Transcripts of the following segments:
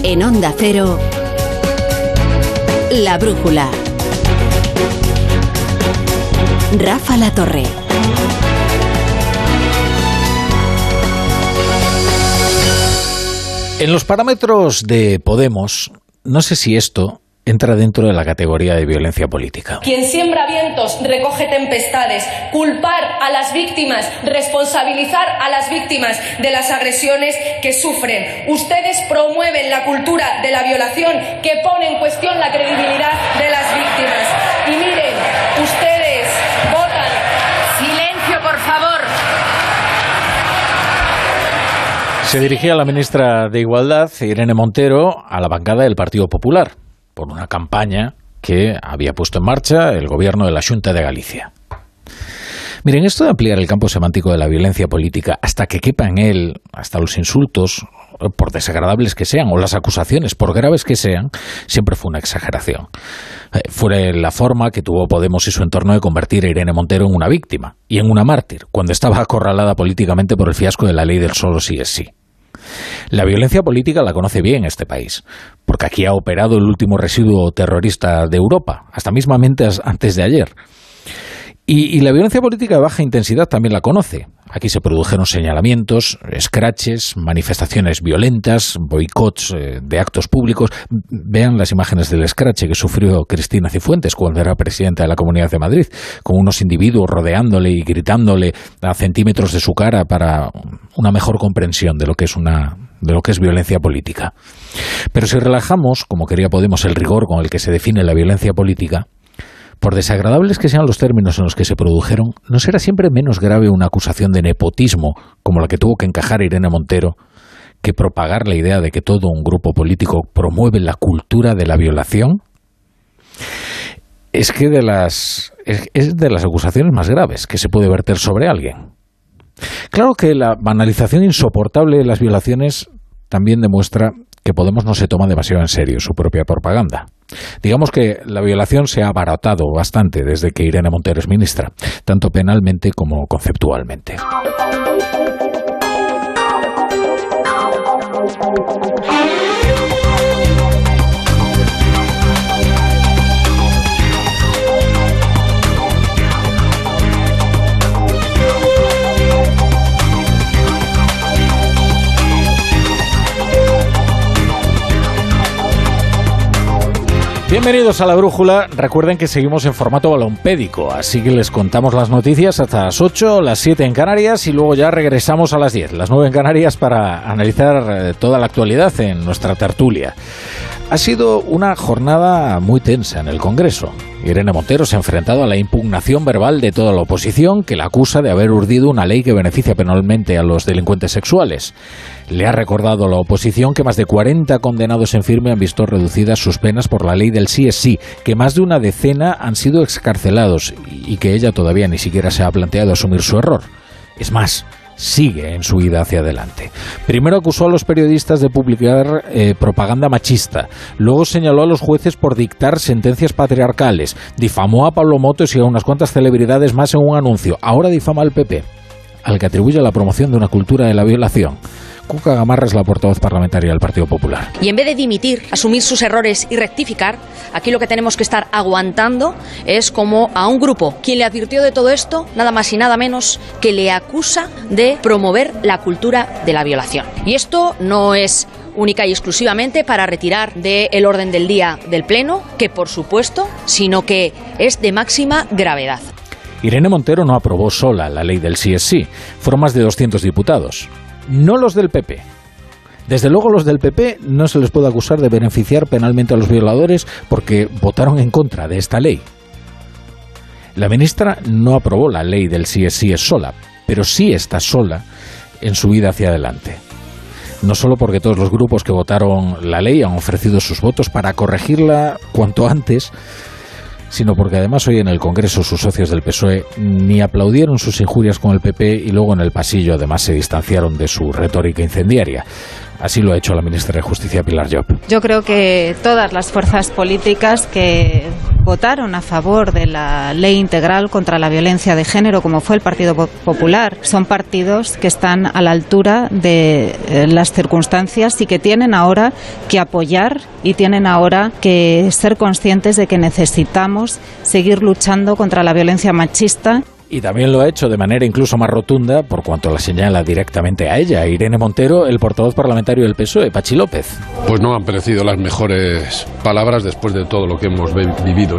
En Onda Cero, La Brújula. Rafa La Torre. En los parámetros de Podemos, no sé si esto entra dentro de la categoría de violencia política. Quien siembra vientos recoge tempestades. Culpar a las víctimas, responsabilizar a las víctimas de las agresiones que sufren. Ustedes promueven la cultura de la violación que pone en cuestión la credibilidad de las víctimas. Y miren, ustedes votan. Silencio, por favor. Se dirigía la ministra de Igualdad, Irene Montero, a la bancada del Partido Popular por una campaña que había puesto en marcha el gobierno de la Xunta de Galicia. Miren, esto de ampliar el campo semántico de la violencia política hasta que quepa en él, hasta los insultos, por desagradables que sean, o las acusaciones, por graves que sean, siempre fue una exageración. Fue la forma que tuvo Podemos y su entorno de convertir a Irene Montero en una víctima y en una mártir, cuando estaba acorralada políticamente por el fiasco de la ley del solo sí es sí. La violencia política la conoce bien este país, porque aquí ha operado el último residuo terrorista de Europa, hasta mismamente antes de ayer. Y la violencia política de baja intensidad también la conoce. Aquí se produjeron señalamientos, escraches, manifestaciones violentas, boicots de actos públicos. Vean las imágenes del escrache que sufrió Cristina Cifuentes cuando era presidenta de la Comunidad de Madrid, con unos individuos rodeándole y gritándole a centímetros de su cara para una mejor comprensión de lo que es violencia política. Pero si relajamos, como quería Podemos, el rigor con el que se define la violencia política, por desagradables que sean los términos en los que se produjeron, ¿no será siempre menos grave una acusación de nepotismo, como la que tuvo que encajar Irene Montero, que propagar la idea de que todo un grupo político promueve la cultura de la violación? Es de las acusaciones más graves que se puede verter sobre alguien. Claro que la banalización insoportable de las violaciones también demuestra que Podemos no se toma demasiado en serio su propia propaganda. Digamos que la violación se ha abaratado bastante desde que Irene Montero es ministra, tanto penalmente como conceptualmente. Bienvenidos a La Brújula. Recuerden que seguimos en formato balompédico, así que les contamos las noticias hasta las 8, las 7 en Canarias y luego ya regresamos a las 10, las 9 en Canarias para analizar toda la actualidad en nuestra tertulia. Ha sido una jornada muy tensa en el Congreso. Irene Montero se ha enfrentado a la impugnación verbal de toda la oposición que la acusa de haber urdido una ley que beneficia penalmente a los delincuentes sexuales. Le ha recordado a la oposición que más de 40 condenados en firme han visto reducidas sus penas por la ley del sí es sí, que más de una decena han sido excarcelados y que ella todavía ni siquiera se ha planteado asumir su error. Es más, sigue en su ida hacia adelante. Primero acusó a los periodistas de publicar propaganda machista, luego señaló a los jueces por dictar sentencias patriarcales, difamó a Pablo Motos y a unas cuantas celebridades más en un anuncio, ahora difama al PP, al que atribuye la promoción de una cultura de la violación. Cuca Gamarra es la portavoz parlamentaria del Partido Popular. Y en vez de dimitir, asumir sus errores y rectificar, aquí lo que tenemos que estar aguantando es como a un grupo quien le advirtió de todo esto, nada más y nada menos que le acusa de promover la cultura de la violación. Y esto no es única y exclusivamente para retirar del orden del día del Pleno, que por supuesto, sino que es de máxima gravedad. Irene Montero no aprobó sola la ley del sí es sí, fueron más de 200 diputados. No los del PP. Desde luego los del PP no se les puede acusar de beneficiar penalmente a los violadores porque votaron en contra de esta ley. La ministra no aprobó la ley del sí es sola, pero sí está sola en su vida hacia adelante. No solo porque todos los grupos que votaron la ley han ofrecido sus votos para corregirla cuanto antes, sino porque además hoy en el Congreso sus socios del PSOE ni aplaudieron sus injurias con el PP y luego en el pasillo además se distanciaron de su retórica incendiaria. Así lo ha hecho la ministra de Justicia, Pilar Llop. Yo creo que todas las fuerzas políticas que votaron a favor de la ley integral contra la violencia de género, como fue el Partido Popular, son partidos que están a la altura de las circunstancias y que tienen ahora que apoyar y tienen ahora que ser conscientes de que necesitamos seguir luchando contra la violencia machista. Y también lo ha hecho de manera incluso más rotunda, por cuanto la señala directamente a ella, Irene Montero, el portavoz parlamentario del PSOE, Pachi López. Pues no han parecido las mejores palabras después de todo lo que hemos vivido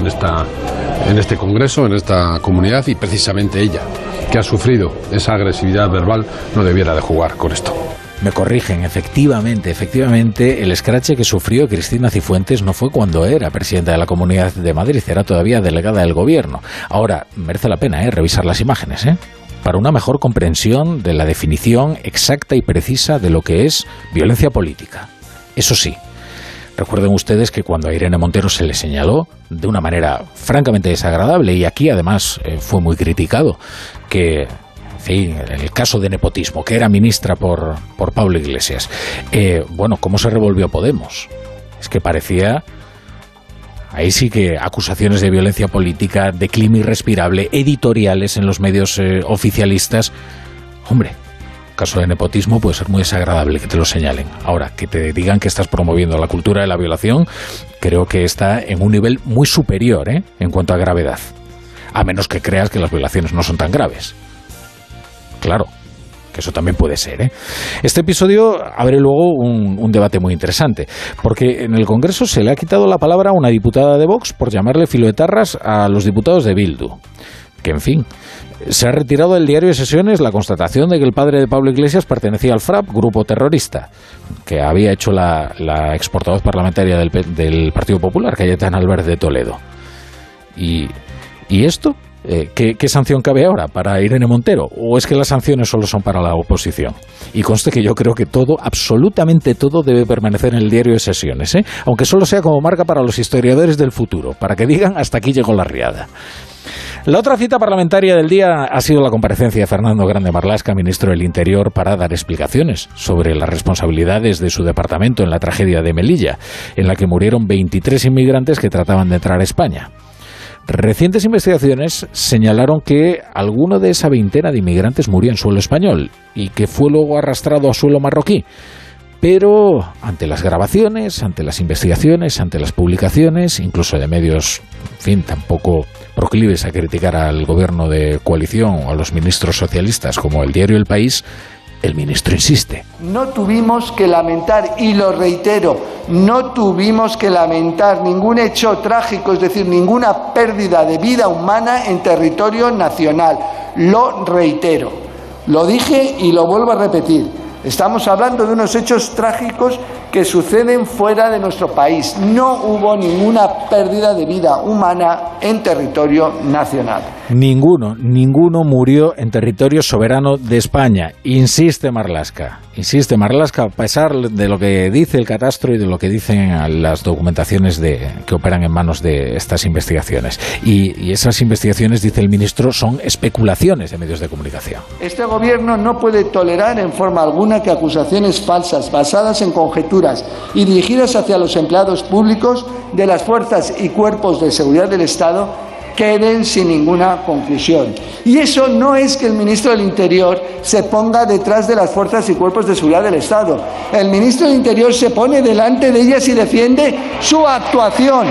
en este congreso, en esta comunidad, y precisamente ella, que ha sufrido esa agresividad verbal, no debiera de jugar con esto. Me corrigen, efectivamente, el escrache que sufrió Cristina Cifuentes no fue cuando era presidenta de la Comunidad de Madrid, era todavía delegada del Gobierno. Ahora, merece la pena revisar las imágenes, para una mejor comprensión de la definición exacta y precisa de lo que es violencia política. Eso sí, recuerden ustedes que cuando a Irene Montero se le señaló de una manera francamente desagradable, y aquí además fue muy criticado, que... en el caso de nepotismo, que era ministra por Pablo Iglesias. ¿Cómo se revolvió Podemos? Es que parecía, ahí sí que acusaciones de violencia política, de clima irrespirable, editoriales en los medios oficialistas. Hombre, caso de nepotismo puede ser muy desagradable que te lo señalen. Ahora, que te digan que estás promoviendo la cultura de la violación, creo que está en un nivel muy superior, en cuanto a gravedad. A menos que creas que las violaciones no son tan graves. Claro, que eso también puede ser, Este episodio abre luego un debate muy interesante, porque en el Congreso se le ha quitado la palabra a una diputada de Vox por llamarle filoetarras a los diputados de Bildu. Que, en fin, se ha retirado del diario de sesiones la constatación de que el padre de Pablo Iglesias pertenecía al FRAP, grupo terrorista, que había hecho la exportavoz parlamentaria del Partido Popular, Cayetana Álvarez de Toledo. ¿Y esto? ¿Qué sanción cabe ahora para Irene Montero? ¿O es que las sanciones solo son para la oposición? Y conste que yo creo que todo, absolutamente todo, debe permanecer en el diario de sesiones, aunque solo sea como marca para los historiadores del futuro, para que digan hasta aquí llegó la riada. La otra cita parlamentaria del día ha sido la comparecencia de Fernando Grande Marlaska, ministro del Interior, para dar explicaciones sobre las responsabilidades de su departamento en la tragedia de Melilla, en la que murieron 23 inmigrantes que trataban de entrar a España. Recientes investigaciones señalaron que alguno de esa veintena de inmigrantes murió en suelo español y que fue luego arrastrado a suelo marroquí. Pero ante las grabaciones, ante las investigaciones, ante las publicaciones, incluso de medios, en fin, tampoco proclives a criticar al gobierno de coalición o a los ministros socialistas como el diario El País, el ministro insiste. No tuvimos que lamentar, y lo reitero, no tuvimos que lamentar ningún hecho trágico, es decir, ninguna pérdida de vida humana en territorio nacional. Lo reitero, lo dije y lo vuelvo a repetir. Estamos hablando de unos hechos trágicos que suceden fuera de nuestro país. No hubo ninguna pérdida de vida humana en territorio nacional. Ninguno murió en territorio soberano de España, insiste Marlaska, a pesar de lo que dice el catastro y de lo que dicen las documentaciones que operan en manos de estas investigaciones. Y esas investigaciones, dice el ministro, son especulaciones de medios de comunicación. Este gobierno no puede tolerar en forma alguna que acusaciones falsas, basadas en conjeturas y dirigidas hacia los empleados públicos de las fuerzas y cuerpos de seguridad del Estado, queden sin ninguna conclusión. Y eso no es que el ministro del Interior se ponga detrás de las fuerzas y cuerpos de seguridad del Estado. El ministro del Interior se pone delante de ellas y defiende su actuación.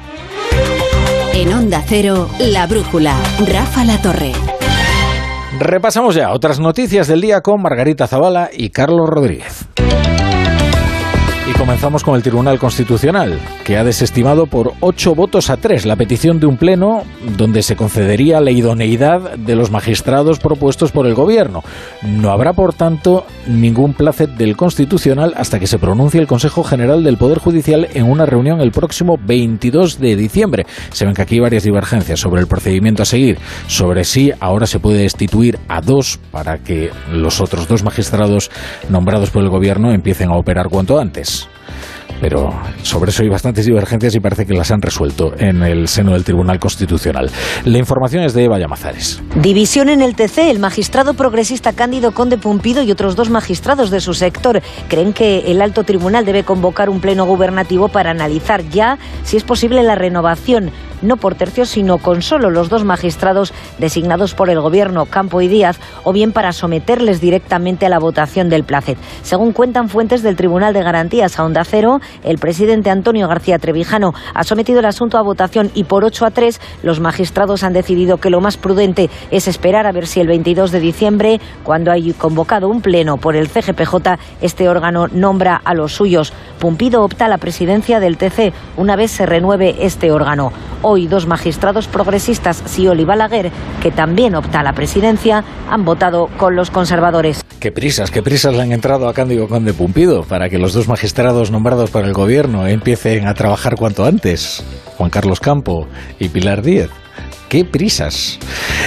En Onda Cero, La Brújula, Rafa La Torre. Repasamos ya otras noticias del día con Margarita Zavala y Carlos Rodríguez. Y comenzamos con el Tribunal Constitucional, que ha desestimado por 8-3 la petición de un pleno donde se concedería la idoneidad de los magistrados propuestos por el Gobierno. No habrá, por tanto, ningún plácet del Constitucional hasta que se pronuncie el Consejo General del Poder Judicial en una reunión el próximo 22 de diciembre. Se ven que aquí hay varias divergencias sobre el procedimiento a seguir, sobre si ahora se puede destituir a 2 para que los otros 2 magistrados nombrados por el Gobierno empiecen a operar cuanto antes. Pero sobre eso hay bastantes divergencias y parece que las han resuelto en el seno del Tribunal Constitucional. La información es de Eva Llamazares. División en el TC. El magistrado progresista Cándido Conde Pumpido y otros 2 magistrados de su sector creen que el alto tribunal debe convocar un pleno gubernativo para analizar ya si es posible la renovación. no por tercios, sino con solo los 2 magistrados designados por el Gobierno, Campo y Díaz, o bien para someterles directamente a la votación del Placet. Según cuentan fuentes del Tribunal de Garantías a Onda Cero, el presidente Antonio García Trevijano ha sometido el asunto a votación y por 8-3 los magistrados han decidido que lo más prudente es esperar a ver si el 22 de diciembre, cuando hay convocado un pleno por el CGPJ, este órgano nombra a los suyos. Pumpido opta a la presidencia del TC una vez se renueve este órgano. Hoy 2 magistrados progresistas, Siol y Balaguer, que también opta a la presidencia, han votado con los conservadores. Qué prisas le han entrado a Cándido Conde Pumpido para que los 2 magistrados nombrados por el Gobierno empiecen a trabajar cuanto antes. Juan Carlos Campo y Pilar Díez. ¡Qué prisas!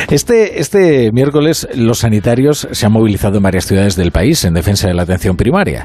Este miércoles los sanitarios se han movilizado en varias ciudades del país en defensa de la atención primaria.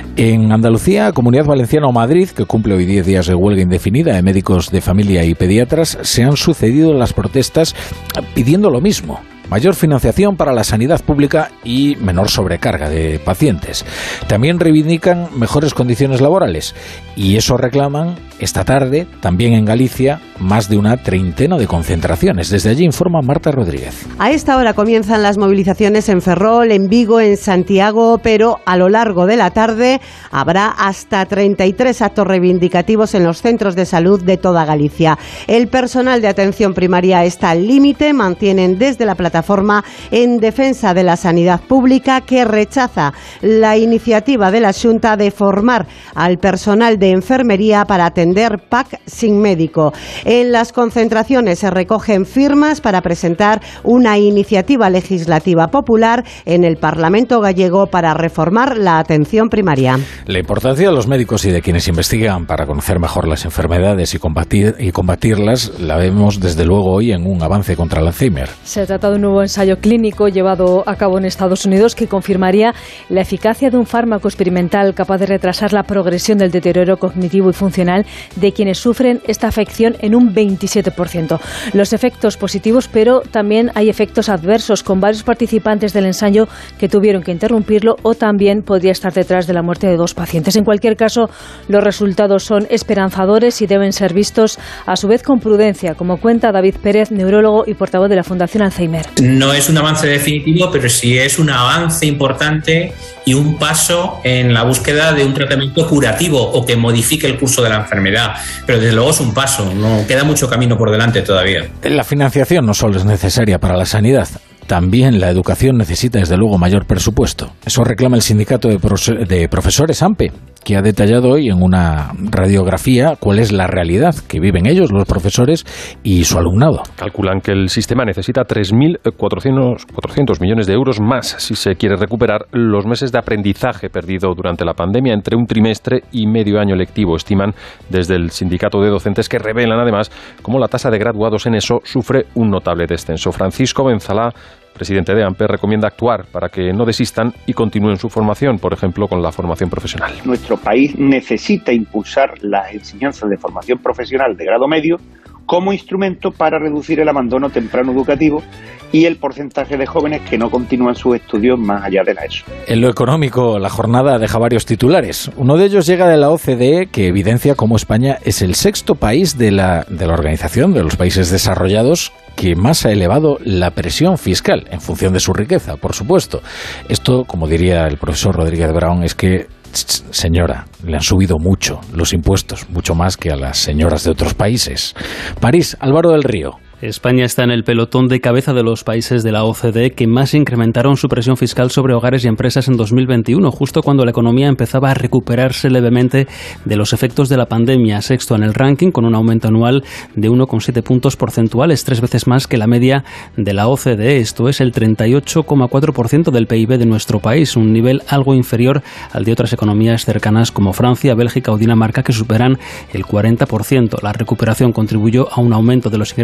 En Andalucía, Comunidad Valenciana o Madrid, que cumple hoy 10 días de huelga indefinida de médicos de familia y pediatras, se han sucedido las protestas pidiendo lo mismo. Mayor financiación para la sanidad pública y menor sobrecarga de pacientes. También reivindican mejores condiciones laborales y eso reclaman esta tarde, también en Galicia, más de una treintena de concentraciones. Desde allí informa Marta Rodríguez. A esta hora comienzan las movilizaciones en Ferrol, en Vigo, en Santiago, pero a lo largo de la tarde habrá hasta 33 actos reivindicativos en los centros de salud de toda Galicia. El personal de atención primaria está al límite, mantienen desde la plataforma en defensa de la sanidad pública que rechaza la iniciativa de la Xunta de formar al personal de enfermería para atender PAC sin médico. En las concentraciones se recogen firmas para presentar una iniciativa legislativa popular en el Parlamento gallego para reformar la atención primaria. La importancia de los médicos y de quienes investigan para conocer mejor las enfermedades y combatirlas la vemos desde luego hoy en un avance contra el Alzheimer. Se trata de un nuevo ensayo clínico llevado a cabo en Estados Unidos que confirmaría la eficacia de un fármaco experimental capaz de retrasar la progresión del deterioro cognitivo y funcional de quienes sufren esta afección en un 27%. Los efectos positivos, pero también hay efectos adversos, con varios participantes del ensayo que tuvieron que interrumpirlo o también podría estar detrás de la muerte de 2 pacientes. En cualquier caso, los resultados son esperanzadores y deben ser vistos a su vez con prudencia, como cuenta David Pérez, neurólogo y portavoz de la Fundación Alzheimer. No es un avance definitivo, pero sí es un avance importante y un paso en la búsqueda de un tratamiento curativo o que modifique el curso de la enfermedad. Pero desde luego es un paso, no queda mucho camino por delante todavía. La financiación no solo es necesaria para la sanidad, también la educación necesita desde luego mayor presupuesto. Eso reclama el sindicato de profesores AMPE, que ha detallado hoy en una radiografía cuál es la realidad que viven ellos, los profesores y su alumnado. Calculan que el sistema necesita 3.400 millones de euros más si se quiere recuperar los meses de aprendizaje perdido durante la pandemia entre un trimestre y medio año lectivo, estiman desde el sindicato de docentes, que revelan además cómo la tasa de graduados en eso sufre un notable descenso. Francisco Benzalá, presidente de AMPE, recomienda actuar para que no desistan y continúen su formación, por ejemplo, con la formación profesional. Nuestro país necesita impulsar las enseñanzas de formación profesional de grado medio como instrumento para reducir el abandono temprano educativo y el porcentaje de jóvenes que no continúan sus estudios más allá de la ESO. En lo económico, la jornada deja varios titulares. Uno de ellos llega de la OCDE, que evidencia cómo España es el 6º país de la Organización de los Países Desarrollados que más ha elevado la presión fiscal, en función de su riqueza, por supuesto. Esto, como diría el profesor Rodríguez Brown, es que, señora, le han subido mucho los impuestos, mucho más que a las señoras de otros países. París, Álvaro del Río. España está en el pelotón de cabeza de los países de la OCDE que más incrementaron su presión fiscal sobre hogares y empresas en 2021, justo cuando la economía empezaba a recuperarse levemente de los efectos de la pandemia. Sexto en el ranking, con un aumento anual de 1,7 puntos porcentuales, 3 veces más que la media de la OCDE. Esto es el 38,4% del PIB de nuestro país, un nivel algo inferior al de otras economías cercanas como Francia, Bélgica o Dinamarca, que superan el 40%. La recuperación contribuyó a un aumento de los ingresos fiscales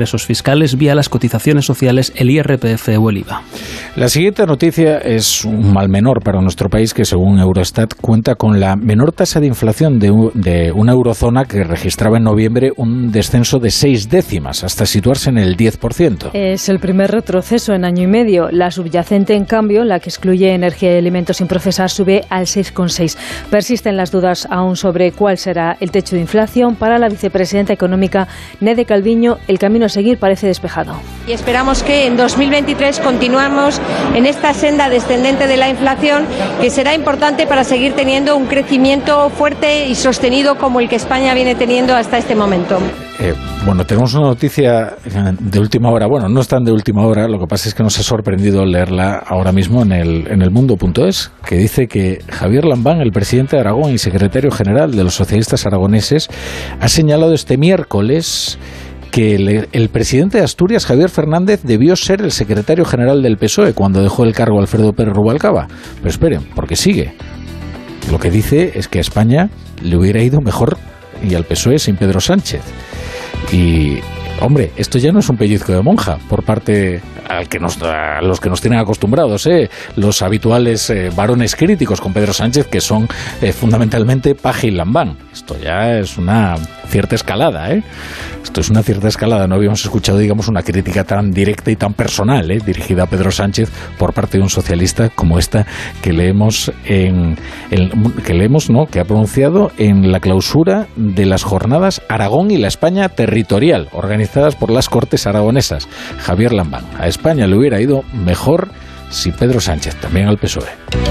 fiscales vía las cotizaciones sociales, el IRPF o el IVA. La siguiente noticia es un mal menor para nuestro país, que según Eurostat cuenta con la menor tasa de inflación de una eurozona, que registraba en noviembre un descenso de 6 décimas hasta situarse en el 10%. Es el primer retroceso en año y medio. La subyacente, en cambio, la que excluye energía y alimentos sin procesar, sube al 6,6. Persisten las dudas aún sobre cuál será el techo de inflación. Para la vicepresidenta económica Nede Calviño, el camino a seguir parece despejado. Y esperamos que en 2023 continuemos en esta senda descendente de la inflación, que será importante para seguir teniendo un crecimiento fuerte y sostenido como el que España viene teniendo hasta este momento. Bueno, tenemos una noticia de última hora. Bueno, no es tan de última hora, lo que pasa es que nos ha sorprendido leerla ahora mismo en el mundo.es, que dice que Javier Lambán, el presidente de Aragón y secretario general de los socialistas aragoneses, ha señalado este miércoles que el presidente de Asturias, Javier Fernández, debió ser el secretario general del PSOE cuando dejó el cargo Alfredo Pérez Rubalcaba. Pero esperen, porque sigue. Lo que dice es que a España le hubiera ido mejor y al PSOE sin Pedro Sánchez. Y, hombre, esto ya no es un pellizco de monja por parte a los que nos tienen acostumbrados, los habituales varones críticos con Pedro Sánchez, que son fundamentalmente Paje y Lambán. Esto ya es una cierta escalada, Esto es una cierta escalada. No habíamos escuchado, digamos, una crítica tan directa y tan personal, dirigida a Pedro Sánchez por parte de un socialista como esta que leemos que ha pronunciado en la clausura de las jornadas Aragón y la España territorial, organizadas por las Cortes aragonesas. Javier Lambán: a España le hubiera ido mejor si Pedro Sánchez, también al PSOE.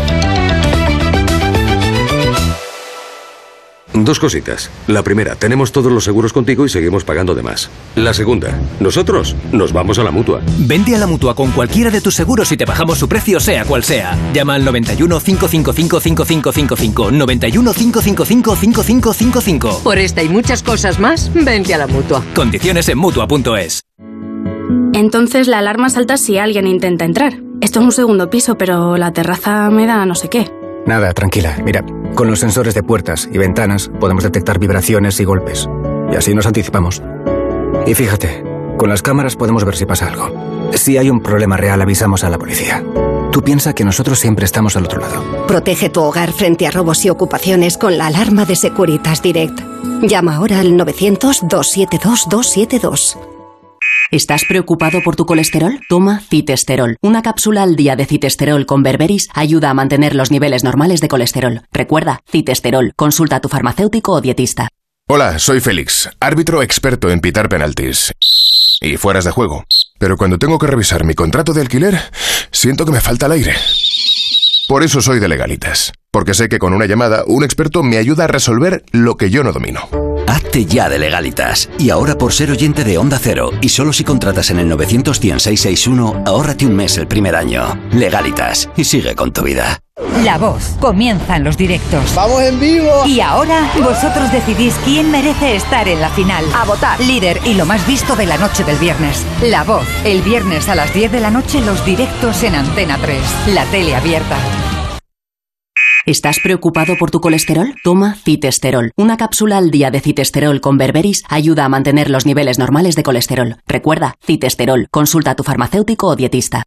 Dos cositas. La primera, tenemos todos los seguros contigo y seguimos pagando de más. La segunda, nosotros nos vamos a la Mutua. Vente a la Mutua con cualquiera de tus seguros y te bajamos su precio, sea cual sea. Llama al 91 555 5555. 91 555 5555. Por esta y muchas cosas más, vente a la Mutua. Condiciones en Mutua.es. Entonces la alarma salta si alguien intenta entrar. Esto es un segundo piso, pero la terraza me da no sé qué. Nada, tranquila. Mira, con los sensores de puertas y ventanas podemos detectar vibraciones y golpes. Y así nos anticipamos. Y fíjate, con las cámaras podemos ver si pasa algo. Si hay un problema real, avisamos a la policía. Tú piensa que nosotros siempre estamos al otro lado. Protege tu hogar frente a robos y ocupaciones con la alarma de Securitas Direct. Llama ahora al 900-272-272. ¿Estás preocupado por tu colesterol? Toma Citesterol. Una cápsula al día de Citesterol con berberis ayuda a mantener los niveles normales de colesterol. Recuerda, Citesterol. Consulta a tu farmacéutico o dietista. Hola, soy Félix, árbitro experto en pitar penaltis y fueras de juego. Pero cuando tengo que revisar mi contrato de alquiler, siento que me falta el aire. Por eso soy de Legalitas, porque sé que con una llamada un experto me ayuda a resolver lo que yo no domino. Hazte ya de Legalitas. Y ahora, por ser oyente de Onda Cero, y solo si contratas en el 900-100-661, ahórrate un mes el primer año. Legalitas. Y sigue con tu vida. La Voz. Comienzan los directos. ¡Vamos en vivo! Y ahora, vosotros decidís quién merece estar en la final. A votar. Líder y lo más visto de la noche del viernes. La Voz. El viernes a las 10 de la noche, los directos en Antena 3. La tele abierta. ¿Estás preocupado por tu colesterol? Toma Citesterol. Una cápsula al día de Citesterol con berberis ayuda a mantener los niveles normales de colesterol. Recuerda, Citesterol. Consulta a tu farmacéutico o dietista.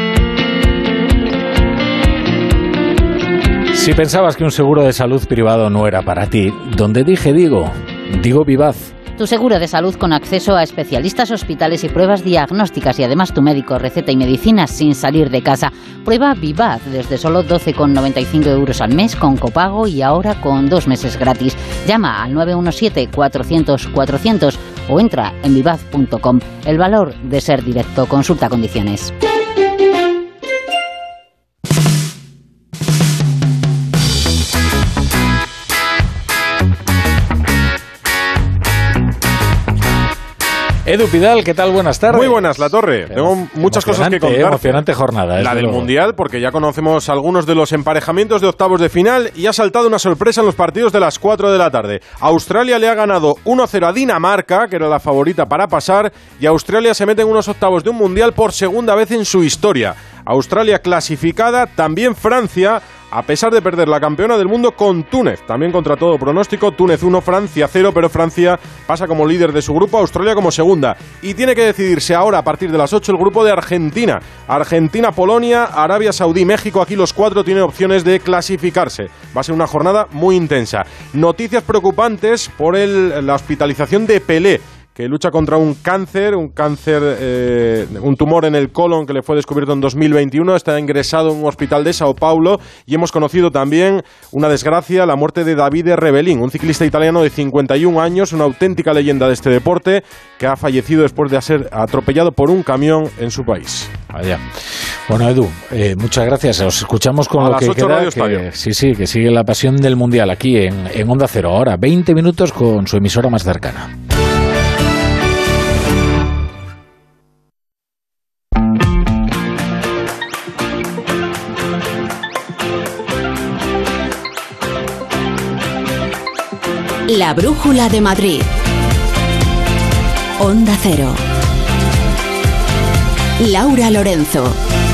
Si pensabas que un seguro de salud privado no era para ti, donde digo Vivaz. Tu seguro de salud con acceso a especialistas, hospitales y pruebas diagnósticas y además tu médico, receta y medicinas sin salir de casa. Prueba Vivaz desde solo 12,95 € al mes con copago y ahora con 2 meses gratis. Llama al 917-400-400 o entra en vivaz.com. El valor de ser directo. Consulta condiciones. Edu Pidal, ¿qué tal? Buenas tardes. Muy buenas, La Torre. Tengo muchas cosas que contar. Emocionante jornada. La del Mundial, porque ya conocemos algunos de los emparejamientos de octavos de final y ha saltado una sorpresa en los partidos de las 4 de la tarde. Australia le ha ganado 1-0 a Dinamarca, que era la favorita para pasar, y Australia se mete en unos octavos de un Mundial por segunda vez en su historia. Australia clasificada, también Francia, a pesar de perder la campeona del mundo con Túnez. También contra todo pronóstico, Túnez 1, Francia 0, pero Francia pasa como líder de su grupo, Australia como segunda. Y tiene que decidirse ahora, a partir de las 8, el grupo de Argentina. Argentina, Polonia, Arabia Saudí, México. Aquí los 4 tienen opciones de clasificarse. Va a ser una jornada muy intensa. Noticias preocupantes por la hospitalización de Pelé, que lucha contra un tumor en el colon que le fue descubierto en 2021, está ingresado en un hospital de Sao Paulo, y hemos conocido también una desgracia, la muerte de Davide Rebellin, un ciclista italiano de 51 años, una auténtica leyenda de este deporte, que ha fallecido después de ser atropellado por un camión en su país. Vaya. Bueno, Edu, muchas gracias. Os escuchamos con lo que queda, que sigue la pasión del Mundial aquí en Onda Cero. Ahora, 20 minutos con su emisora más cercana. La Brújula de Madrid. Onda Cero. Laura Lorenzo.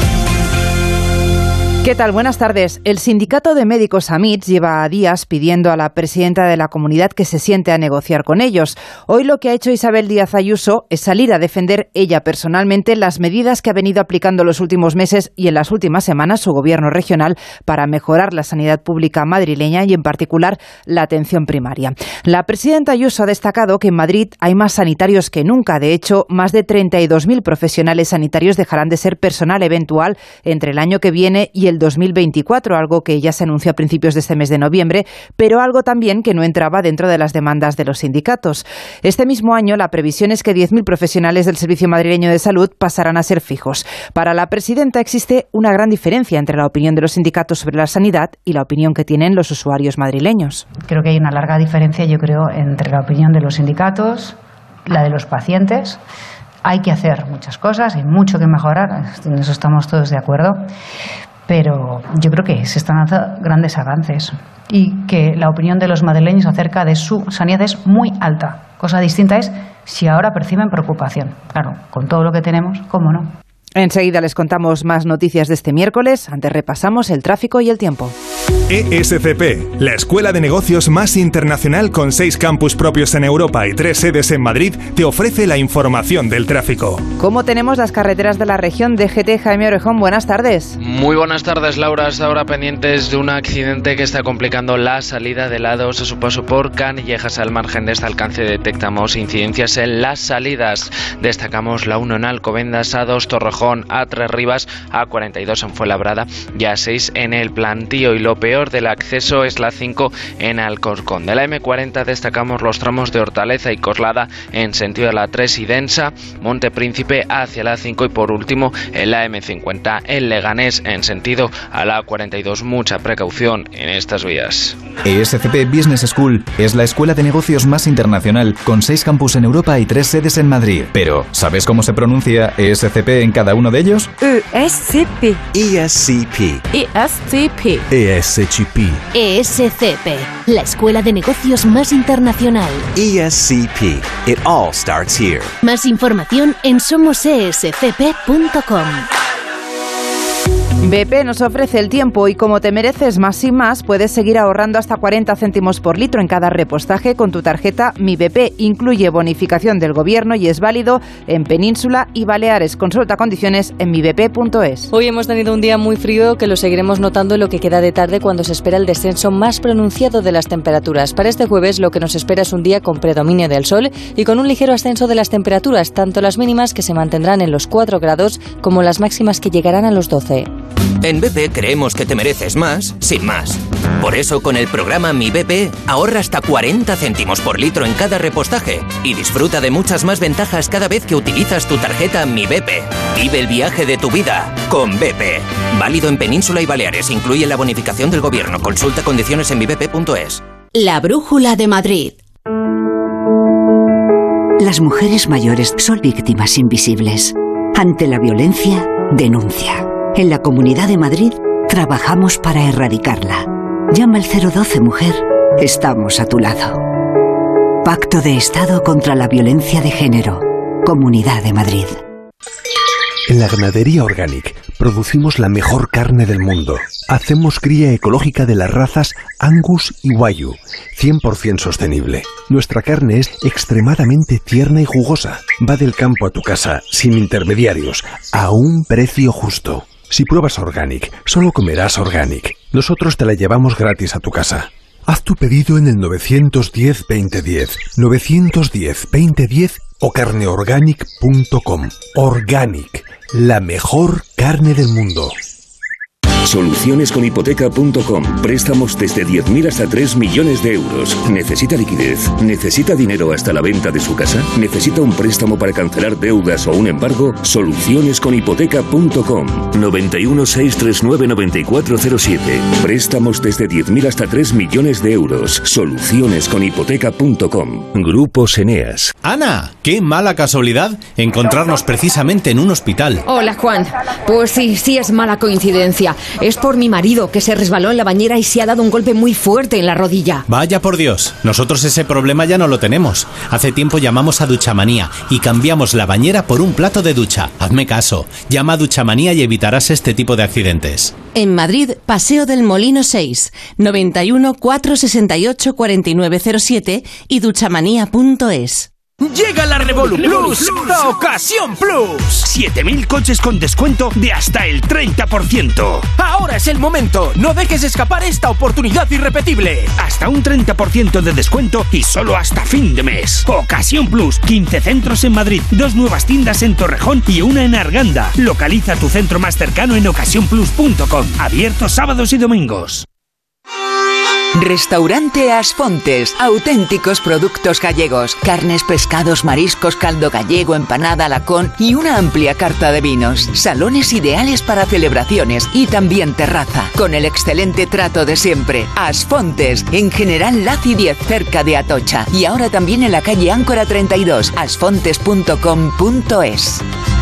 ¿Qué tal? Buenas tardes. El sindicato de médicos AMITS lleva días pidiendo a la presidenta de la comunidad que se siente a negociar con ellos. Hoy lo que ha hecho Isabel Díaz Ayuso es salir a defender ella personalmente las medidas que ha venido aplicando los últimos meses y en las últimas semanas su gobierno regional para mejorar la sanidad pública madrileña y en particular la atención primaria. La presidenta Ayuso ha destacado que en Madrid hay más sanitarios que nunca. De hecho, más de 32.000 profesionales sanitarios dejarán de ser personal eventual entre el año que viene y el 2024, algo que ya se anunció a principios de este mes de noviembre, pero algo también que no entraba dentro de las demandas de los sindicatos. Este mismo año, la previsión es que 10.000 profesionales del Servicio Madrileño de Salud pasarán a ser fijos. Para la presidenta existe una gran diferencia entre la opinión de los sindicatos sobre la sanidad y la opinión que tienen los usuarios madrileños. Creo que hay una larga diferencia, entre la opinión de los sindicatos, la de los pacientes. Hay que hacer muchas cosas, hay mucho que mejorar, en eso estamos todos de acuerdo. Pero yo creo que se están haciendo grandes avances y que la opinión de los madrileños acerca de su sanidad es muy alta. Cosa distinta es si ahora perciben preocupación. Claro, con todo lo que tenemos, ¿cómo no? Enseguida les contamos más noticias de este miércoles. Antes repasamos el tráfico y el tiempo. ESCP, la escuela de negocios más internacional con 6 campus propios en Europa y 3 sedes en Madrid, te ofrece la información del tráfico. ¿Cómo tenemos las carreteras de la región? DGT, Jaime Orejón, buenas tardes. Muy buenas tardes, Laura. Hasta ahora pendientes de un accidente que está complicando la salida de lados a su paso por Canillejas. Al margen de este alcance detectamos incidencias en las salidas. Destacamos la 1 en Alcobendas, A2 Torrejón, A3 Rivas, A42 en Fuenlabrada y A6 en El Plantío. Y lo peor del acceso es la 5 en Alcorcón. De la M40 destacamos los tramos de Hortaleza y Coslada en sentido de la 3 y Densa, Monte Príncipe hacia la 5 y por último en la M50 en Leganés en sentido a la 42. Mucha precaución en estas vías. ESCP Business School es la escuela de negocios más internacional con 6 campus en Europa y 3 sedes en Madrid. Pero, ¿sabes cómo se pronuncia ESCP en cada uno de ellos? ESCP. ESCP. ESCP. ESCP. ESCP, la escuela de negocios más internacional. ESCP. It all starts here. Más información en somosescp.com. BP nos ofrece el tiempo y como te mereces más y más, puedes seguir ahorrando hasta 40 céntimos por litro en cada repostaje con tu tarjeta Mi BP. Incluye bonificación del gobierno y es válido en Península y Baleares. Consulta condiciones en mibp.es. Hoy hemos tenido un día muy frío que lo seguiremos notando en lo que queda de tarde cuando se espera el descenso más pronunciado de las temperaturas. Para este jueves lo que nos espera es un día con predominio del sol y con un ligero ascenso de las temperaturas, tanto las mínimas que se mantendrán en los 4 grados como las máximas que llegarán a los 12. En BP creemos que te mereces más, sin más. Por eso, con el programa Mi BP, ahorra hasta 40 céntimos por litro en cada repostaje y disfruta de muchas más ventajas cada vez que utilizas tu tarjeta Mi BP. Vive el viaje de tu vida con BP. Válido en Península y Baleares. Incluye la bonificación del gobierno. Consulta condiciones en mibp.es. La Brújula de Madrid. Las mujeres mayores son víctimas invisibles. Ante la violencia, denuncia. En la Comunidad de Madrid trabajamos para erradicarla. Llama al 012 Mujer. Estamos a tu lado. Pacto de Estado contra la Violencia de Género. Comunidad de Madrid. En la ganadería Organic producimos la mejor carne del mundo. Hacemos cría ecológica de las razas Angus y Wagyu, 100% sostenible. Nuestra carne es extremadamente tierna y jugosa. Va del campo a tu casa, sin intermediarios, a un precio justo. Si pruebas Organic, solo comerás Organic. Nosotros te la llevamos gratis a tu casa. Haz tu pedido en el 910-2010, 910-2010 o carneorganic.com. Organic, la mejor carne del mundo. Solucionesconhipoteca.com. Préstamos desde 10.000 hasta 3 millones de euros. ¿Necesita liquidez? ¿Necesita dinero hasta la venta de su casa? ¿Necesita un préstamo para cancelar deudas o un embargo? Solucionesconhipoteca.com. 91 639 9407. Préstamos desde 10.000 hasta 3 millones de euros. Solucionesconhipoteca.com. Grupos Eneas. Ana, qué mala casualidad encontrarnos precisamente en un hospital. Hola, Juan. Pues sí es mala coincidencia. Es por mi marido, que se resbaló en la bañera y se ha dado un golpe muy fuerte en la rodilla. Vaya por Dios, nosotros ese problema ya no lo tenemos. Hace tiempo llamamos a Duchamanía y cambiamos la bañera por un plato de ducha. Hazme caso, llama a Duchamanía y evitarás este tipo de accidentes. En Madrid, Paseo del Molino 6, 91 468 4907 y duchamanía.es. Llega la Revolut Plus, la Ocasión Plus. 7.000 coches con descuento de hasta el 30%. Ahora es el momento. No dejes escapar esta oportunidad irrepetible. Hasta un 30% de descuento y solo hasta fin de mes. Ocasión Plus, 15 centros en Madrid, 2 nuevas tiendas en Torrejón y una en Arganda. Localiza tu centro más cercano en ocasiónplus.com. Abierto sábados y domingos. Restaurante As Fontes, auténticos productos gallegos, carnes, pescados, mariscos, caldo gallego, empanada, lacón y una amplia carta de vinos. Salones ideales para celebraciones y también terraza, con el excelente trato de siempre. As Fontes, en General Laci 10, cerca de Atocha, y ahora también en la calle Áncora 32, asfontes.com.es.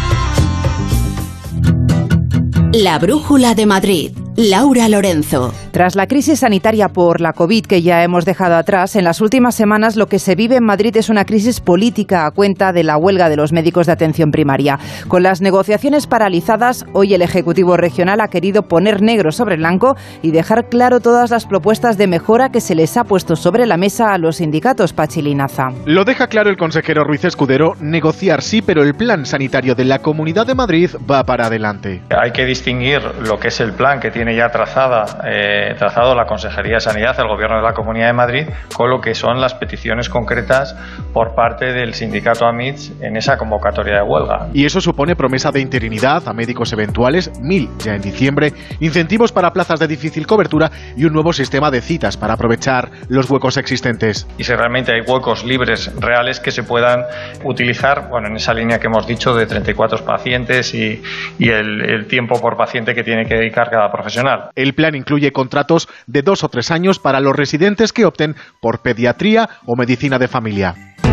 La Brújula de Madrid. Laura Lorenzo. Tras la crisis sanitaria por la COVID que ya hemos dejado atrás, en las últimas semanas lo que se vive en Madrid es una crisis política a cuenta de la huelga de los médicos de atención primaria. Con las negociaciones paralizadas, hoy el Ejecutivo Regional ha querido poner negro sobre blanco y dejar claro todas las propuestas de mejora que se les ha puesto sobre la mesa a los sindicatos. Pachi Linaza. Lo deja claro el consejero Ruiz Escudero: negociar sí, pero el plan sanitario de la Comunidad de Madrid va para adelante. Hay que distinguir lo que es el plan que tiene ya trazado la Consejería de Sanidad, el Gobierno de la Comunidad de Madrid, con lo que son las peticiones concretas por parte del sindicato AMITS en esa convocatoria de huelga. Y eso supone promesa de interinidad a médicos eventuales, 1.000 ya en diciembre, incentivos para plazas de difícil cobertura y un nuevo sistema de citas para aprovechar los huecos existentes. Y si realmente hay huecos libres reales que se puedan utilizar, bueno, en esa línea que hemos dicho de 34 pacientes y el tiempo por paciente que tiene que dedicar cada profesional. El plan incluye contratos de 2 o 3 años para los residentes que opten por pediatría o medicina de familia.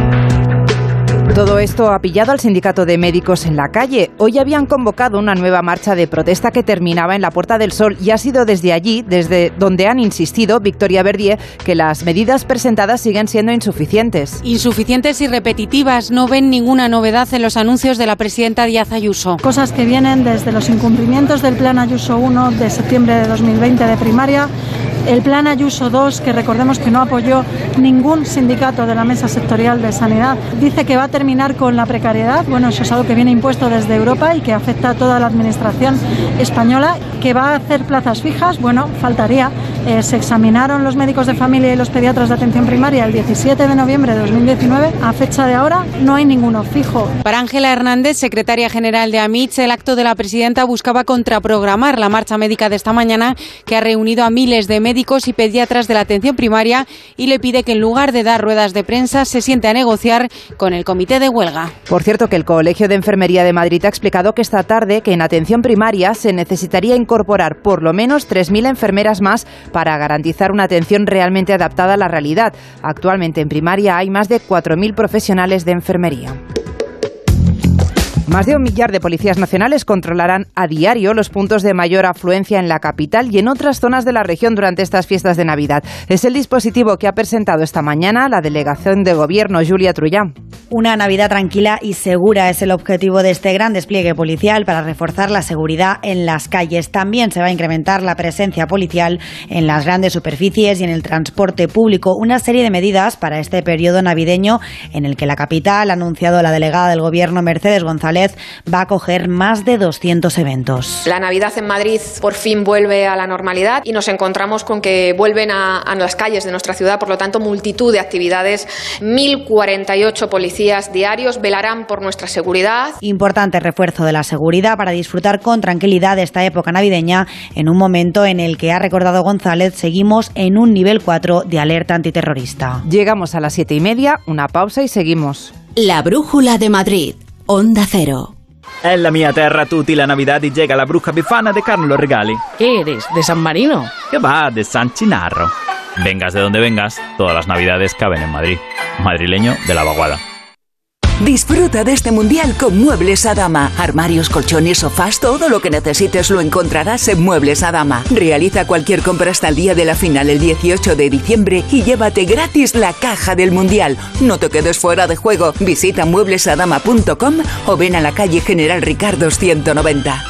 Todo esto ha pillado al sindicato de médicos en la calle. Hoy habían convocado una nueva marcha de protesta que terminaba en la Puerta del Sol y ha sido desde allí, desde donde han insistido Victoria Verdier, que las medidas presentadas siguen siendo insuficientes. Insuficientes y repetitivas. No ven ninguna novedad en los anuncios de la presidenta Díaz Ayuso. Cosas que vienen desde los incumplimientos del Plan Ayuso 1 de septiembre de 2020 de primaria, el Plan Ayuso 2, que recordemos que no apoyó ningún sindicato de la mesa sectorial de sanidad, dice que va a terminar con la precariedad. Bueno, eso es algo que viene impuesto desde Europa y que afecta a toda la administración española. Que va a hacer plazas fijas, bueno, faltaría. Se examinaron los médicos de familia y los pediatras de atención primaria el 17 de noviembre de 2019. A fecha de ahora no hay ninguno fijo. Para Ángela Hernández, secretaria general de AMITS, el acto de la presidenta buscaba contraprogramar la marcha médica de esta mañana, que ha reunido a miles de médicos y pediatras de la atención primaria, y le pide que en lugar de dar ruedas de prensa se siente a negociar con el comité de huelga. Por cierto, que el Colegio de Enfermería de Madrid ha explicado que esta tarde que en atención primaria se necesitaría incorporar por lo menos 3.000 enfermeras más para garantizar una atención realmente adaptada a la realidad. Actualmente en primaria hay más de 4.000 profesionales de enfermería. Más de 1 millar de policías nacionales controlarán a diario los puntos de mayor afluencia en la capital y en otras zonas de la región durante estas fiestas de Navidad. Es el dispositivo que ha presentado esta mañana la delegación de Gobierno, Julia Trullán. Una Navidad tranquila y segura es el objetivo de este gran despliegue policial para reforzar la seguridad en las calles. También se va a incrementar la presencia policial en las grandes superficies y en el transporte público. Una serie de medidas para este periodo navideño en el que la capital, ha anunciado la delegada del Gobierno, Mercedes González, va a acoger más de 200 eventos. La Navidad en Madrid por fin vuelve a la normalidad y nos encontramos con que vuelven a las calles de nuestra ciudad, por lo tanto, multitud de actividades. 1.048 policías diarios velarán por nuestra seguridad. Importante refuerzo de la seguridad para disfrutar con tranquilidad de esta época navideña en un momento en el que, ha recordado González, seguimos en un nivel 4 de alerta antiterrorista. Llegamos a las 7:30, una pausa y seguimos. La Brújula de Madrid, Onda Cero. En la mia terra tutti la Navidad y llega la bruja bifana de Carlos Regali. ¿Qué eres? ¿De San Marino? ¿Qué va? De San Chinarro. Vengas de donde vengas, todas las Navidades caben en Madrid. Madrileño de la vaguada. Disfruta de este mundial con Muebles a Dama. Armarios, colchones, sofás, todo lo que necesites lo encontrarás en Muebles a Dama. Realiza cualquier compra hasta el día de la final, el 18 de diciembre, y llévate gratis la caja del mundial. No te quedes fuera de juego. Visita mueblesadama.com o ven a la calle General Ricardo 190.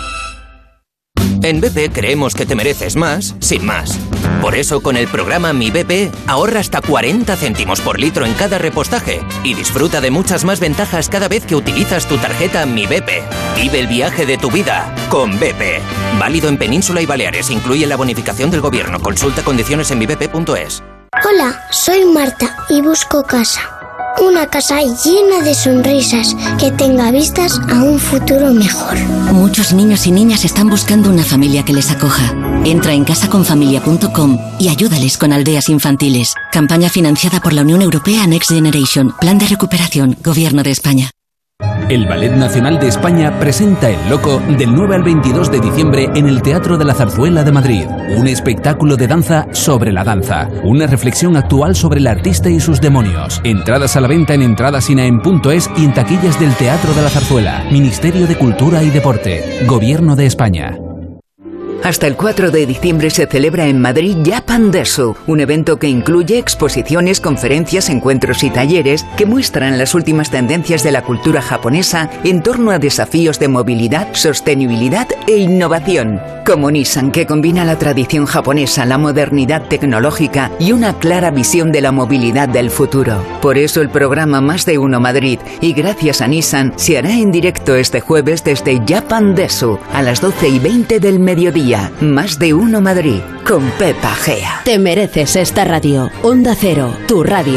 En BP creemos que te mereces más, sin más. Por eso, con el programa Mi BP, ahorra hasta 40 céntimos por litro en cada repostaje y disfruta de muchas más ventajas cada vez que utilizas tu tarjeta Mi BP. Vive el viaje de tu vida con BP. Válido en Península y Baleares. Incluye la bonificación del gobierno. Consulta condiciones en mibp.es. Hola, soy Marta y busco casa. Una casa llena de sonrisas que tenga vistas a un futuro mejor. Muchos niños y niñas están buscando una familia que les acoja. Entra en casaconfamilia.com y ayúdales con aldeas infantiles. Campaña financiada por la Unión Europea Next Generation. Plan de recuperación. Gobierno de España. El Ballet Nacional de España presenta El Loco del 9 al 22 de diciembre en el Teatro de la Zarzuela de Madrid. Un espectáculo de danza sobre la danza. Una reflexión actual sobre el artista y sus demonios. Entradas a la venta en entradasinaen.es y en taquillas del Teatro de la Zarzuela. Ministerio de Cultura y Deporte. Gobierno de España. Hasta el 4 de diciembre se celebra en Madrid Japan Desu, un evento que incluye exposiciones, conferencias, encuentros y talleres que muestran las últimas tendencias de la cultura japonesa en torno a desafíos de movilidad, sostenibilidad e innovación. Como Nissan, que combina la tradición japonesa, la modernidad tecnológica y una clara visión de la movilidad del futuro. Por eso el programa Más de Uno Madrid, y gracias a Nissan, se hará en directo este jueves desde Japan Desu a las 12:20 del mediodía. Más de Uno Madrid, con Pepa Gea. Te mereces esta radio. Onda Cero, tu radio.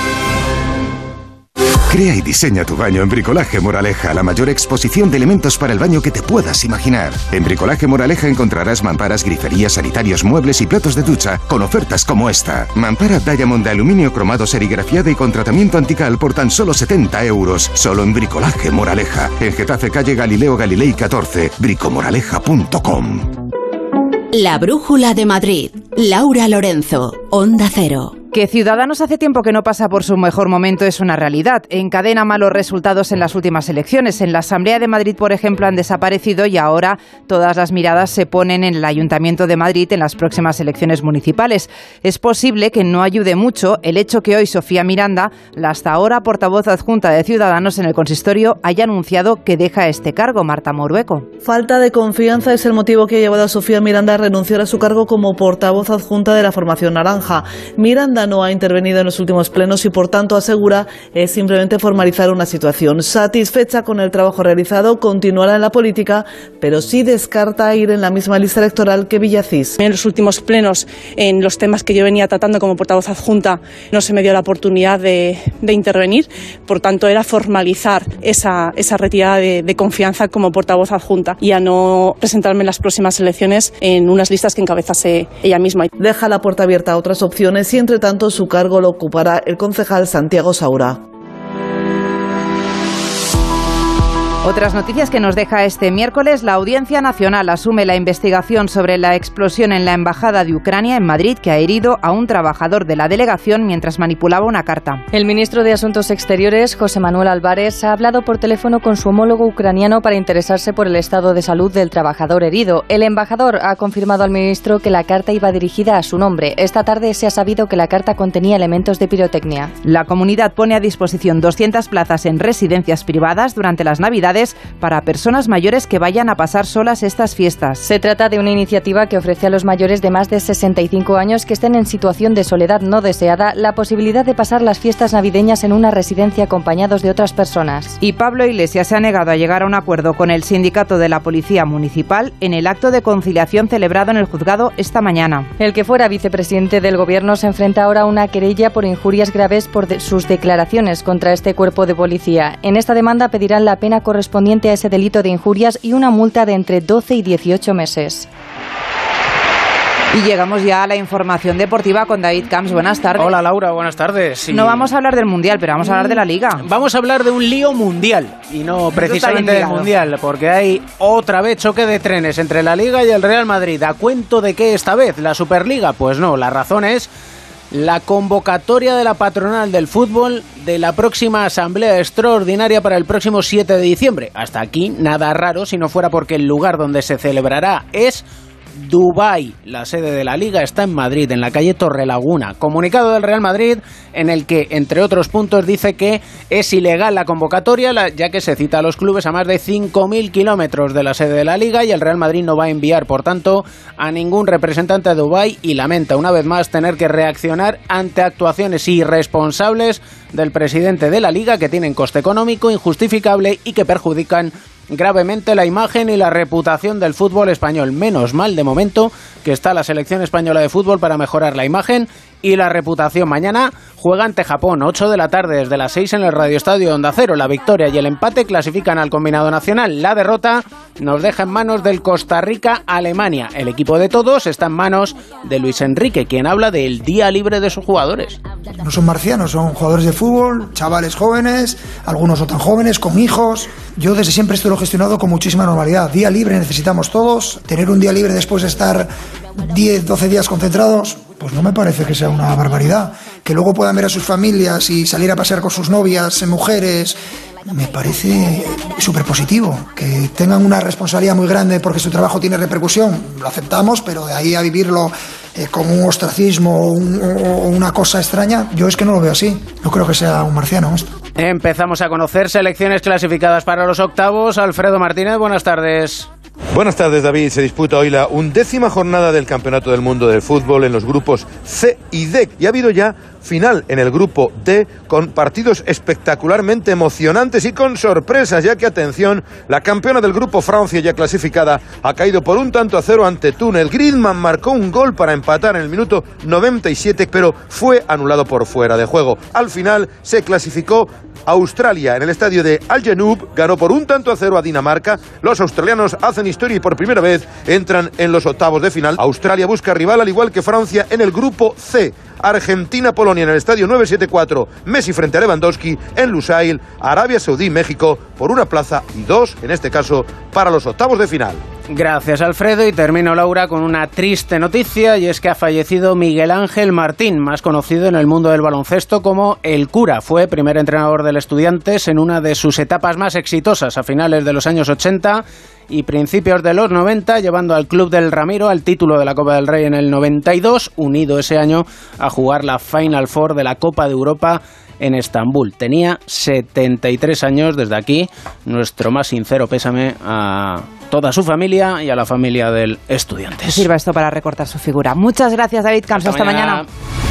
Crea y diseña tu baño en Bricolaje Moraleja, la mayor exposición de elementos para el baño que te puedas imaginar. En Bricolaje Moraleja encontrarás mamparas, griferías, sanitarios, muebles y platos de ducha con ofertas como esta. Mampara Diamond de aluminio cromado serigrafiada y con tratamiento antical por tan solo 70 euros. Solo en Bricolaje Moraleja. En Getafe, calle Galileo Galilei 14. bricomoraleja.com. La Brújula de Madrid. Laura Lorenzo, Onda Cero. Que Ciudadanos hace tiempo que no pasa por su mejor momento es una realidad. Encadena malos resultados en las últimas elecciones. En la Asamblea de Madrid, por ejemplo, han desaparecido y ahora todas las miradas se ponen en el Ayuntamiento de Madrid en las próximas elecciones municipales. Es posible que no ayude mucho el hecho que hoy Sofía Miranda, la hasta ahora portavoz adjunta de Ciudadanos en el consistorio, haya anunciado que deja este cargo. Marta Morueco. Falta de confianza es el motivo que ha llevado a Sofía Miranda a renunciar a su cargo como portavoz adjunta de la formación naranja. Miranda no ha intervenido en los últimos plenos y por tanto asegura es simplemente formalizar una situación. Satisfecha con el trabajo realizado, continuará en la política, pero sí descarta ir en la misma lista electoral que Villacís. En los últimos plenos, en los temas que yo venía tratando como portavoz adjunta, no se me dio la oportunidad de intervenir, por tanto era formalizar esa retirada de confianza como portavoz adjunta y a no presentarme en las próximas elecciones en unas listas que encabezase ella misma. Deja la puerta abierta a otras opciones y entre tanto su cargo lo ocupará el concejal Santiago Saura. Otras noticias que nos deja este miércoles: la Audiencia Nacional asume la investigación sobre la explosión en la Embajada de Ucrania en Madrid, que ha herido a un trabajador de la delegación mientras manipulaba una carta. El ministro de Asuntos Exteriores, José Manuel Álvarez, ha hablado por teléfono con su homólogo ucraniano para interesarse por el estado de salud del trabajador herido. El embajador ha confirmado al ministro que la carta iba dirigida a su nombre. Esta tarde se ha sabido que la carta contenía elementos de pirotecnia. La comunidad pone a disposición 200 plazas en residencias privadas durante las Navidades para personas mayores que vayan a pasar solas estas fiestas. Se trata de una iniciativa que ofrece a los mayores de más de 65 años que estén en situación de soledad no deseada la posibilidad de pasar las fiestas navideñas en una residencia acompañados de otras personas. Y Pablo Iglesias se ha negado a llegar a un acuerdo con el sindicato de la Policía Municipal en el acto de conciliación celebrado en el juzgado esta mañana. El que fuera vicepresidente del Gobierno se enfrenta ahora a una querella por injurias graves por sus declaraciones contra este cuerpo de policía. En esta demanda pedirán la pena correspondiente a ese delito de injurias y una multa de entre 12 y 18 meses. Y llegamos ya a la información deportiva con David Camps. Buenas tardes. Hola Laura, buenas tardes. Sí. No vamos a hablar del Mundial, pero vamos a hablar de la Liga. Vamos a hablar de un lío mundial y no precisamente del Mundial, porque hay otra vez choque de trenes entre la Liga y el Real Madrid. ¿A cuento de qué esta vez? ¿La Superliga? Pues no, la razón es la convocatoria de la patronal del fútbol de la próxima asamblea extraordinaria para el próximo 7 de diciembre. Hasta aquí nada raro si no fuera porque el lugar donde se celebrará es Dubái. La sede de la Liga está en Madrid, en la calle Torrelaguna. Comunicado del Real Madrid en el que, entre otros puntos, dice que es ilegal la convocatoria, ya que se cita a los clubes a más de 5.000 kilómetros de la sede de la Liga y el Real Madrid no va a enviar, por tanto, a ningún representante a Dubái y lamenta una vez más tener que reaccionar ante actuaciones irresponsables del presidente de la Liga que tienen coste económico injustificable y que perjudican gravemente la imagen y la reputación del fútbol español. Menos mal de momento que está la selección española de fútbol para mejorar la imagen y la reputación. Mañana juega ante Japón, 8 de la tarde, desde las 6 en el Radio Estadio Onda Cero. La victoria y el empate clasifican al combinado nacional. La derrota nos deja en manos del Costa Rica-Alemania. El equipo de todos está en manos de Luis Enrique, quien habla del día libre de sus jugadores. No son marcianos, son jugadores de fútbol, chavales jóvenes, algunos no tan jóvenes, con hijos. Yo desde siempre esto lo he gestionado con muchísima normalidad. Día libre necesitamos todos. Tener un día libre después de estar 10, 12 días concentrados, pues no me parece que sea una barbaridad. Que luego puedan ver a sus familias y salir a pasear con sus novias, mujeres, me parece súper positivo. Que tengan una responsabilidad muy grande porque su trabajo tiene repercusión, lo aceptamos, pero de ahí a vivirlo como un ostracismo o una cosa extraña, yo es que no lo veo así. No creo que sea un marciano esto. Empezamos a conocer selecciones clasificadas para los octavos. Alfredo Martínez, buenas tardes. Buenas tardes, David. Se disputa hoy la 11ª jornada del Campeonato del Mundo del Fútbol en los grupos C y D. Y ha habido ya final en el grupo D con partidos espectacularmente emocionantes y con sorpresas, ya que, atención, la campeona del grupo, Francia, ya clasificada, ha caído por 1-0 ante Túnez. Griezmann marcó un gol para empatar en el minuto 97, pero fue anulado por fuera de juego. Al final se clasificó Australia en el estadio de Al Janoub, ganó por 1-0 a Dinamarca. Los australianos hacen historia y por primera vez entran en los octavos de final. Australia busca rival, al igual que Francia, en el grupo C. Argentina-Polonia en el estadio 974, Messi frente a Lewandowski en Lusail, Arabia Saudí, México, por una plaza y 2, en este caso, para los octavos de final. Gracias, Alfredo, y termino, Laura, con una triste noticia, y es que ha fallecido Miguel Ángel Martín, más conocido en el mundo del baloncesto como El Cura. Fue primer entrenador del Estudiantes en una de sus etapas más exitosas a finales de los años 80 y principios de los 90, llevando al Club del Ramiro al título de la Copa del Rey en el 92, unido ese año a jugar la Final Four de la Copa de Europa en Estambul. Tenía 73 años. Desde aquí, nuestro más sincero pésame a toda su familia y a la familia del Estudiantes. Que sirva esto para recortar su figura. Muchas gracias, David Camps. Hasta mañana.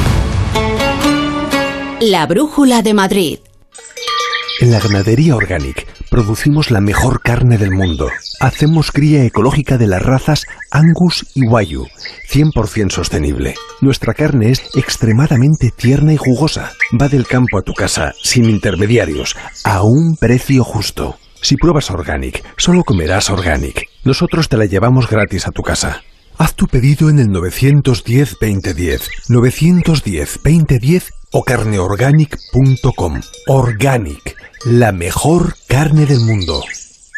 La Brújula de Madrid. En la ganadería Organic producimos la mejor carne del mundo. Hacemos cría ecológica de las razas Angus y Wagyu, 100% sostenible. Nuestra carne es extremadamente tierna y jugosa. Va del campo a tu casa, sin intermediarios, a un precio justo. Si pruebas Organic, solo comerás Organic. Nosotros te la llevamos gratis a tu casa. Haz tu pedido en el 910-2010, 910-2010 o carneorganic.com. Organic, la mejor carne del mundo.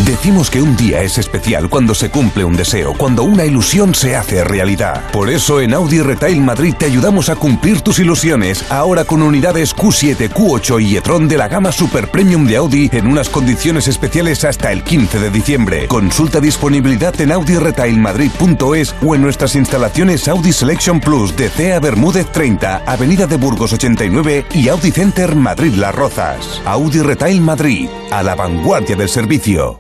Decimos que un día es especial cuando se cumple un deseo, cuando una ilusión se hace realidad. Por eso en Audi Retail Madrid te ayudamos a cumplir tus ilusiones, ahora con unidades Q7, Q8 y e-tron de la gama Super Premium de Audi en unas condiciones especiales hasta el 15 de diciembre. Consulta disponibilidad en audirailmadrid.es o en nuestras instalaciones Audi Selection Plus de CEA Bermúdez 30, Avenida de Burgos 89 y Audi Center Madrid Las Rozas. Audi Retail Madrid, a la vanguardia del servicio.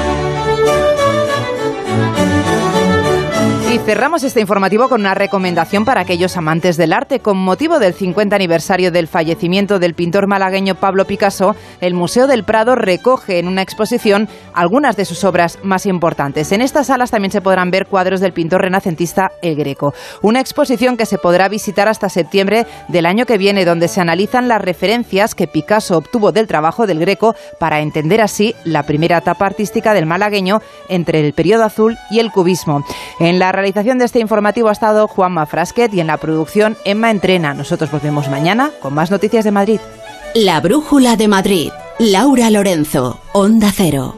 Y cerramos este informativo con una recomendación para aquellos amantes del arte. Con motivo del 50 aniversario del fallecimiento del pintor malagueño Pablo Picasso, el Museo del Prado recoge en una exposición algunas de sus obras más importantes. En estas salas también se podrán ver cuadros del pintor renacentista El Greco. Una exposición que se podrá visitar hasta septiembre del año que viene, donde se analizan las referencias que Picasso obtuvo del trabajo del Greco para entender así la primera etapa artística del malagueño entre el periodo azul y el cubismo. En la realización de este informativo ha estado Juanma Frasquet y en la producción Emma Entrena. Nosotros volvemos mañana con más noticias de Madrid. La Brújula de Madrid. Laura Lorenzo, Onda Cero.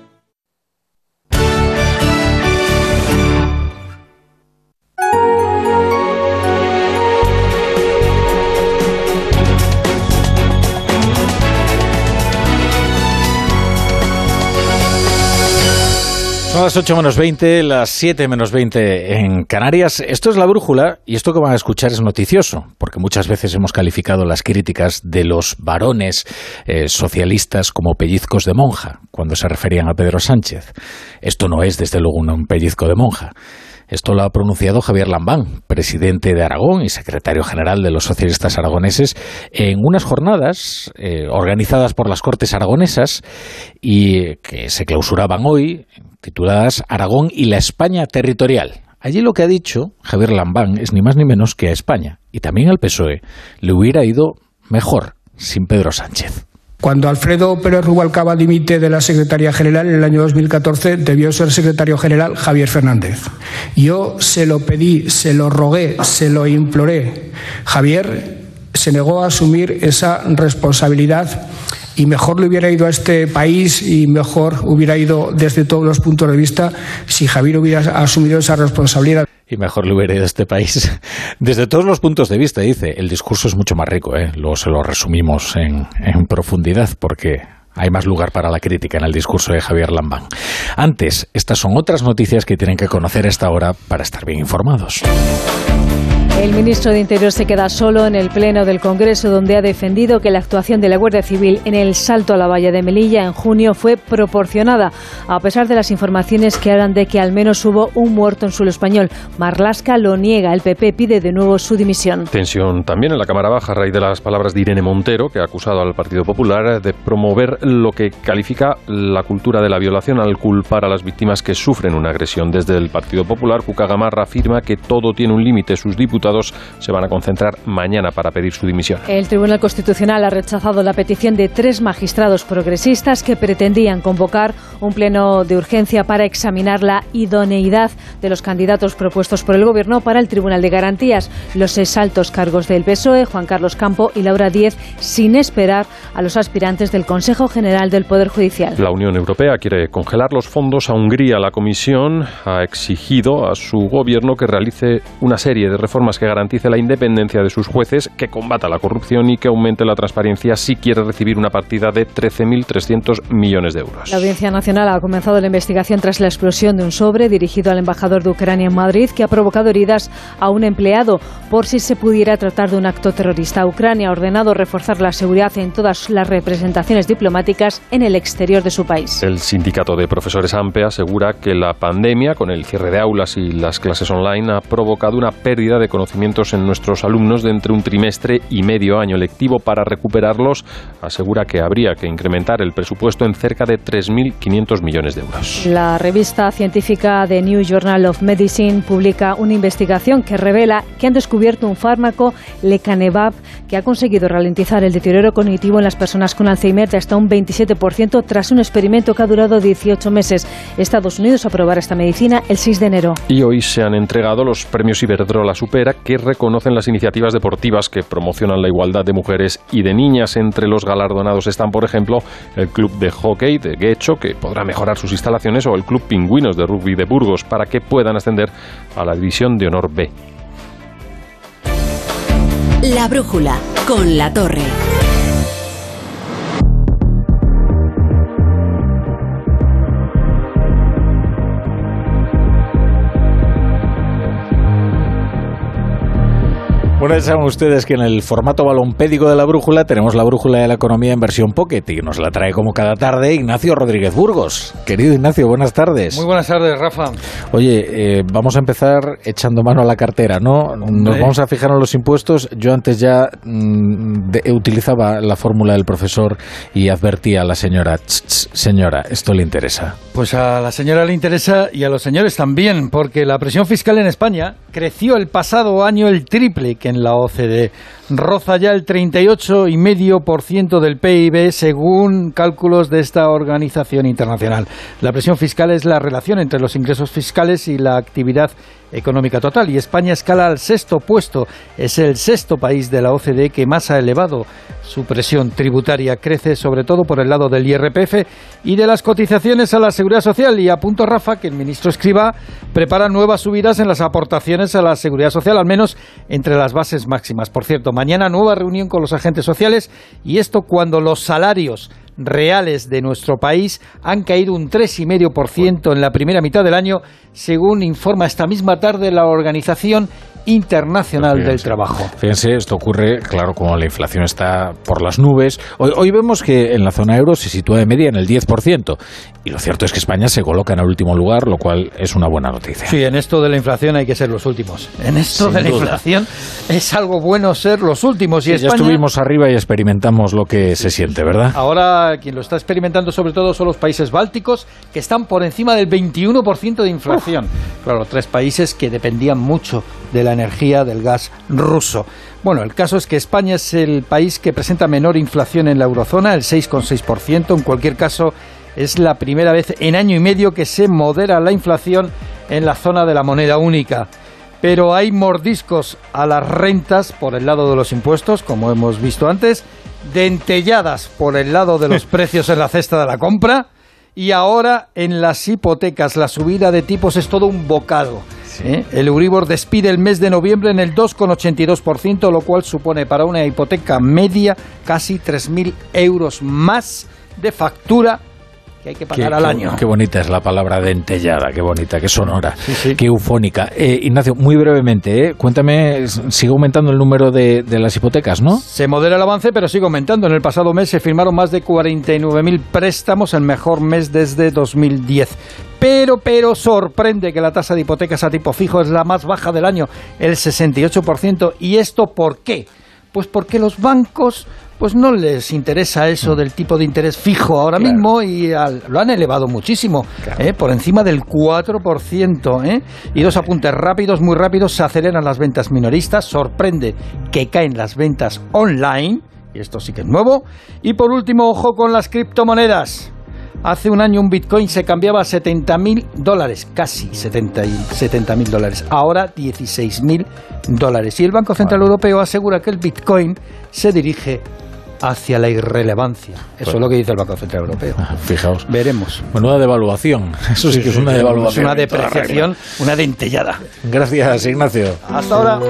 Son las 8 menos 20, las 7 menos 20 en Canarias. Esto es La Brújula y esto que van a escuchar es noticioso, porque muchas veces hemos calificado las críticas de los varones socialistas como pellizcos de monja, cuando se referían a Pedro Sánchez. Esto no es, desde luego, un pellizco de monja. Esto lo ha pronunciado Javier Lambán, presidente de Aragón y secretario general de los socialistas aragoneses, en unas jornadas organizadas por las Cortes Aragonesas y que se clausuraban hoy, tituladas Aragón y la España territorial. Allí lo que ha dicho Javier Lambán es ni más ni menos que a España, y también al PSOE, le hubiera ido mejor sin Pedro Sánchez. Cuando Alfredo Pérez Rubalcaba dimite de la Secretaría General en el año 2014, debió ser secretario general Javier Fernández. Yo se lo pedí, se lo rogué, se lo imploré. Javier se negó a asumir esa responsabilidad y mejor le hubiera ido a este país y mejor hubiera ido desde todos los puntos de vista si Javier hubiera asumido esa responsabilidad. Y mejor le hubiera ido a este país. Desde todos los puntos de vista, dice. El discurso es mucho más rico, Luego se lo resumimos en profundidad porque hay más lugar para la crítica en el discurso de Javier Lambán. Antes, estas son otras noticias que tienen que conocer a esta hora para estar bien informados. El ministro de Interior se queda solo en el Pleno del Congreso, donde ha defendido que la actuación de la Guardia Civil en el salto a la valla de Melilla en junio fue proporcionada, a pesar de las informaciones que hablan de que al menos hubo un muerto en suelo español. Marlaska lo niega. El PP pide de nuevo su dimisión. Tensión también en la Cámara Baja a raíz de las palabras de Irene Montero, que ha acusado al Partido Popular de promover lo que califica la cultura de la violación al culpar a las víctimas que sufren una agresión. Desde el Partido Popular, Cuca Gamarra afirma que todo tiene un límite. Sus diputados se van a concentrar mañana para pedir su dimisión. El Tribunal Constitucional ha rechazado la petición de 3 magistrados progresistas que pretendían convocar un pleno de urgencia para examinar la idoneidad de los candidatos propuestos por el Gobierno para el Tribunal de Garantías. Los exaltos cargos del PSOE, Juan Carlos Campo y Laura Díez, sin esperar a los aspirantes del Consejo General del Poder Judicial. La Unión Europea quiere congelar los fondos a Hungría. La Comisión ha exigido a su Gobierno que realice una serie de reformas que garantice la independencia de sus jueces, que combata la corrupción y que aumente la transparencia si quiere recibir una partida de 13.300 millones de euros. La Audiencia Nacional ha comenzado la investigación tras la explosión de un sobre dirigido al embajador de Ucrania en Madrid, que ha provocado heridas a un empleado por si se pudiera tratar de un acto terrorista. Ucrania ha ordenado reforzar la seguridad en todas las representaciones diplomáticas en el exterior de su país. El sindicato de profesores AMPE asegura que la pandemia, con el cierre de aulas y las clases online, ha provocado una pérdida de conocimientos en nuestros alumnos de entre un trimestre y medio año lectivo. Para recuperarlos, asegura que habría que incrementar el presupuesto en cerca de 3.500 millones de euros. La revista científica The New Journal of Medicine publica una investigación que revela que han descubierto un fármaco, lecanemab, que ha conseguido ralentizar el deterioro cognitivo en las personas con Alzheimer de hasta un 27% tras un experimento que ha durado 18 meses. Estados Unidos aprobará esta medicina el 6 de enero. Y hoy se han entregado los premios Iberdrola Supera manera que reconocen las iniciativas deportivas que promocionan la igualdad de mujeres y de niñas. Entre los galardonados están, por ejemplo, el Club de Hockey de Guecho, que podrá mejorar sus instalaciones, o el Club Pingüinos de Rugby de Burgos, para que puedan ascender a la División de Honor B. La brújula con La Torre. Bueno, ya saben ustedes que en el formato balompédico de la brújula tenemos la brújula de la economía en versión pocket y nos la trae como cada tarde Ignacio Rodríguez Burgos. Querido Ignacio, buenas tardes. Muy buenas tardes, Rafa. Oye, vamos a empezar echando mano a la cartera, ¿no? Nos vamos a fijar en los impuestos. Yo antes ya utilizaba la fórmula del profesor y advertía a la señora, señora, esto le interesa. Pues a la señora le interesa y a los señores también, porque la presión fiscal en España creció el pasado año el triple que en la OCDE. Roza ya el 38,5% del PIB según cálculos de esta organización internacional. La presión fiscal es la relación entre los ingresos fiscales y la actividad económica total, y España escala al 6º puesto. Es el 6º país de la OCDE que más ha elevado su presión tributaria. Crece sobre todo por el lado del IRPF y de las cotizaciones a la Seguridad Social. Y apunto, Rafa, que el ministro Escrivá prepara nuevas subidas en las aportaciones a la Seguridad Social, al menos entre las bases máximas. Por cierto, mañana nueva reunión con los agentes sociales, y esto cuando los salarios reales de nuestro país han caído un 3,5% en la primera mitad del año, según informa esta misma tarde la Organización Internacional del Trabajo. Fíjense, esto ocurre, claro, como la inflación está por las nubes. Hoy vemos que en la zona euro se sitúa de media en el 10%, y lo cierto es que España se coloca en el último lugar, lo cual es una buena noticia. Sí, en esto de la inflación hay que ser los últimos. En esto Sin de la duda. Inflación es algo bueno ser los últimos. Y sí, España, ya estuvimos arriba y experimentamos lo que se siente, ¿verdad? Ahora quien lo está experimentando sobre todo son los países bálticos, que están por encima del 21% de inflación. Claro, 3 países que dependían mucho de la energía, del gas ruso. Bueno, el caso es que España es el país que presenta menor inflación en la eurozona, el 6,6%. En cualquier caso, es la primera vez en año y medio que se modera la inflación en la zona de la moneda única. Pero hay mordiscos a las rentas por el lado de los impuestos, como hemos visto antes, dentelladas por el lado de los precios en la cesta de la compra, y ahora en las hipotecas la subida de tipos es todo un bocado. El Euribor despide el mes de noviembre en el 2,82%, lo cual supone para una hipoteca media casi 3.000 euros más de factura que hay que pagar al año. Qué bonita es la palabra dentellada, qué bonita, qué sonora, qué eufónica. Ignacio, muy brevemente, cuéntame, sigue aumentando el número de las hipotecas, ¿no? Se modera el avance, pero sigue aumentando. En el pasado mes se firmaron más de 49.000 préstamos, el mejor mes desde 2010. Pero sorprende que la tasa de hipotecas a tipo fijo es la más baja del año, el 68%. ¿Y esto por qué? Pues porque los bancos pues no les interesa eso del tipo de interés fijo ahora mismo, y lo han elevado muchísimo, por encima del 4%. Y 2 apuntes rápidos, muy rápidos: se aceleran las ventas minoristas, sorprende que caen las ventas online, y esto sí que es nuevo. Y por último, ojo con las criptomonedas. Hace un año un Bitcoin se cambiaba a $70.000, casi $70.000. Ahora $16.000. Y el Banco Central Europeo asegura que el Bitcoin se dirige hacia la irrelevancia. Eso es lo que dice el Banco Central Europeo. Fijaos. Veremos. Menuda devaluación. Eso sí que es una devaluación. Es una depreciación, una dentellada. Gracias, Ignacio. Hasta ahora.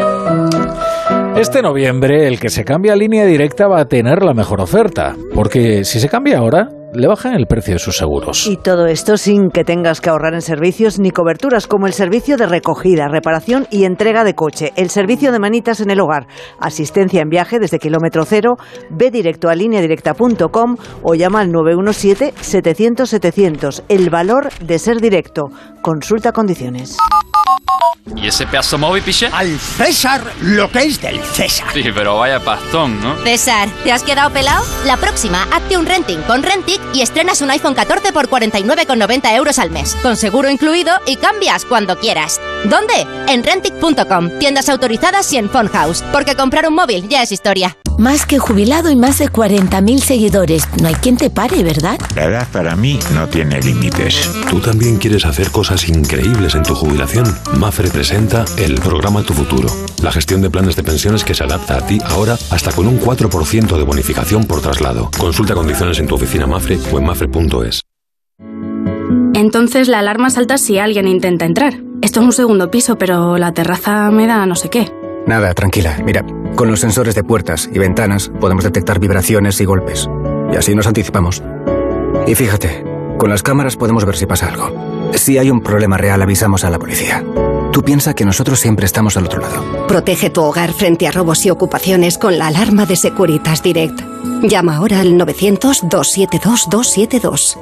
Este noviembre, el que se cambia a línea directa va a tener la mejor oferta, porque si se cambia ahora, le bajan el precio de sus seguros. Y todo esto sin que tengas que ahorrar en servicios ni coberturas, como el servicio de recogida, reparación y entrega de coche, el servicio de manitas en el hogar, asistencia en viaje desde kilómetro cero. Ve directo a lineadirecta.com o llama al 917-700-700. El valor de ser directo. Consulta condiciones. ¿Y ese pedazo móvil, piche? Al César lo que es del César. Sí, pero vaya pastón, ¿no? César, ¿te has quedado pelado? La próxima, hazte un renting con Rentic y estrenas un iPhone 14 por 49,90 euros al mes, con seguro incluido, y cambias cuando quieras. ¿Dónde? En Rentic.com, tiendas autorizadas y en Phone House, porque comprar un móvil ya es historia. Más que jubilado y más de 40.000 seguidores. No hay quien te pare, ¿verdad? La edad para mí no tiene límites. ¿Tú también quieres hacer cosas increíbles en tu jubilación? Mafre presenta el programa Tu Futuro. La gestión de planes de pensiones que se adapta a ti ahora hasta con un 4% de bonificación por traslado. Consulta condiciones en tu oficina Mafre o en mafre.es. Entonces la alarma salta si alguien intenta entrar. Esto es un segundo piso, pero la terraza me da no sé qué. Nada, tranquila. Mira, con los sensores de puertas y ventanas podemos detectar vibraciones y golpes. Y así nos anticipamos. Y fíjate, con las cámaras podemos ver si pasa algo. Si hay un problema real, avisamos a la policía. Tú piensa que nosotros siempre estamos al otro lado. Protege tu hogar frente a robos y ocupaciones con la alarma de Securitas Direct. Llama ahora al 900-272-272.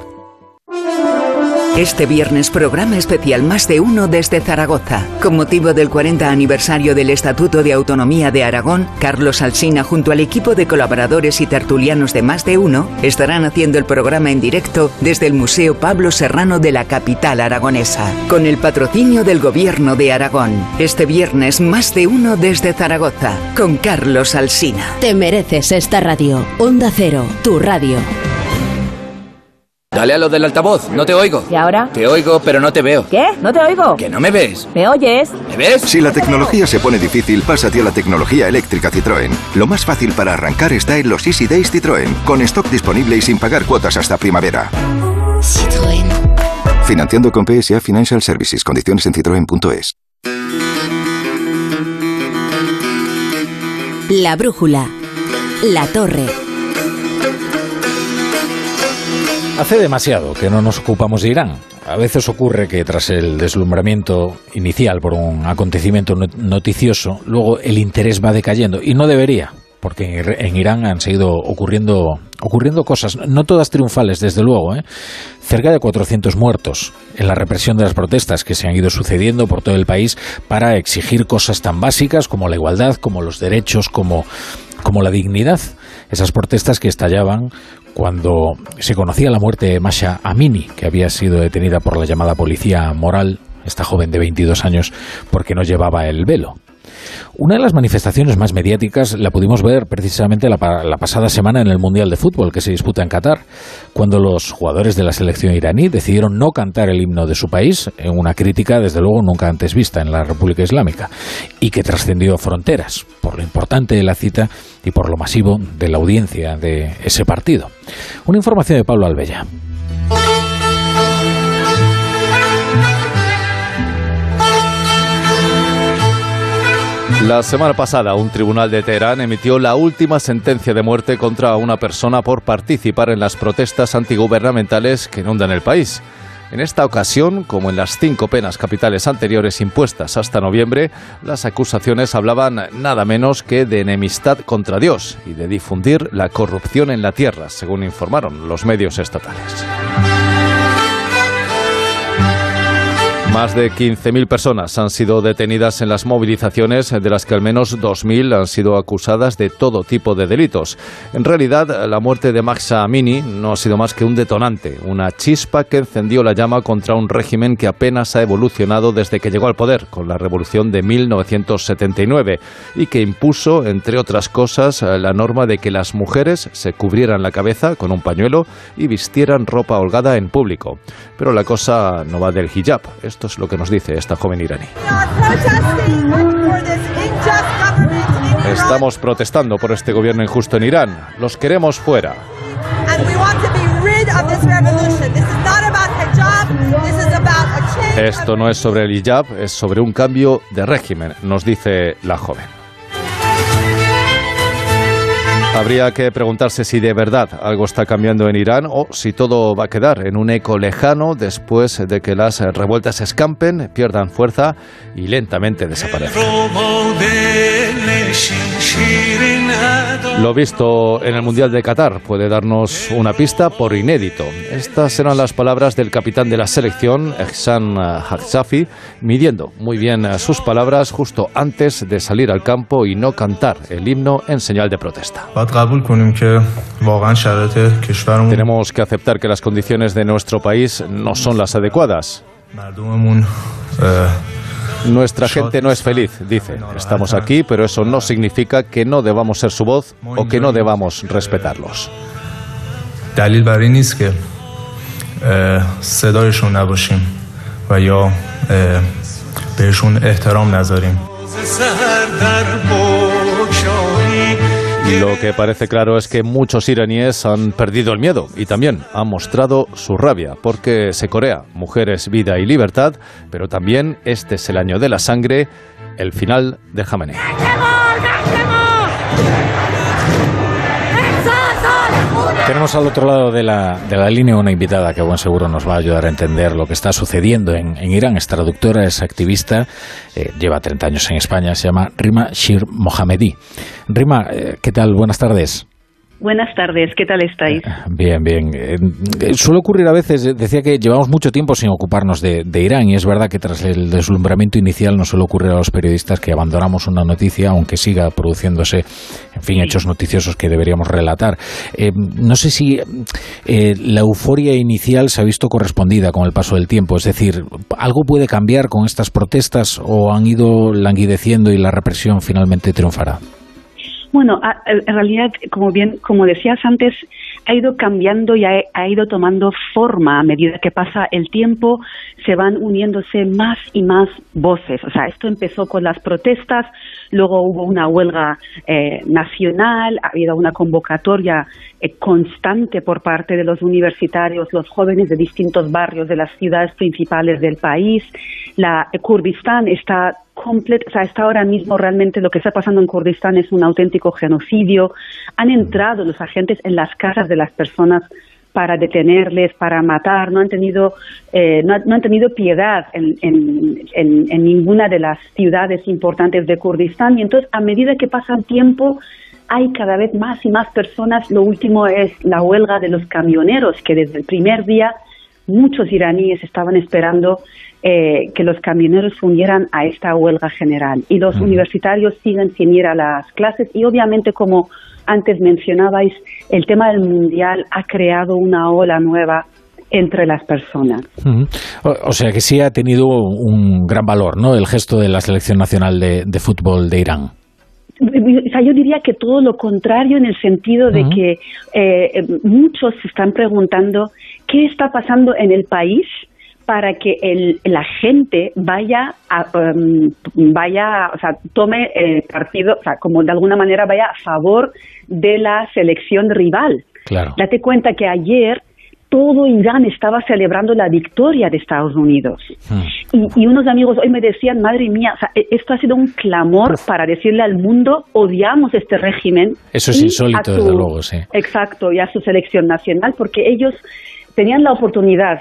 Este viernes programa especial Más de Uno desde Zaragoza. Con motivo del 40 aniversario del Estatuto de Autonomía de Aragón, Carlos Alsina junto al equipo de colaboradores y tertulianos de Más de Uno estarán haciendo el programa en directo desde el Museo Pablo Serrano de la capital aragonesa, con el patrocinio del Gobierno de Aragón. Este viernes Más de Uno desde Zaragoza, con Carlos Alsina. Te mereces esta radio. Onda Cero, tu radio. Dale a lo del altavoz, no te oigo. ¿Y ahora? Te oigo, pero no te veo. ¿Qué? ¿No te oigo? ¿Que no me ves? ¿Me oyes? ¿Me ves? Si la tecnología se pone difícil, pásate a la tecnología eléctrica Citroën. Lo más fácil para arrancar está en los Easy Days Citroën, con stock disponible y sin pagar cuotas hasta primavera. Citroën. Financiando con PSA Financial Services. Condiciones en citroen.es. La brújula. La torre. Hace demasiado que no nos ocupamos de Irán. A veces ocurre que tras el deslumbramiento inicial por un acontecimiento noticioso, luego el interés va decayendo. Y no debería, porque en Irán han seguido ocurriendo cosas, no todas triunfales, desde luego, Cerca de 400 muertos en la represión de las protestas que se han ido sucediendo por todo el país para exigir cosas tan básicas como la igualdad, como los derechos, como la dignidad. Esas protestas que estallaban cuando se conocía la muerte de Mahsa Amini, que había sido detenida por la llamada policía moral, esta joven de 22 años, porque no llevaba el velo. Una de las manifestaciones más mediáticas la pudimos ver precisamente la pasada semana en el Mundial de Fútbol que se disputa en Qatar, cuando los jugadores de la selección iraní decidieron no cantar el himno de su país, en una crítica desde luego nunca antes vista en la República Islámica, y que trascendió fronteras por lo importante de la cita y por lo masivo de la audiencia de ese partido. Una información de Pablo Albella. La semana pasada, un tribunal de Teherán emitió la última sentencia de muerte contra una persona por participar en las protestas antigubernamentales que inundan el país. En esta ocasión, como en las 5 penas capitales anteriores impuestas hasta noviembre, las acusaciones hablaban nada menos que de enemistad contra Dios y de difundir la corrupción en la tierra, según informaron los medios estatales. Más de 15.000 personas han sido detenidas en las movilizaciones, de las que al menos 2.000 han sido acusadas de todo tipo de delitos. En realidad, la muerte de Mahsa Amini no ha sido más que un detonante, una chispa que encendió la llama contra un régimen que apenas ha evolucionado desde que llegó al poder, con la revolución de 1979, y que impuso, entre otras cosas, la norma de que las mujeres se cubrieran la cabeza con un pañuelo y vistieran ropa holgada en público. Pero la cosa no va del hijab. Esto es lo que nos dice esta joven iraní. Estamos protestando por este gobierno injusto en Irán. Los queremos fuera. Esto no es sobre el hijab, es sobre un cambio de régimen, nos dice la joven. Habría que preguntarse si de verdad algo está cambiando en Irán o si todo va a quedar en un eco lejano después de que las revueltas escampen, pierdan fuerza y lentamente desaparezcan. Lo visto en el Mundial de Qatar puede darnos una pista por inédito. Estas eran las palabras del capitán de la selección, Ehsan Hajsafi, midiendo muy bien sus palabras justo antes de salir al campo y no cantar el himno en señal de protesta. Tenemos que aceptar que las condiciones de nuestro país no son las adecuadas. Nuestra gente no es feliz, dice. Estamos aquí, pero eso no significa que no debamos ser su voz o que no debamos respetarlos. دلیل بر این نیست که صدایشون نباشیم و یا بهشون احترام نذاریم. Lo que parece claro es que muchos iraníes han perdido el miedo y también han mostrado su rabia, porque se corea mujeres, vida y libertad, pero también este es el año de la sangre, el final de Jamenei. Tenemos al otro lado de la línea una invitada que buen seguro nos va a ayudar a entender lo que está sucediendo en Irán. Es traductora, es activista, lleva 30 años en España, se llama Rima Shir Mohammadi. Rima, ¿qué tal? Buenas tardes. Buenas tardes, ¿qué tal estáis? Bien, bien. Suele ocurrir a veces, decía que llevamos mucho tiempo sin ocuparnos de Irán, y es verdad que tras el deslumbramiento inicial nos suele ocurrir a los periodistas que abandonamos una noticia, aunque siga produciéndose, en fin, hechos noticiosos que deberíamos relatar. No sé si la euforia inicial se ha visto correspondida con el paso del tiempo, es decir, ¿algo puede cambiar con estas protestas o han ido languideciendo y la represión finalmente triunfará? Bueno, en realidad, como decías antes, ha ido cambiando y ha ido tomando forma a medida que pasa el tiempo, se van uniéndose más y más voces. O sea, esto empezó con las protestas, luego hubo una huelga nacional, ha habido una convocatoria constante por parte de los universitarios, los jóvenes de distintos barrios de las ciudades principales del país. Kurdistán está está ahora mismo realmente lo que está pasando en Kurdistán es un auténtico genocidio. Han entrado los agentes en las casas de las personas para detenerles, para matar. No han tenido piedad en ninguna de las ciudades importantes de Kurdistán. Y entonces, a medida que pasa el tiempo, hay cada vez más y más personas. Lo último es la huelga de los camioneros, que desde el primer día muchos iraníes estaban esperando que los camioneros se unieran a esta huelga general. Y los universitarios siguen sin ir a las clases. Y obviamente, como antes mencionabais, el tema del mundial ha creado una ola nueva entre las personas. O sea que sí ha tenido un gran valor, ¿no?, el gesto de la Selección Nacional de Fútbol de Irán. O sea, yo diría que todo lo contrario, en el sentido de que muchos se están preguntando qué está pasando en el país para que la gente tome partido, o sea, como de alguna manera vaya a favor de la selección rival. Claro. Date cuenta que ayer todo Irán estaba celebrando la victoria de Estados Unidos. Y unos amigos hoy me decían, madre mía, o sea, esto ha sido un clamor para decirle al mundo, odiamos este régimen. Eso es insólito, desde luego, sí. Exacto, y a su selección nacional, porque ellos tenían la oportunidad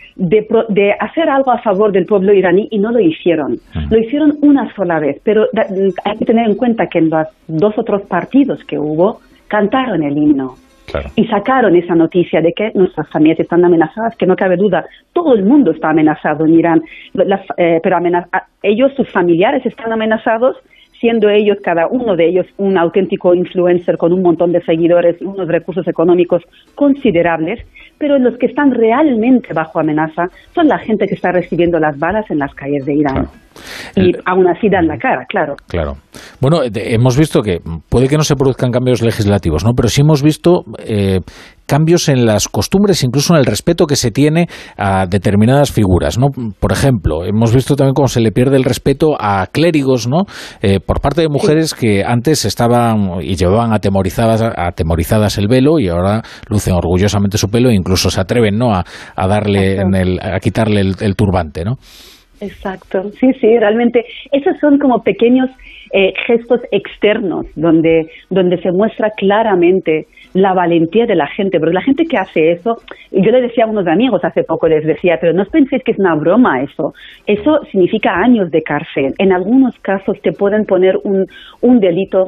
de hacer algo a favor del pueblo iraní y no lo hicieron. Lo hicieron una sola vez, pero hay que tener en cuenta que en los dos otros partidos que hubo, cantaron el himno. Claro. Y sacaron esa noticia de que nuestras familias están amenazadas, que no cabe duda, todo el mundo está amenazado en Irán, pero ellos, sus familiares están amenazados, siendo ellos, cada uno de ellos, un auténtico influencer con un montón de seguidores y unos recursos económicos considerables, pero los que están realmente bajo amenaza son la gente que está recibiendo las balas en las calles de Irán. Claro. Y aún así dan la cara, claro. Claro. Bueno, hemos visto que puede que no se produzcan cambios legislativos, ¿no?, pero sí hemos visto cambios en las costumbres, incluso en el respeto que se tiene a determinadas figuras, ¿no? Por ejemplo, hemos visto también cómo se le pierde el respeto a clérigos, ¿no?, por parte de mujeres que antes estaban y llevaban atemorizadas el velo y ahora lucen orgullosamente su pelo e incluso se atreven, ¿no?, a darle a quitarle el turbante, ¿no? Exacto, sí, realmente esos son como pequeños gestos externos donde se muestra claramente la valentía de la gente, porque la gente que hace eso, yo le decía a unos amigos hace poco, les decía, pero no os penséis que es una broma eso significa años de cárcel, en algunos casos te pueden poner un delito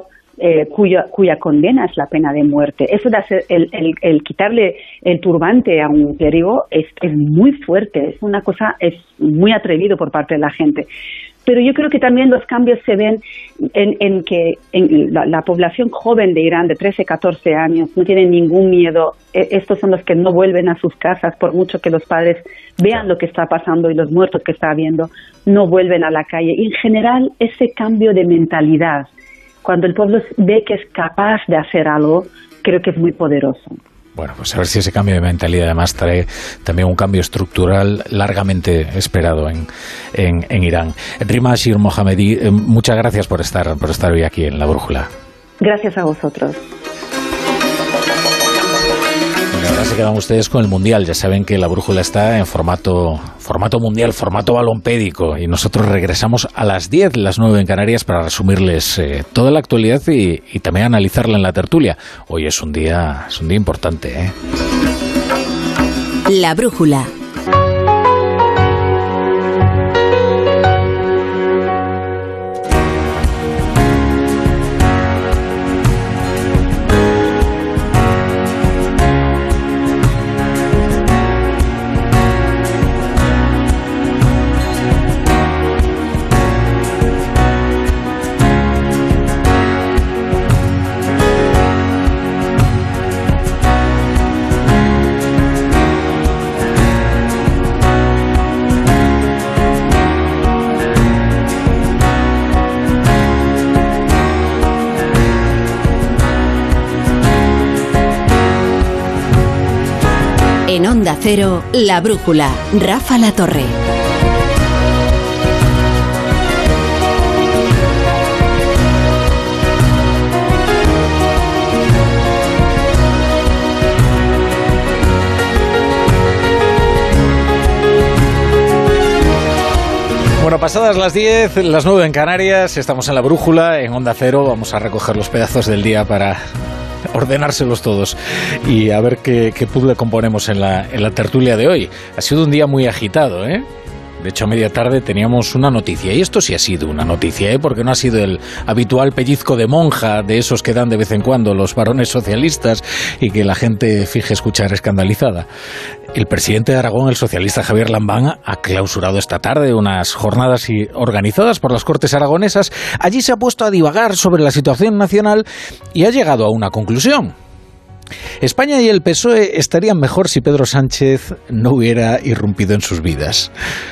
cuya condena es la pena de muerte. Eso de hacer el quitarle el turbante a un clérigo es muy fuerte, es una cosa, es muy atrevido por parte de la gente. Pero yo creo que también los cambios se ven en que la población joven de Irán, de 13, 14 años, no tienen ningún miedo. Estos son los que no vuelven a sus casas, por mucho que los padres vean lo que está pasando y los muertos que está habiendo, no vuelven a la calle. Y en general, ese cambio de mentalidad, cuando el pueblo ve que es capaz de hacer algo, creo que es muy poderoso. Bueno, pues a ver si ese cambio de mentalidad además trae también un cambio estructural largamente esperado en Irán. Rima Shir Mohammadi, muchas gracias por estar hoy aquí en La Brújula. Gracias a vosotros. Ahora se quedan ustedes con el Mundial. Ya saben que La Brújula está en formato mundial, formato balompédico. Y nosotros regresamos a las 10, las 9 en Canarias, para resumirles toda la actualidad y también analizarla en la tertulia. Hoy es un día importante, ¿eh? La Brújula. En Onda Cero, La Brújula, Rafa La Torre. Bueno, pasadas las 10, las 9 en Canarias, estamos en La Brújula, en Onda Cero. Vamos a recoger los pedazos del día para ordenárselos todos y a ver qué puzzle componemos en la tertulia de hoy. Ha sido un día muy agitado, ¿eh? De hecho, a media tarde teníamos una noticia, y esto sí ha sido una noticia, ¿eh? Porque no ha sido el habitual pellizco de monja de esos que dan de vez en cuando los varones socialistas y que la gente fije escuchar escandalizada. El presidente de Aragón, el socialista Javier Lambán, ha clausurado esta tarde unas jornadas organizadas por las Cortes aragonesas. Allí se ha puesto a divagar sobre la situación nacional y ha llegado a una conclusión. España y el PSOE estarían mejor si Pedro Sánchez no hubiera irrumpido en sus vidas.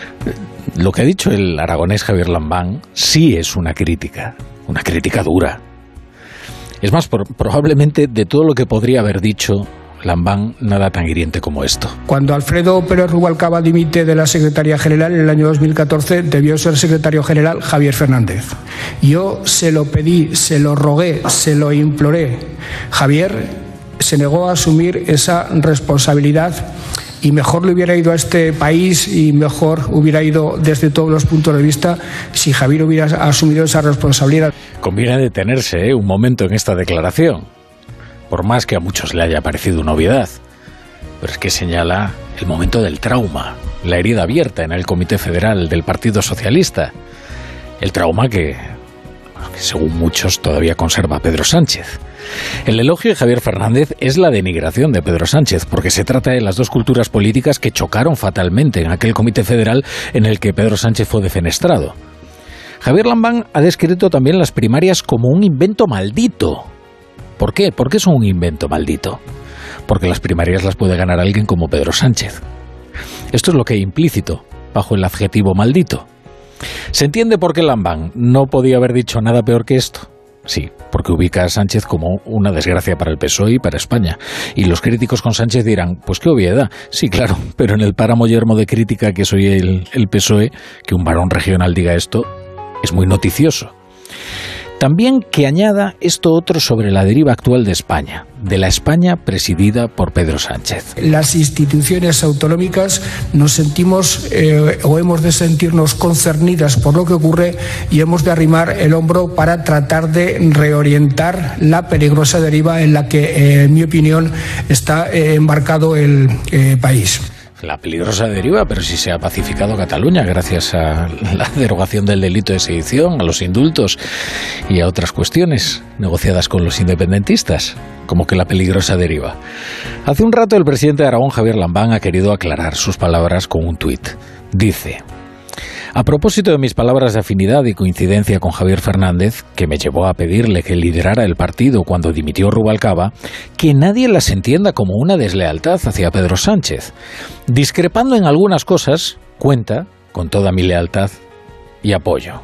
Lo que ha dicho el aragonés Javier Lambán sí es una crítica dura. Es más, probablemente de todo lo que podría haber dicho Lambán, nada tan hiriente como esto. Cuando Alfredo Pérez Rubalcaba dimite de la Secretaría General en el año 2014, debió ser secretario general Javier Fernández. Yo se lo pedí, se lo rogué, se lo imploré. Javier se negó a asumir esa responsabilidad y mejor le hubiera ido a este país y mejor hubiera ido desde todos los puntos de vista si Javier hubiera asumido esa responsabilidad. Conviene detenerse un momento en esta declaración, por más que a muchos le haya parecido una obviedad, pero es que señala el momento del trauma, la herida abierta en el Comité Federal del Partido Socialista, el trauma que según muchos todavía conserva Pedro Sánchez. El elogio de Javier Fernández es la denigración de Pedro Sánchez, porque se trata de las dos culturas políticas que chocaron fatalmente en aquel Comité Federal en el que Pedro Sánchez fue defenestrado. Javier Lambán ha descrito también las primarias como un invento maldito. ¿Por qué? ¿Por qué son un invento maldito? Porque las primarias las puede ganar alguien como Pedro Sánchez. Esto es lo que hay implícito bajo el adjetivo maldito. ¿Se entiende por qué Lambán no podía haber dicho nada peor que esto? Sí, porque ubica a Sánchez como una desgracia para el PSOE y para España. Y los críticos con Sánchez dirán, pues qué obviedad. Sí, claro, pero en el páramo yermo de crítica que soy el PSOE, que un varón regional diga esto, es muy noticioso. También que añada esto otro sobre la deriva actual de España, de la España presidida por Pedro Sánchez. Las instituciones autonómicas nos sentimos o hemos de sentirnos concernidas por lo que ocurre y hemos de arrimar el hombro para tratar de reorientar la peligrosa deriva en la que, en mi opinión, está embarcado el país. La peligrosa deriva, pero si se ha pacificado Cataluña gracias a la derogación del delito de sedición, a los indultos y a otras cuestiones negociadas con los independentistas, como que la peligrosa deriva. Hace un rato el presidente de Aragón, Javier Lambán, ha querido aclarar sus palabras con un tuit. Dice: A propósito de mis palabras de afinidad y coincidencia con Javier Fernández, que me llevó a pedirle que liderara el partido cuando dimitió Rubalcaba, que nadie las entienda como una deslealtad hacia Pedro Sánchez. Discrepando en algunas cosas, cuenta con toda mi lealtad y apoyo.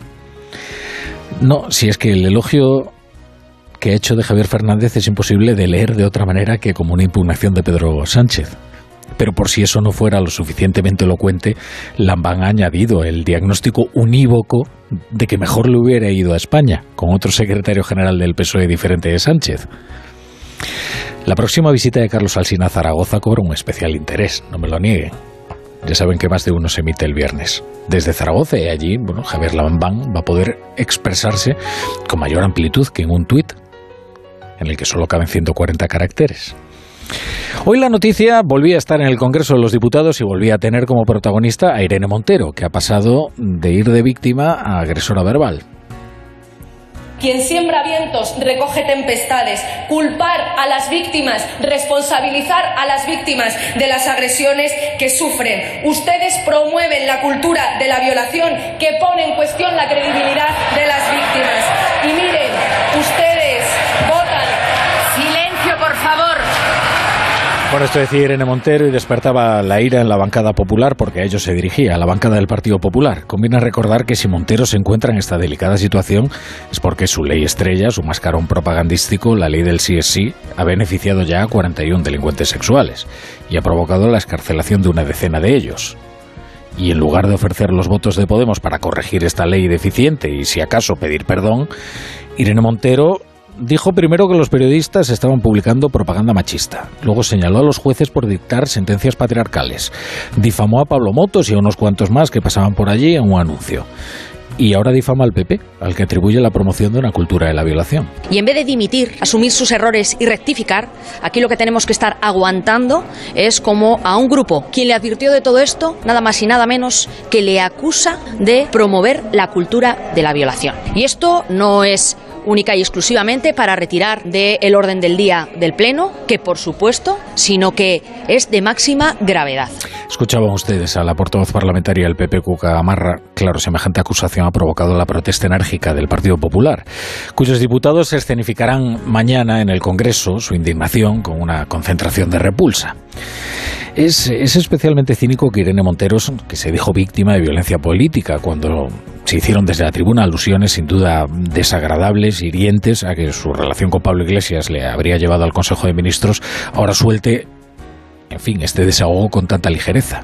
No, si es que el elogio que he hecho de Javier Fernández es imposible de leer de otra manera que como una impugnación de Pedro Sánchez. Pero por si eso no fuera lo suficientemente elocuente, Lambán ha añadido el diagnóstico unívoco de que mejor le hubiera ido a España, con otro secretario general del PSOE diferente de Sánchez. La próxima visita de Carlos Alsina a Zaragoza cobra un especial interés, no me lo nieguen. Ya saben que más de uno se emite el viernes. Desde Zaragoza y allí, Javier Lambán va a poder expresarse con mayor amplitud que en un tuit, en el que solo caben 140 caracteres. Hoy la noticia volvía a estar en el Congreso de los Diputados y volvía a tener como protagonista a Irene Montero, que ha pasado de ir de víctima a agresora verbal. Quien siembra vientos recoge tempestades. Culpar a las víctimas, responsabilizar a las víctimas de las agresiones que sufren. Ustedes promueven la cultura de la violación que pone en cuestión la credibilidad de las víctimas. Y miren, ustedes votan. Silencio, por favor. Bueno, esto decía Irene Montero y despertaba la ira en la bancada popular porque a ello se dirigía, a la bancada del Partido Popular. Conviene recordar que si Montero se encuentra en esta delicada situación es porque su ley estrella, su mascarón propagandístico, la ley del sí es sí, ha beneficiado ya a 41 delincuentes sexuales y ha provocado la excarcelación de una decena de ellos. Y en lugar de ofrecer los votos de Podemos para corregir esta ley deficiente y si acaso pedir perdón, Irene Montero dijo primero que los periodistas estaban publicando propaganda machista. Luego señaló a los jueces por dictar sentencias patriarcales. Difamó a Pablo Motos y a unos cuantos más que pasaban por allí en un anuncio. Y ahora difama al PP, al que atribuye la promoción de una cultura de la violación. Y en vez de dimitir, asumir sus errores y rectificar, aquí lo que tenemos que estar aguantando es como a un grupo quien le advirtió de todo esto, nada más y nada menos que le acusa de promover la cultura de la violación. Y esto no es única y exclusivamente para retirar del orden del día del Pleno, que por supuesto, sino que es de máxima gravedad. Escuchaban ustedes a la portavoz parlamentaria del PP, Cuca Gamarra. Claro, semejante acusación ha provocado la protesta enérgica del Partido Popular, cuyos diputados escenificarán mañana en el Congreso su indignación con una concentración de repulsa. Es especialmente cínico que Irene Montero, que se dijo víctima de violencia política cuando se hicieron desde la tribuna alusiones sin duda desagradables, hirientes, a que su relación con Pablo Iglesias le habría llevado al Consejo de Ministros, ahora suelte, en fin, este desahogo con tanta ligereza.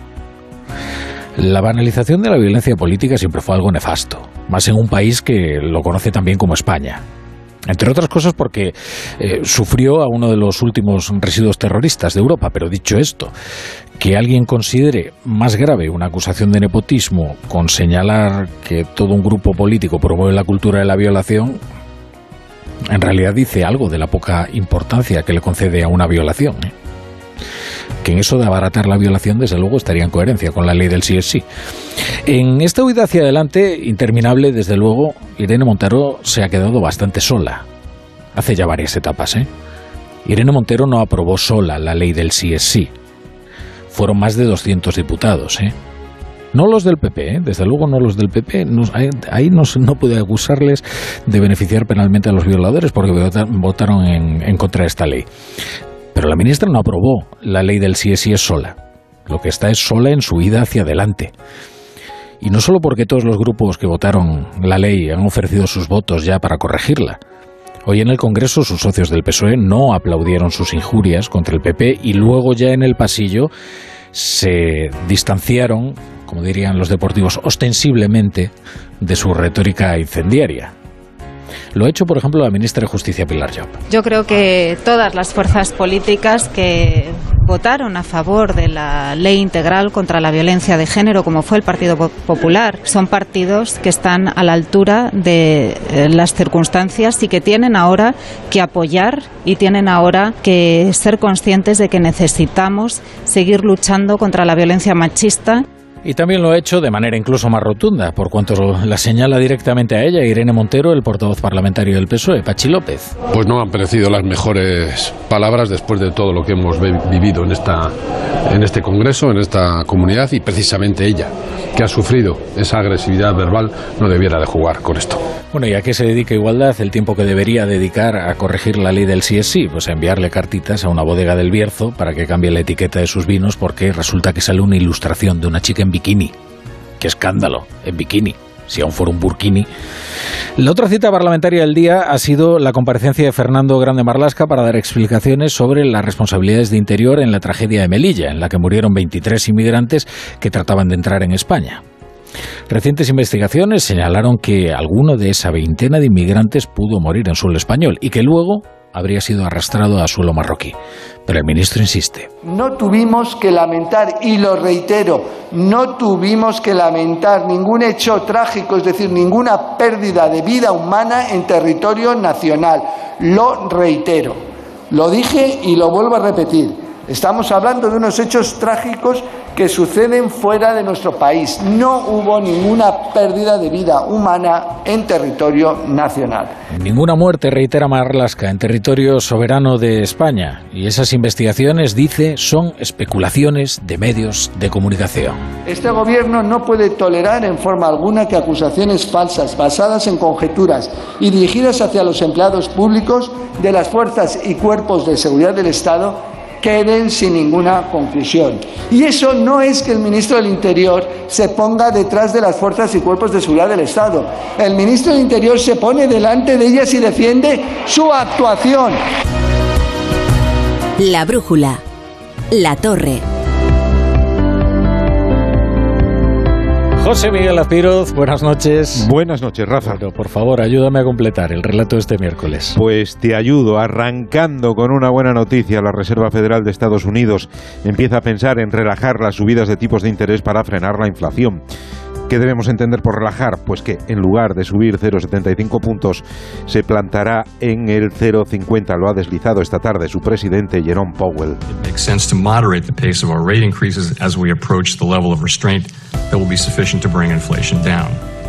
La banalización de la violencia política siempre fue algo nefasto, más en un país que lo conoce tan bien como España. Entre otras cosas porque sufrió a uno de los últimos residuos terroristas de Europa. Pero dicho esto, que alguien considere más grave una acusación de nepotismo con señalar que todo un grupo político promueve la cultura de la violación, en realidad dice algo de la poca importancia que le concede a una violación, que en eso de abaratar la violación, desde luego, estaría en coherencia con la ley del sí es sí. En esta huida hacia adelante, interminable, desde luego, Irene Montero se ha quedado bastante sola. Hace ya varias etapas, Irene Montero no aprobó sola la ley del sí es sí. Fueron más de 200 diputados, No los del PP, desde luego no los del PP. Ahí no puede acusarles de beneficiar penalmente a los violadores porque votaron en contra de esta ley. Pero la ministra no aprobó la ley del sí es sola. Lo que está es sola en su ida hacia adelante. Y no solo porque todos los grupos que votaron la ley han ofrecido sus votos ya para corregirla. Hoy en el Congreso sus socios del PSOE no aplaudieron sus injurias contra el PP y luego ya en el pasillo se distanciaron, como dirían los deportivos, ostensiblemente de su retórica incendiaria. Lo ha hecho, por ejemplo, la ministra de Justicia, Pilar Llop. Yo creo que todas las fuerzas políticas que votaron a favor de la ley integral contra la violencia de género, como fue el Partido Popular, son partidos que están a la altura de las circunstancias y que tienen ahora que apoyar y tienen ahora que ser conscientes de que necesitamos seguir luchando contra la violencia machista. Y también lo ha hecho de manera incluso más rotunda, por cuanto la señala directamente a ella Irene Montero, el portavoz parlamentario del PSOE, Pachi López. Pues no han parecido las mejores palabras después de todo lo que hemos vivido en este congreso, en esta comunidad, y precisamente ella, que ha sufrido esa agresividad verbal, no debiera de jugar con esto. Bueno, ¿y a qué se dedica Igualdad el tiempo que debería dedicar a corregir la ley del sí es sí? Pues a enviarle cartitas a una bodega del Bierzo para que cambie la etiqueta de sus vinos, porque resulta que sale una ilustración de una chica en bikini. ¡Qué escándalo! En bikini. Si aún fuera un burkini. La otra cita parlamentaria del día ha sido la comparecencia de Fernando Grande Marlaska para dar explicaciones sobre las responsabilidades de Interior en la tragedia de Melilla, en la que murieron 23 inmigrantes que trataban de entrar en España. Recientes investigaciones señalaron que alguno de esa veintena de inmigrantes pudo morir en suelo español y que luego habría sido arrastrado a suelo marroquí. Pero el ministro insiste. No tuvimos que lamentar, y lo reitero, no tuvimos que lamentar ningún hecho trágico, es decir, ninguna pérdida de vida humana en territorio nacional. Lo reitero, lo dije y lo vuelvo a repetir. Estamos hablando de unos hechos trágicos que suceden fuera de nuestro país. No hubo ninguna pérdida de vida humana en territorio nacional. Ninguna muerte, reitera Marlaska, en territorio soberano de España. Y esas investigaciones, dice, son especulaciones de medios de comunicación. Este gobierno no puede tolerar en forma alguna que acusaciones falsas, basadas en conjeturas y dirigidas hacia los empleados públicos de las fuerzas y cuerpos de seguridad del Estado queden sin ninguna conclusión. Y eso no es que el ministro del Interior se ponga detrás de las fuerzas y cuerpos de seguridad del Estado. El ministro del Interior se pone delante de ellas y defiende su actuación. La brújula. La Torre. José Miguel Azpiroz, buenas noches. Buenas noches, Rafa. Pero, por favor, ayúdame a completar el relato de este miércoles. Pues te ayudo, arrancando con una buena noticia. La Reserva Federal de Estados Unidos empieza a pensar en relajar las subidas de tipos de interés para frenar la inflación. ¿Qué debemos entender por relajar? Pues que en lugar de subir 0,75 puntos, se plantará en el 0,50. Lo ha deslizado esta tarde su presidente, Jerome Powell. It makes sense to moderate the pace of our rate increases as we approach the level of restraint that will be sufficient to bring inflation down.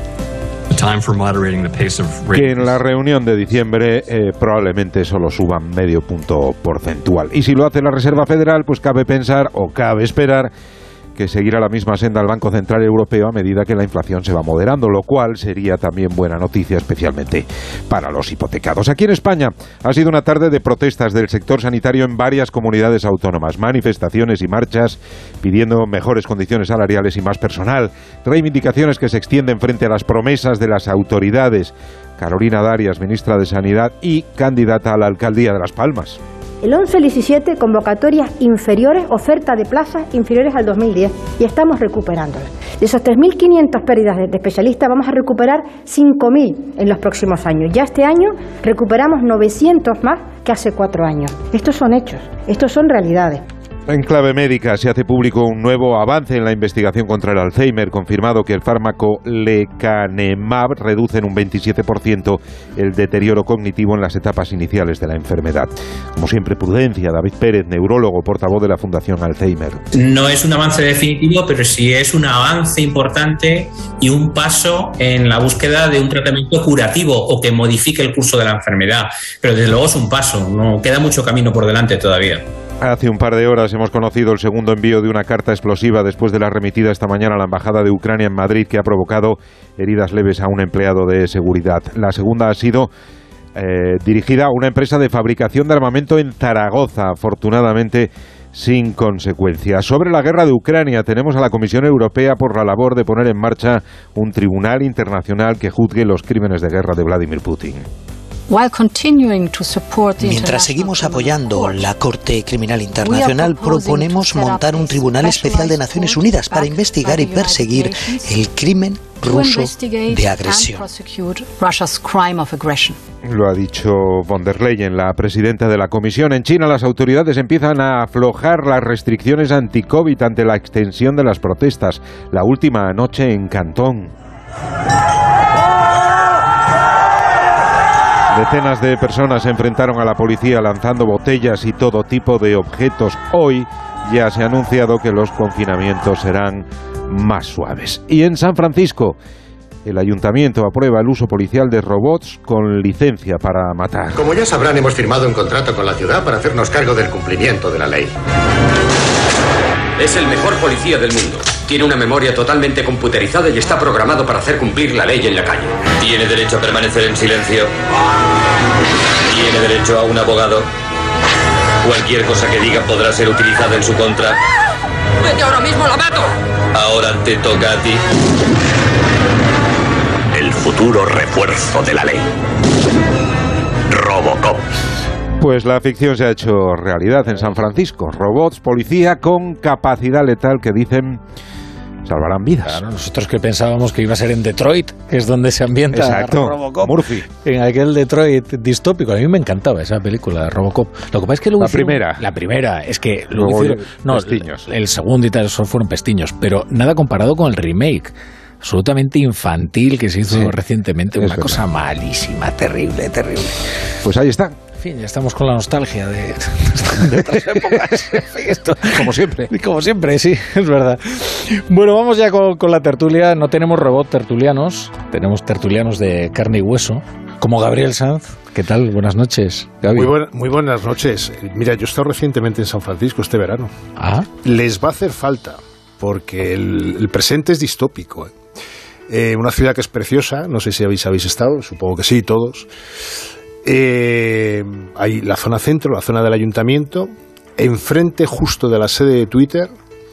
The time for moderating the pace of rate. Que en la reunión de diciembre probablemente solo suban medio punto porcentual. Y si lo hace la Reserva Federal, pues cabe pensar o cabe esperar que seguirá la misma senda el Banco Central Europeo a medida que la inflación se va moderando, lo cual sería también buena noticia, especialmente para los hipotecados. Aquí en España ha sido una tarde de protestas del sector sanitario en varias comunidades autónomas, manifestaciones y marchas pidiendo mejores condiciones salariales y más personal, reivindicaciones que se extienden frente a las promesas de las autoridades. Carolina Darias, ministra de Sanidad y candidata a la alcaldía de Las Palmas. El 11-17, convocatorias inferiores, oferta de plazas inferiores al 2010, y estamos recuperándolas. De esos 3.500 pérdidas de especialistas, vamos a recuperar 5.000 en los próximos años. Ya este año recuperamos 900 más que hace 4 años. Estos son hechos, estos son realidades. En clave médica se hace público un nuevo avance en la investigación contra el Alzheimer, confirmado que el fármaco lecanemab reduce en un 27% el deterioro cognitivo en las etapas iniciales de la enfermedad. Como siempre, prudencia. David Pérez, neurólogo, portavoz de la Fundación Alzheimer. No es un avance definitivo, pero sí es un avance importante y un paso en la búsqueda de un tratamiento curativo o que modifique el curso de la enfermedad. Pero desde luego es un paso, no queda mucho camino por delante todavía. Hace un par de horas hemos conocido el segundo envío de una carta explosiva después de la remitida esta mañana a la Embajada de Ucrania en Madrid, que ha provocado heridas leves a un empleado de seguridad. La segunda ha sido dirigida a una empresa de fabricación de armamento en Zaragoza, afortunadamente sin consecuencias. Sobre la guerra de Ucrania, tenemos a la Comisión Europea por la labor de poner en marcha un tribunal internacional que juzgue los crímenes de guerra de Vladimir Putin. Mientras seguimos apoyando la Corte Criminal Internacional, proponemos montar un tribunal especial de Naciones Unidas para investigar y perseguir el crimen ruso de agresión. Lo ha dicho von der Leyen, la presidenta de la Comisión. En China, las autoridades empiezan a aflojar las restricciones anti-COVID ante la extensión de las protestas. La última anoche en Cantón. Decenas de personas se enfrentaron a la policía lanzando botellas y todo tipo de objetos. Hoy ya se ha anunciado que los confinamientos serán más suaves. Y en San Francisco, el ayuntamiento aprueba el uso policial de robots con licencia para matar. Como ya sabrán, hemos firmado un contrato con la ciudad para hacernos cargo del cumplimiento de la ley. Es el mejor policía del mundo. Tiene una memoria totalmente computerizada y está programado para hacer cumplir la ley en la calle. ¿Tiene derecho a permanecer en silencio? ¿Tiene derecho a un abogado? Cualquier cosa que diga podrá ser utilizada en su contra. ¡Vete ahora mismo, la mato! Ahora te toca a ti. El futuro refuerzo de la ley. Robocop. Pues la ficción se ha hecho realidad en San Francisco. Robots, policía con capacidad letal que dicen salvarán vidas. Claro, nosotros que pensábamos que iba a ser en Detroit, que es donde se ambienta Robocop. Murphy. En aquel Detroit distópico. A mí me encantaba esa película, Robocop. Lo que pasa es que luego La primera, es que lo luego hicieron... No, pestiños. El segundo y tal, eso fueron pestiños, pero nada comparado con el remake. Absolutamente infantil que se hizo recientemente. Una cosa malísima, terrible. Pues ahí está. En fin, ya estamos con la nostalgia de otras épocas. Como siempre, sí, es verdad. Bueno, vamos ya con la tertulia. No tenemos robot tertulianos, tenemos tertulianos de carne y hueso, como Gabriel Sanz. ¿Qué tal? Buenas noches, Gaby. Muy buenas noches. Mira, yo he estado recientemente en San Francisco este verano. ¿Ah? Les va a hacer falta, porque el presente es distópico. Una ciudad que es preciosa, no sé si habéis estado, supongo que sí, todos. Hay la zona centro, la zona del ayuntamiento, enfrente justo de la sede de Twitter,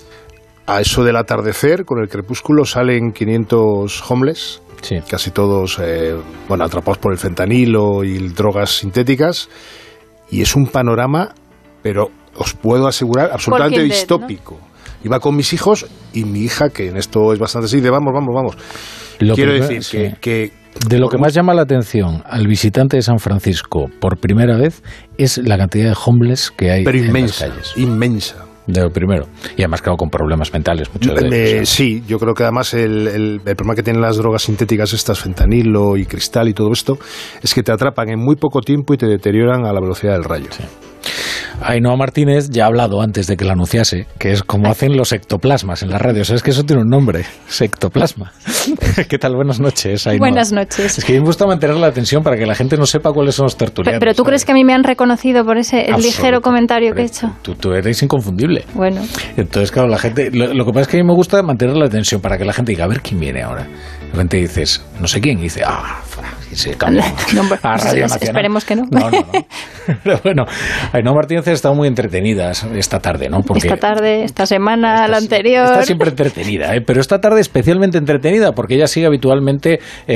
a eso del atardecer, con el crepúsculo, salen 500 homeless, casi todos atrapados por el fentanilo y drogas sintéticas, y es un panorama, pero os puedo asegurar, absolutamente distópico, ¿no? Iba con mis hijos y mi hija, que en esto es bastante así, de vamos. Quiero decir que de lo que más llama la atención al visitante de San Francisco por primera vez es la cantidad de homeless que hay en las calles. Inmensa. De lo primero. Y además, claro, con problemas mentales, muchos de ellos. Sí, yo creo que además el problema que tienen las drogas sintéticas, estas, fentanilo y cristal y todo esto, es que te atrapan en muy poco tiempo y te deterioran a la velocidad del rayo. Sí. Ainhoa Martínez ya ha hablado antes de que lo anunciase, que es como hacen los ectoplasmas en la radio. ¿Sabes que eso tiene un nombre? Ectoplasma. ¿Qué tal? Buenas noches, Ainhoa. Buenas noches. Es que me gusta mantener la atención para que la gente no sepa cuáles son los tertulianos. Pero ¿tú crees que a mí me han reconocido por ese ligero comentario que he hecho? Tú eres inconfundible. Bueno. Entonces, claro, la gente... Lo que pasa es que a mí me gusta mantener la atención para que la gente diga, a ver quién viene ahora. De repente dices, no sé quién, y dice, se cambia a Radio Nacional. Esperemos que no. No. Pero bueno, Ainhoa Martínez ha estado muy entretenida esta tarde, ¿no? Porque esta semana, la anterior. Está siempre entretenida, pero esta tarde especialmente entretenida porque ella sigue habitualmente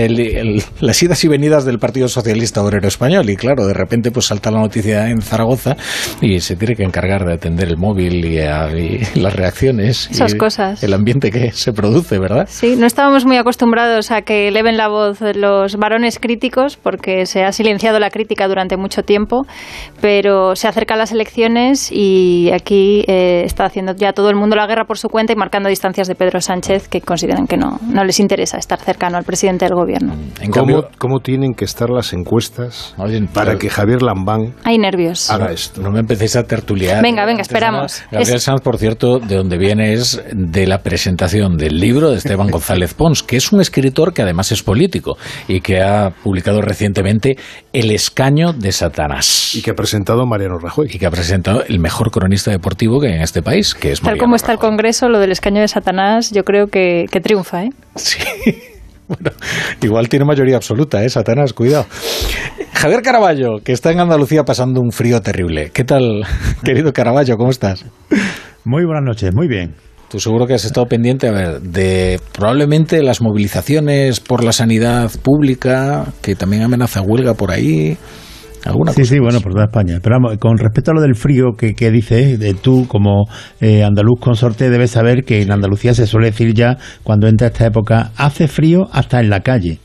las idas y venidas del Partido Socialista Obrero Español y claro, de repente pues salta la noticia en Zaragoza y se tiene que encargar de atender el móvil y las reacciones. Esas y cosas. El ambiente que se produce, ¿verdad? Sí, no estábamos muy acostumbrados a que eleven la voz los varones críticos porque se ha silenciado la crítica durante mucho tiempo, pero se acercan las elecciones y aquí está haciendo ya todo el mundo la guerra por su cuenta y marcando distancias de Pedro Sánchez que consideran que no les interesa estar cercano al presidente del gobierno. ¿Cómo tienen que estar las encuestas para que Javier Lambán hay nervios haga esto? No me empecéis a tertuliar. Venga, esperamos. Gabriel Sanz, por cierto, de donde viene es de la presentación del libro de Esteban González Pons, que es un escritor que además es político y que ha publicado recientemente El escaño de Satanás. Y que ha presentado Mariano Rajoy. Y que ha presentado el mejor cronista deportivo que hay en este país, que es Mariano Tal como está Rajoy. el Congreso, lo del escaño de Satanás, yo creo que triunfa, ¿eh? Sí. Bueno, igual tiene mayoría absoluta, Satanás, cuidado. Javier Caraballo, que está en Andalucía pasando un frío terrible. ¿Qué tal, querido Caraballo? ¿Cómo estás? Muy buenas noches, muy bien. Tú seguro que has estado pendiente, de probablemente las movilizaciones por la sanidad pública, que también amenaza huelga por ahí. Sí, bueno, por toda España. Pero vamos, con respecto a lo del frío que dices, tú como andaluz consorte debes saber que en Andalucía se suele decir ya, cuando entra esta época, hace frío hasta en la calle.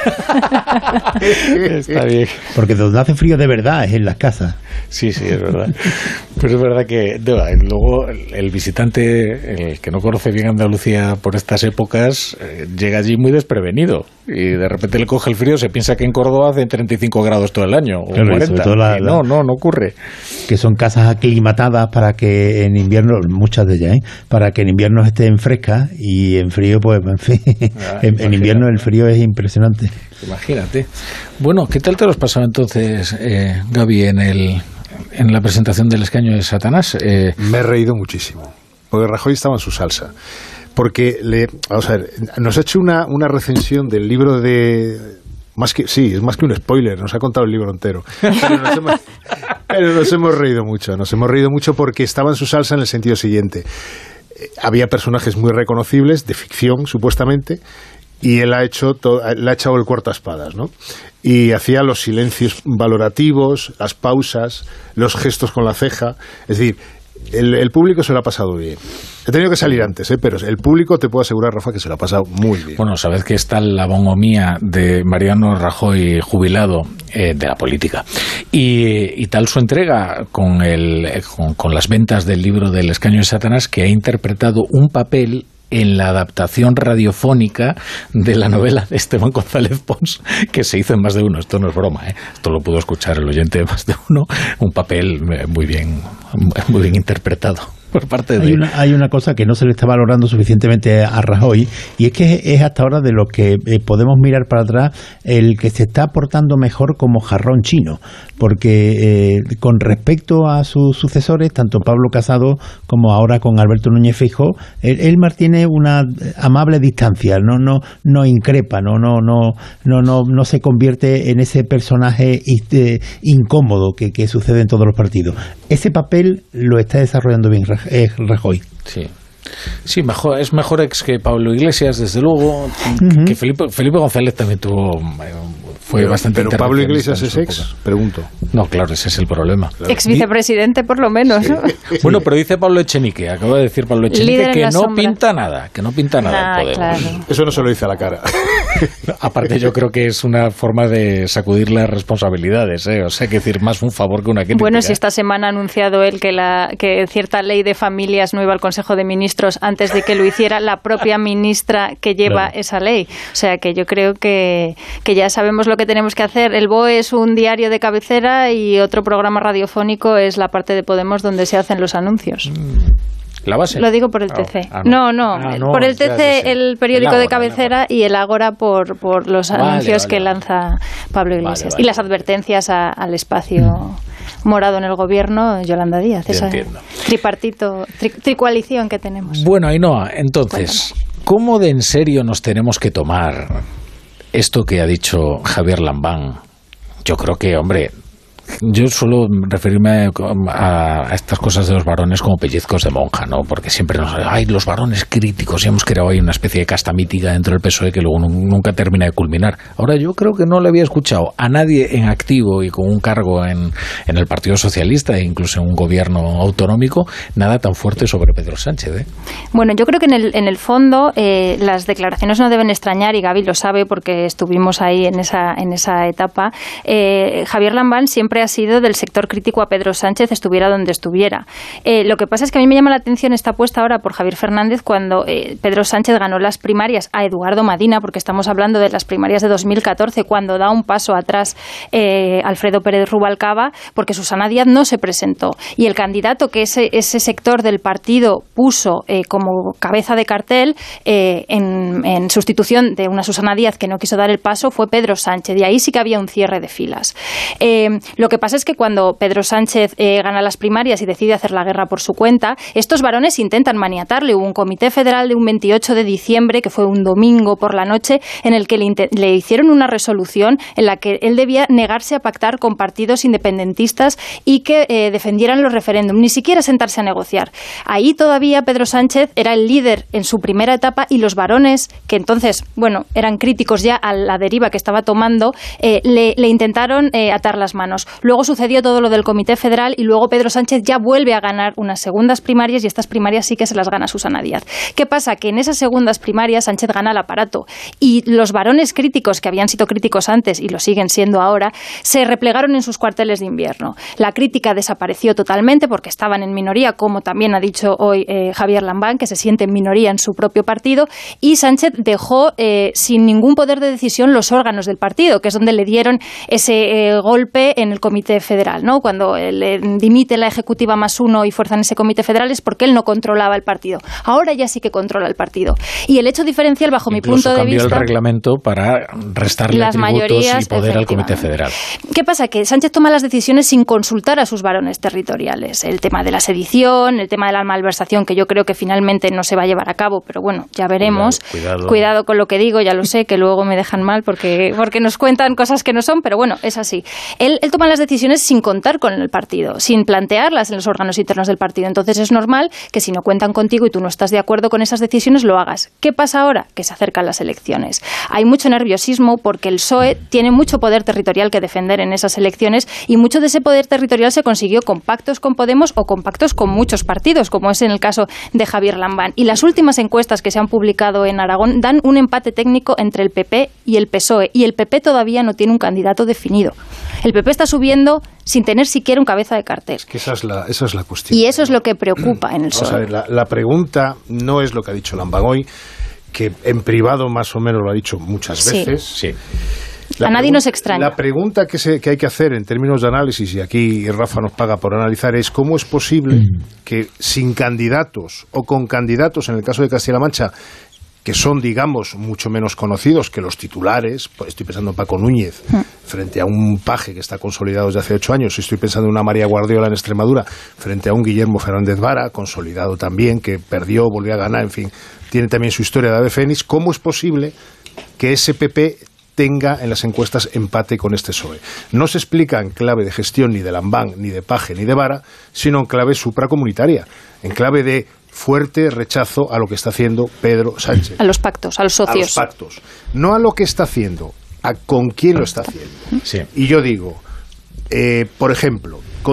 Está bien. Porque donde hace frío de verdad es en las casas. Sí, es verdad. Pero es verdad que luego el visitante, el que no conoce bien Andalucía por estas épocas, llega allí muy desprevenido y de repente le coge el frío, se piensa que en Córdoba hace 35 grados todo el año o claro, 40. No ocurre. que son casas aclimatadas para que en invierno, muchas de ellas, para que en invierno estén frescas y en frío, pues, en fin, en invierno el frío es impresionante. Imagínate. Bueno, ¿qué tal te lo has pasado entonces, Gaby, en la presentación del escaño de Satanás? Me he reído muchísimo, porque Rajoy estaba en su salsa. Porque, vamos a ver, nos ha hecho una recensión del libro de... es más que un spoiler, nos ha contado el libro entero. Pero nos hemos reído mucho porque estaba en su salsa en el sentido siguiente. Había personajes muy reconocibles, de ficción, supuestamente, y él le ha echado el cuarto a espadas, ¿no? Y hacía los silencios valorativos, las pausas, los gestos con la ceja, es decir... El público se lo ha pasado bien. He tenido que salir antes, pero el público, te puedo asegurar, Rafa, que se lo ha pasado muy bien. Bueno, sabes que está la bonhomía de Mariano Rajoy jubilado de la política. Y tal su entrega con las ventas del libro del escaño de Satanás, que ha interpretado un papel en la adaptación radiofónica de la novela de Esteban González Pons, que se hizo en más de uno. Esto no es broma, esto lo pudo escuchar el oyente de más de uno. Un papel muy bien interpretado por parte de... Hay una cosa que no se le está valorando suficientemente a Rajoy, y es que es hasta ahora de lo que podemos mirar para atrás el que se está portando mejor como jarrón chino, porque con respecto a sus sucesores, tanto Pablo Casado como ahora con Alberto Núñez Feijóo, él mantiene una amable distancia, no increpa, no se convierte en ese personaje incómodo que sucede en todos los partidos. Ese papel lo está desarrollando bien Rajoy. Sí, es mejor ex que Pablo Iglesias, desde luego, que Felipe González también fue bastante... Pero Pablo Iglesias es ex, pregunto. No, claro, ese es el problema. Claro. Ex vicepresidente, por lo menos. Sí. Bueno, pero dice Pablo Echenique, acaba de decir Pablo Echenique, que no pinta nada el Podemos. Claro. Eso no se lo dice a la cara. Aparte, yo creo que es una forma de sacudir las responsabilidades, o sea, que decir más un favor que una crítica. Bueno, si esta semana ha anunciado él que cierta ley de familias no iba al Consejo de Ministros antes de que lo hiciera la propia ministra que lleva esa ley. O sea, que yo creo que ya sabemos lo que tenemos que hacer. El BOE es un diario de cabecera y otro programa radiofónico es la parte de Podemos donde se hacen los anuncios. ¿La base? Lo digo por el TC. No, por el TC, el periódico de cabecera, y el Ágora por los anuncios que lanza Pablo Iglesias. Y las advertencias al espacio morado en el gobierno, Yolanda Díaz. Esa tripartito, tricoalición que tenemos. Bueno, Ainhoa, entonces, ¿cómo de en serio nos tenemos que tomar esto que ha dicho Javier Lambán? Yo creo que, hombre... Yo suelo referirme a estas cosas de los varones como pellizcos de monja, ¿no? Porque siempre hay los varones críticos y hemos creado ahí una especie de casta mítica dentro del PSOE que luego nunca termina de culminar. Ahora, yo creo que no le había escuchado a nadie en activo y con un cargo en el Partido Socialista e incluso en un gobierno autonómico nada tan fuerte sobre Pedro Sánchez, Bueno, yo creo que en el fondo las declaraciones no deben extrañar, y Gaby lo sabe porque estuvimos ahí en esa etapa. Javier Lambán siempre ha sido del sector crítico a Pedro Sánchez, estuviera donde estuviera. Lo que pasa es que a mí me llama la atención esta apuesta ahora por Javier Fernández cuando Pedro Sánchez ganó las primarias a Eduardo Madina, porque estamos hablando de las primarias de 2014, cuando da un paso atrás Alfredo Pérez Rubalcaba, porque Susana Díaz no se presentó. Y el candidato que ese sector del partido puso como cabeza de cartel en sustitución de una Susana Díaz que no quiso dar el paso fue Pedro Sánchez, y ahí sí que había un cierre de filas. Lo que pasa es que cuando Pedro Sánchez gana las primarias y decide hacer la guerra por su cuenta, estos varones intentan maniatarle. Hubo un comité federal de un 28 de diciembre, que fue un domingo por la noche, en el que le hicieron una resolución en la que él debía negarse a pactar con partidos independentistas y que defendieran los referéndums, ni siquiera sentarse a negociar. Ahí todavía Pedro Sánchez era el líder en su primera etapa, y los varones, que entonces, eran críticos ya a la deriva que estaba tomando, le intentaron atar las manos. Luego sucedió todo lo del Comité Federal y luego Pedro Sánchez ya vuelve a ganar unas segundas primarias, y estas primarias sí que se las gana Susana Díaz. ¿Qué pasa? Que en esas segundas primarias Sánchez gana el aparato, y los varones críticos, que habían sido críticos antes y lo siguen siendo ahora, se replegaron en sus cuarteles de invierno. La crítica desapareció totalmente porque estaban en minoría, como también ha dicho hoy Javier Lambán, que se siente en minoría en su propio partido, y Sánchez dejó sin ningún poder de decisión los órganos del partido, que es donde le dieron ese golpe en el el Comité Federal, ¿no? Cuando dimite la Ejecutiva +1 y fuerzan ese Comité Federal es porque él no controlaba el partido. Ahora ya sí que controla el partido. Y el hecho diferencial, bajo mi punto de vista... cambió el reglamento para restarle las atributos mayorías, y poder al Comité Federal. ¿Qué pasa? Que Sánchez toma las decisiones sin consultar a sus varones territoriales. El tema de la sedición, el tema de la malversación, que yo creo que finalmente no se va a llevar a cabo, pero bueno, ya veremos. Cuidado con lo que digo, ya lo sé, que luego me dejan mal porque nos cuentan cosas que no son, pero bueno, es así. Él toma las decisiones sin contar con el partido, sin plantearlas en los órganos internos del partido. Entonces es normal que si no cuentan contigo y tú no estás de acuerdo con esas decisiones, lo hagas. ¿Qué pasa ahora? Que se acercan las elecciones. Hay mucho nerviosismo porque el PSOE tiene mucho poder territorial que defender en esas elecciones y mucho de ese poder territorial se consiguió con pactos con Podemos o con pactos con muchos partidos, como es en el caso de Javier Lambán. Y las últimas encuestas que se han publicado en Aragón dan un empate técnico entre el PP y el PSOE, y el PP todavía no tiene un candidato definido. El PP está subiendo sin tener siquiera un cabeza de cartel. Es que esa es la cuestión. Y eso es lo que preocupa en el PSOE. Vamos a ver, la pregunta no es lo que ha dicho Lambán hoy, que en privado más o menos lo ha dicho muchas veces. Sí. A nadie nos extraña. La pregunta que hay que hacer en términos de análisis, y aquí Rafa nos paga por analizar, es cómo es posible que sin candidatos o con candidatos, en el caso de Castilla-La Mancha, que son, digamos, mucho menos conocidos que los titulares, pues estoy pensando en Paco Núñez, frente a un Paje que está consolidado desde hace 8 años, estoy pensando en una María Guardiola en Extremadura, frente a un Guillermo Fernández Vara, consolidado también, que perdió, volvió a ganar, en fin, tiene también su historia de ave fénix. ¿Cómo es posible que ese PP tenga en las encuestas empate con este PSOE? No se explica en clave de gestión ni de Lambán, ni de Paje, ni de Vara, sino en clave supracomunitaria, en clave de fuerte rechazo a lo que está haciendo Pedro Sánchez. A los pactos, a los socios. A los pactos. No a lo que está haciendo, a con quién lo está haciendo. Sí. Y yo digo, por ejemplo, con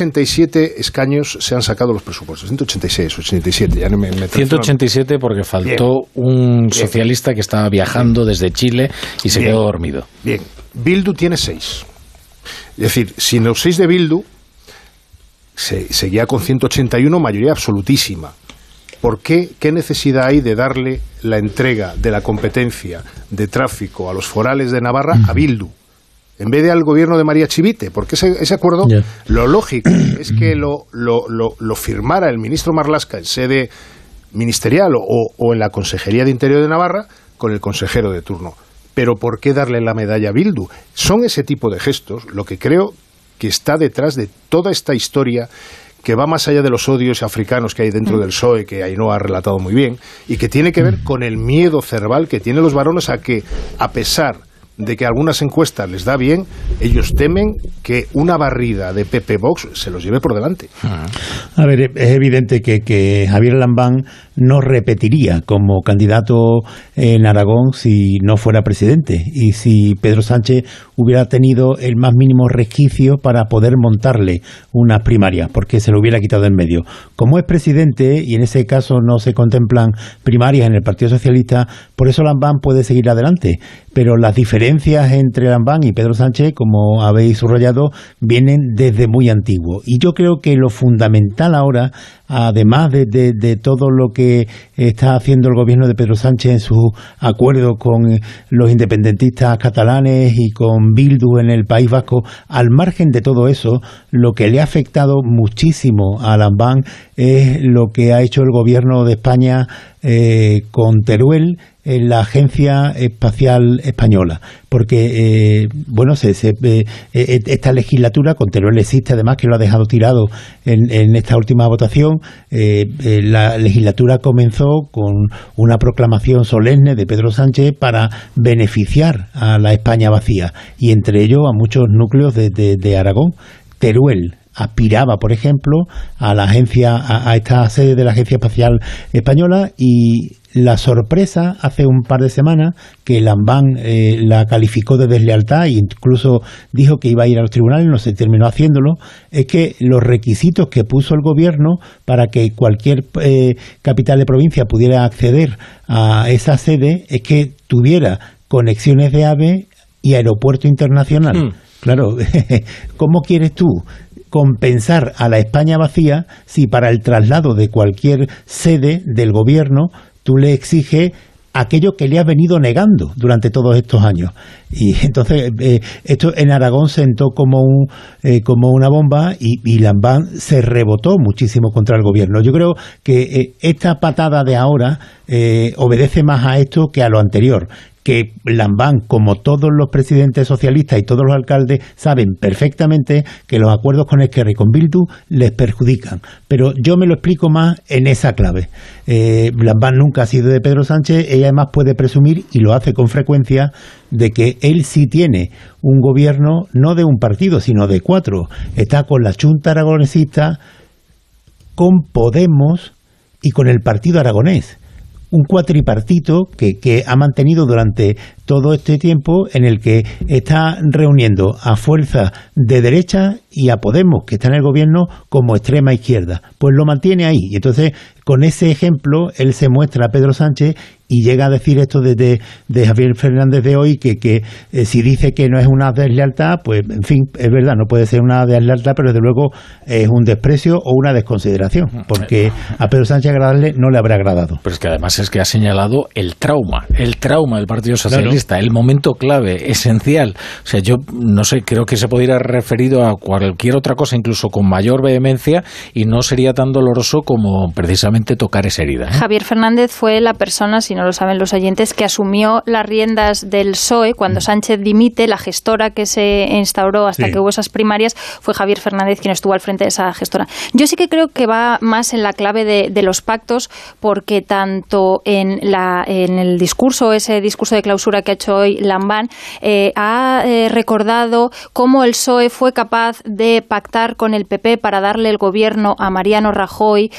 187 escaños se han sacado los presupuestos. 186, 87, ya no me 187 porque faltó un socialista que estaba viajando desde Chile y se quedó dormido. Bien, Bildu tiene 6. Es decir, sin los 6 de Bildu, seguía con 181, mayoría absolutísima. ¿Por qué? ¿Qué necesidad hay de darle la entrega de la competencia de tráfico a los forales de Navarra a Bildu, en vez de al gobierno de María Chivite? Porque ese acuerdo, lo lógico es que lo firmara el ministro Marlaska en sede ministerial o en la Consejería de Interior de Navarra con el consejero de turno. Pero ¿por qué darle la medalla a Bildu? Son ese tipo de gestos lo que creo que está detrás de toda esta historia, que va más allá de los odios africanos que hay dentro del PSOE, que Ainhoa ha relatado muy bien, y que tiene que ver con el miedo cerval que tienen los varones a que, a pesar de que algunas encuestas les da bien, ellos temen que una barrida de PP Vox se los lleve por delante. A ver, es evidente que Javier Lambán no repetiría como candidato en Aragón si no fuera presidente, y si Pedro Sánchez hubiera tenido el más mínimo resquicio para poder montarle unas primarias, porque se lo hubiera quitado en medio. Como es presidente, y en ese caso no se contemplan primarias en el Partido Socialista, por eso Lambán puede seguir adelante, pero las diferencias entre Lambán y Pedro Sánchez, como habéis subrayado, vienen desde muy antiguo. Y yo creo que lo fundamental ahora, además de todo lo que está haciendo el gobierno de Pedro Sánchez en su acuerdo con los independentistas catalanes y con Bildu en el País Vasco, al margen de todo eso, lo que le ha afectado muchísimo a Lambán es lo que ha hecho el gobierno de España con Teruel en la Agencia Espacial Española, porque esta legislatura, con Teruel existe además, que lo ha dejado tirado en esta última votación. La legislatura comenzó con una proclamación solemne de Pedro Sánchez para beneficiar a la España vacía, y entre ellos a muchos núcleos de Aragón. Teruel aspiraba, por ejemplo, a la agencia, a esta sede de la Agencia Espacial Española, y la sorpresa hace un par de semanas que Lambán la calificó de deslealtad e incluso dijo que iba a ir a los tribunales, no se terminó haciéndolo, es que los requisitos que puso el gobierno para que cualquier capital de provincia pudiera acceder a esa sede es que tuviera conexiones de AVE y aeropuerto internacional. Claro, ¿cómo quieres tú compensar a la España vacía si para el traslado de cualquier sede del gobierno tú le exiges aquello que le ha venido negando durante todos estos años. Y entonces esto en Aragón sentó como una bomba y Lambán se rebotó muchísimo contra el gobierno. Yo creo que esta patada de ahora obedece más a esto que a lo anterior, que Lambán, como todos los presidentes socialistas y todos los alcaldes, saben perfectamente que los acuerdos con Esquerra y con Bildu les perjudican. Pero yo me lo explico más en esa clave. Lambán nunca ha sido de Pedro Sánchez, ella además puede presumir, y lo hace con frecuencia, de que él sí tiene un gobierno no de un partido, sino de 4. Está con la Xunta Aragonesista, con Podemos y con el Partido Aragonés. Un cuatripartito que ha mantenido durante todo este tiempo, en el que está reuniendo a fuerza de derecha y a Podemos, que está en el gobierno, como extrema izquierda. Pues lo mantiene ahí. Y entonces, con ese ejemplo, él se muestra a Pedro Sánchez y llega a decir esto de Javier Fernández de hoy, que si dice que no es una deslealtad, pues en fin, es verdad, no puede ser una deslealtad, pero desde luego es un desprecio o una desconsideración, porque a Pedro Sánchez agradarle no le habrá agradado. Pero es que además es que ha señalado el trauma del Partido Socialista, claro. El momento clave, esencial. O sea, yo no sé, creo que se podría haber referido a cualquier otra cosa, incluso con mayor vehemencia, y no sería tan doloroso como precisamente tocar esa herida, ¿eh? Javier Fernández fue la persona, si no lo saben los oyentes, que asumió las riendas del PSOE cuando Sánchez dimite. La gestora que se instauró hasta que hubo esas primarias fue Javier Fernández quien estuvo al frente de esa gestora. Yo sí que creo que va más en la clave de los pactos, porque tanto en el discurso, ese discurso de clausura que ha hecho hoy Lambán, ha recordado cómo el PSOE fue capaz de pactar con el PP para darle el gobierno a Mariano Rajoy,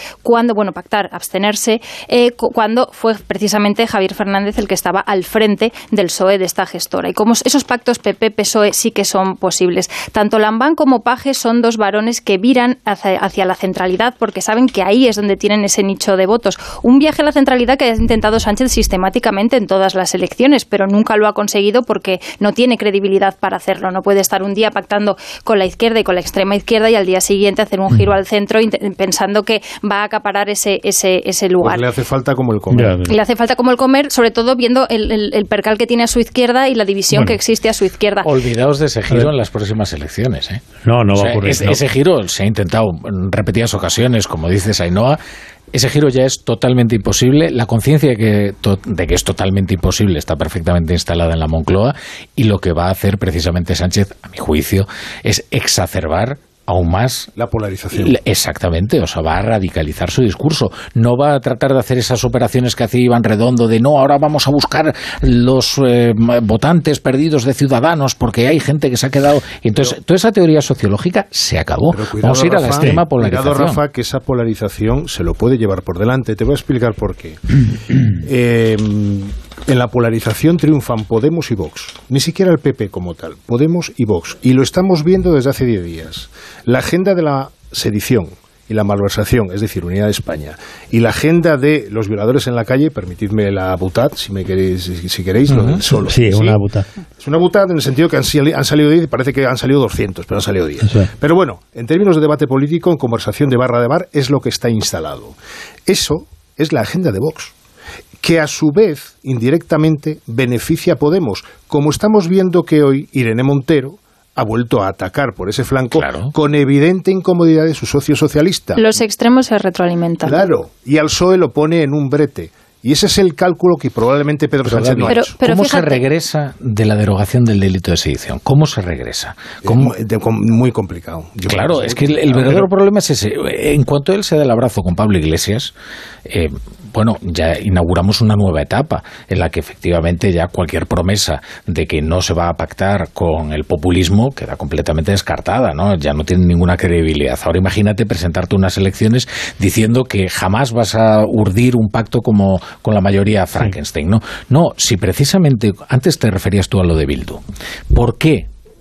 abstenerse, cuando fue precisamente Javier Fernández el que estaba al frente del PSOE de esta gestora. Y como esos pactos PP-PSOE sí que son posibles. Tanto Lambán como Paje son dos varones que viran hacia la centralidad, porque saben que ahí es donde tienen ese nicho de votos. Un viaje a la centralidad que ha intentado Sánchez sistemáticamente en todas las elecciones, pero nunca lo ha conseguido porque no tiene credibilidad para hacerlo. No puede estar un día pactando con la izquierda y con la extrema izquierda y al día siguiente hacer un giro al centro pensando que va a acaparar ese lugar. Pues le hace falta como el comer. Le hace falta como el comer, sobre todo viendo el percal que tiene a su izquierda y la división que existe a su izquierda. Olvidaos de ese giro en las próximas elecciones, ¿eh? No va a ocurrir. Ese giro se ha intentado en repetidas ocasiones, como dices, Ainhoa. Ese giro ya es totalmente imposible. La conciencia de que es totalmente imposible está perfectamente instalada en la Moncloa, y lo que va a hacer precisamente Sánchez, a mi juicio, es exacerbar aún más la polarización. Exactamente, o sea, va a radicalizar su discurso. No va a tratar de hacer esas operaciones que hacía Iván Redondo de no, ahora vamos a buscar los votantes perdidos de Ciudadanos porque hay gente que se ha quedado. Y entonces, toda esa teoría sociológica se acabó. Vamos a ir a la extrema polarización. Cuidado, Rafa, que esa polarización se lo puede llevar por delante. Te voy a explicar por qué. En la polarización triunfan Podemos y Vox. Ni siquiera el PP como tal. Podemos y Vox. Y lo estamos viendo desde hace 10 días. La agenda de la sedición y la malversación, es decir, Unidad de España, y la agenda de los violadores en la calle, permitidme la butad, si queréis, lo del solo. Sí, una butad. Es una butad en el sentido que han salido 10, parece que han salido 200, pero han salido 10. Sí. Pero bueno, en términos de debate político, en conversación de barra de bar, es lo que está instalado. Eso es la agenda de Vox, que a su vez, indirectamente, beneficia a Podemos, como estamos viendo que hoy Irene Montero ha vuelto a atacar por ese flanco, claro, con evidente incomodidad de su socio socialista. Los extremos se retroalimentan. Claro, y al PSOE lo pone en un brete. Y ese es el cálculo que probablemente Pedro Sánchez no ha hecho. ¿Cómo se regresa de la derogación del delito de sedición? ¿Cómo se regresa? Muy complicado. Claro, es que el verdadero problema es ese. En cuanto él se da el abrazo con Pablo Iglesias, ya inauguramos una nueva etapa en la que efectivamente ya cualquier promesa de que no se va a pactar con el populismo queda completamente descartada, ¿no? Ya no tiene ninguna credibilidad. Ahora imagínate presentarte unas elecciones diciendo que jamás vas a urdir un pacto como con la mayoría Frankenstein, ¿no? No, si precisamente antes te referías tú a lo de Bildu. ¿Por qué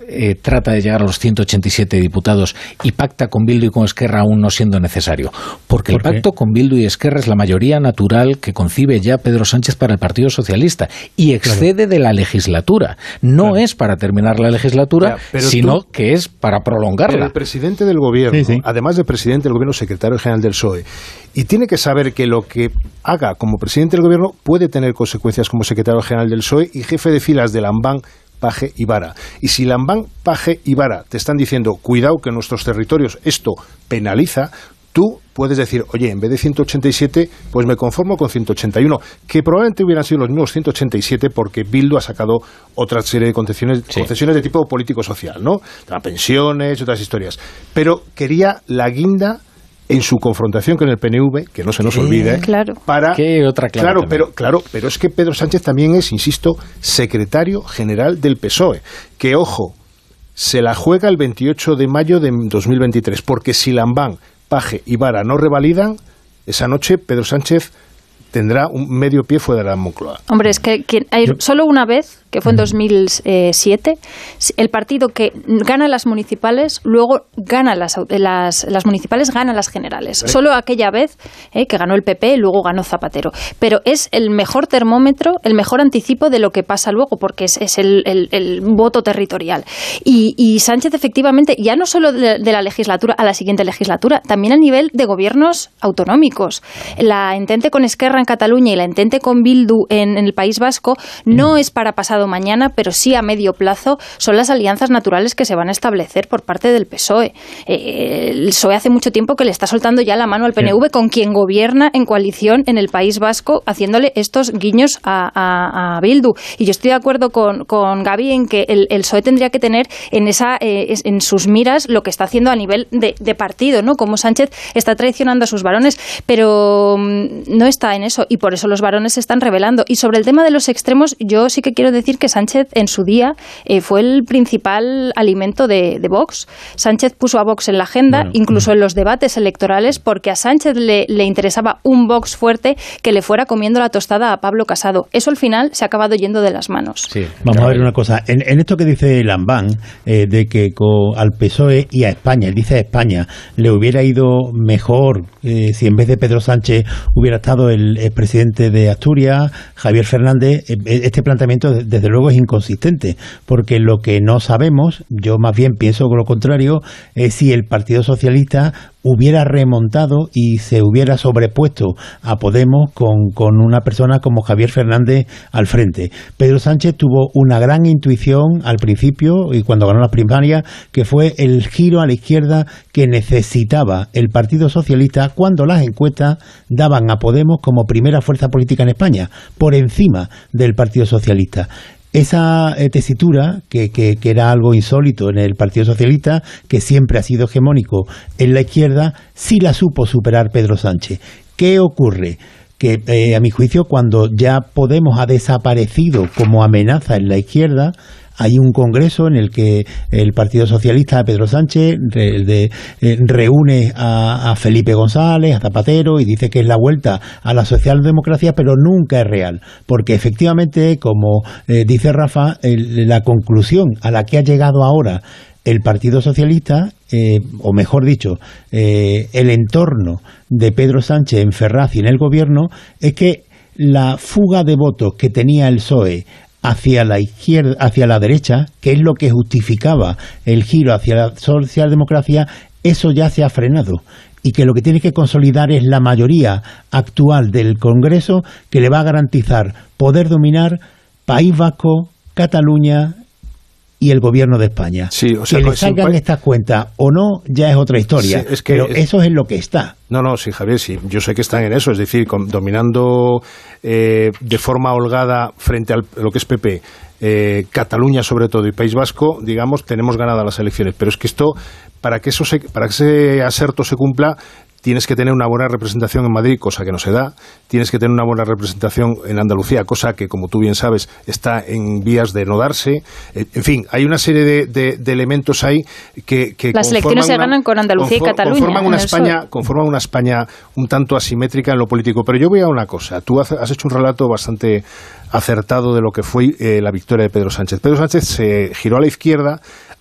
trata de llegar a los 187 diputados y pacta con Bildu y con Esquerra aún no siendo necesario? Porque el pacto con Bildu y Esquerra es la mayoría natural que concibe ya Pedro Sánchez para el Partido Socialista y excede de la legislatura. No es para terminar la legislatura, sino que es para prolongarla. Pero el presidente del gobierno, además de presidente del gobierno, secretario general del PSOE, y tiene que saber que lo que haga como presidente del gobierno puede tener consecuencias como secretario general del PSOE y jefe de filas de Lambán, Paje y Vara. Y si Lambán, Paje y Vara te están diciendo, cuidado que en nuestros territorios esto penaliza, tú puedes decir, oye, en vez de 187, pues me conformo con 181, que probablemente hubieran sido los mismos 187 porque Bildu ha sacado otra serie de concesiones de tipo político-social, ¿no? Pensiones y otras historias. Pero quería la guinda en su confrontación con el PNV, que no se nos olvide, para... ¿Qué otra clave pero es que Pedro Sánchez también es, insisto, secretario general del PSOE, que, ojo, se la juega el 28 de mayo de 2023, porque si Lambán, Paje y Vara no revalidan, esa noche Pedro Sánchez tendrá un medio pie fuera de la Moncloa. Hombre, es que hay solo una vez, que fue en 2007, el partido que gana las municipales, luego gana las municipales, gana las generales. ¿Vale? Solo aquella vez que ganó el PP, luego ganó Zapatero. Pero es el mejor termómetro, el mejor anticipo de lo que pasa luego, porque es el voto territorial. Y Sánchez, efectivamente, ya no solo de la legislatura a la siguiente legislatura, también a nivel de gobiernos autonómicos. La entente con Esquerra en Cataluña y la entente con Bildu en el País Vasco no es para pasado mañana, pero sí a medio plazo, son las alianzas naturales que se van a establecer por parte del PSOE. El PSOE hace mucho tiempo que le está soltando ya la mano al PNV, con quien gobierna en coalición en el País Vasco, haciéndole estos guiños a Bildu. Y yo estoy de acuerdo con Gaby en que el PSOE tendría que tener en sus miras lo que está haciendo a nivel de partido, ¿no? Como Sánchez está traicionando a sus varones, pero no está en eso, y por eso los varones se están rebelando. Y sobre el tema de los extremos, yo sí que quiero decir que Sánchez en su día fue el principal alimento de Vox. Sánchez puso a Vox en la agenda, incluso en los debates electorales, porque a Sánchez le interesaba un Vox fuerte que le fuera comiendo la tostada a Pablo Casado. Eso al final se ha acabado yendo de las manos. Sí. Vamos a ver una cosa. En esto que dice Lambán, de que al PSOE y a España, él dice a España, le hubiera ido mejor si en vez de Pedro Sánchez hubiera estado el presidente de Asturias, Javier Fernández. Este planteamiento desde luego es inconsistente, porque lo que no sabemos, yo más bien pienso lo contrario, es si el Partido Socialista hubiera remontado y se hubiera sobrepuesto a Podemos con una persona como Javier Fernández al frente. Pedro Sánchez tuvo una gran intuición al principio y cuando ganó las primarias, que fue el giro a la izquierda que necesitaba el Partido Socialista cuando las encuestas daban a Podemos como primera fuerza política en España, por encima del Partido Socialista. Esa tesitura, que era algo insólito en el Partido Socialista, que siempre ha sido hegemónico en la izquierda, sí la supo superar Pedro Sánchez. ¿Qué ocurre? Que a mi juicio, cuando ya Podemos ha desaparecido como amenaza en la izquierda, hay un congreso en el que el Partido Socialista de Pedro Sánchez reúne a Felipe González, a Zapatero, y dice que es la vuelta a la socialdemocracia, pero nunca es real, porque efectivamente, como dice Rafa, la conclusión a la que ha llegado ahora el Partido Socialista, o mejor dicho, el entorno de Pedro Sánchez en Ferraz y en el gobierno, es que la fuga de votos que tenía el PSOE hacia la izquierda, hacia la derecha, que es lo que justificaba el giro hacia la socialdemocracia, eso ya se ha frenado, y que lo que tiene que consolidar es la mayoría actual del Congreso, que le va a garantizar poder dominar País Vasco, Cataluña y el gobierno de España. Sí, o sea, que le salgan estas cuentas o no, ya es otra historia, sí, pero eso es en lo que está. No, sí, Javier, sí, yo sé que están en eso, es decir, dominando de forma holgada frente a lo que es PP, Cataluña sobre todo y País Vasco, digamos, tenemos ganadas las elecciones, pero es que esto, para que ese aserto se cumpla, tienes que tener una buena representación en Madrid, cosa que no se da. Tienes que tener una buena representación en Andalucía, cosa que, como tú bien sabes, está en vías de no darse. En fin, hay una serie de elementos ahí que las elecciones se ganan con Andalucía y Cataluña. Conforman una España un tanto asimétrica en lo político. Pero yo voy a una cosa. Tú has hecho un relato bastante acertado de lo que fue la victoria de Pedro Sánchez. Pedro Sánchez se giró a la izquierda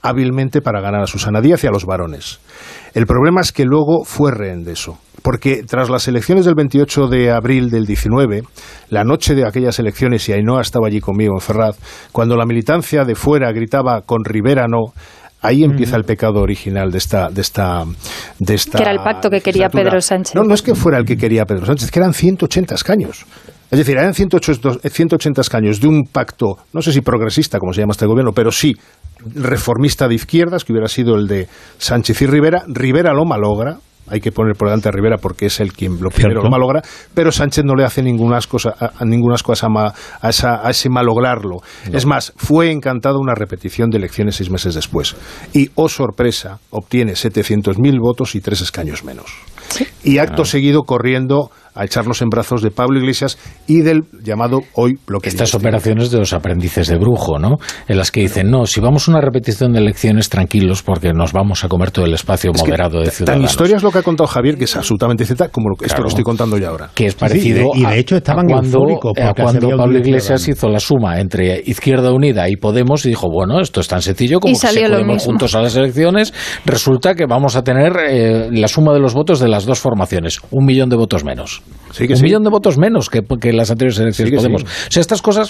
hábilmente para ganar a Susana Díaz y a los varones. El problema es que luego fue rehén de eso, porque tras las elecciones del 28 de abril del 19, la noche de aquellas elecciones, y Ainhoa estaba allí conmigo en Ferraz, cuando la militancia de fuera gritaba con Rivera no, ahí empieza el pecado original de esta que era el pacto que quería Pedro Sánchez. No es que fuera el que quería Pedro Sánchez, que eran 180 escaños. Es decir, eran 180 escaños de un pacto, no sé si progresista, como se llama este gobierno, pero sí reformista de izquierdas, que hubiera sido el de Sánchez y Rivera. Rivera lo malogra, hay que poner por delante a Rivera porque es el quien lo primero lo malogra, pero Sánchez no le hace ningún asco a ese malograrlo. No. Es más, fue encantada una repetición de elecciones 6 meses después. Y, oh sorpresa, obtiene 700.000 votos y 3 escaños menos. ¿Sí? Y acto seguido corriendo a echarlos en brazos de Pablo Iglesias y del llamado hoy bloque. Estas operaciones de los aprendices de brujo, ¿no? En las que dicen, no, si vamos a una repetición de elecciones, tranquilos, porque nos vamos a comer todo el espacio moderado de Ciudadanos. Tan historia es lo que ha contado Javier, que es absolutamente cierta, como esto lo estoy contando yo ahora. Que es parecido y de hecho estaban cuando Pablo Iglesias hizo la suma entre Izquierda Unida y Podemos y dijo, bueno, esto es tan sencillo como que si podemos juntos a las elecciones, resulta que vamos a tener la suma de los votos de las dos formaciones, 1 millón de votos menos. Sí que 1 millón de votos menos que las anteriores elecciones Podemos. Sí. O sea, estas cosas...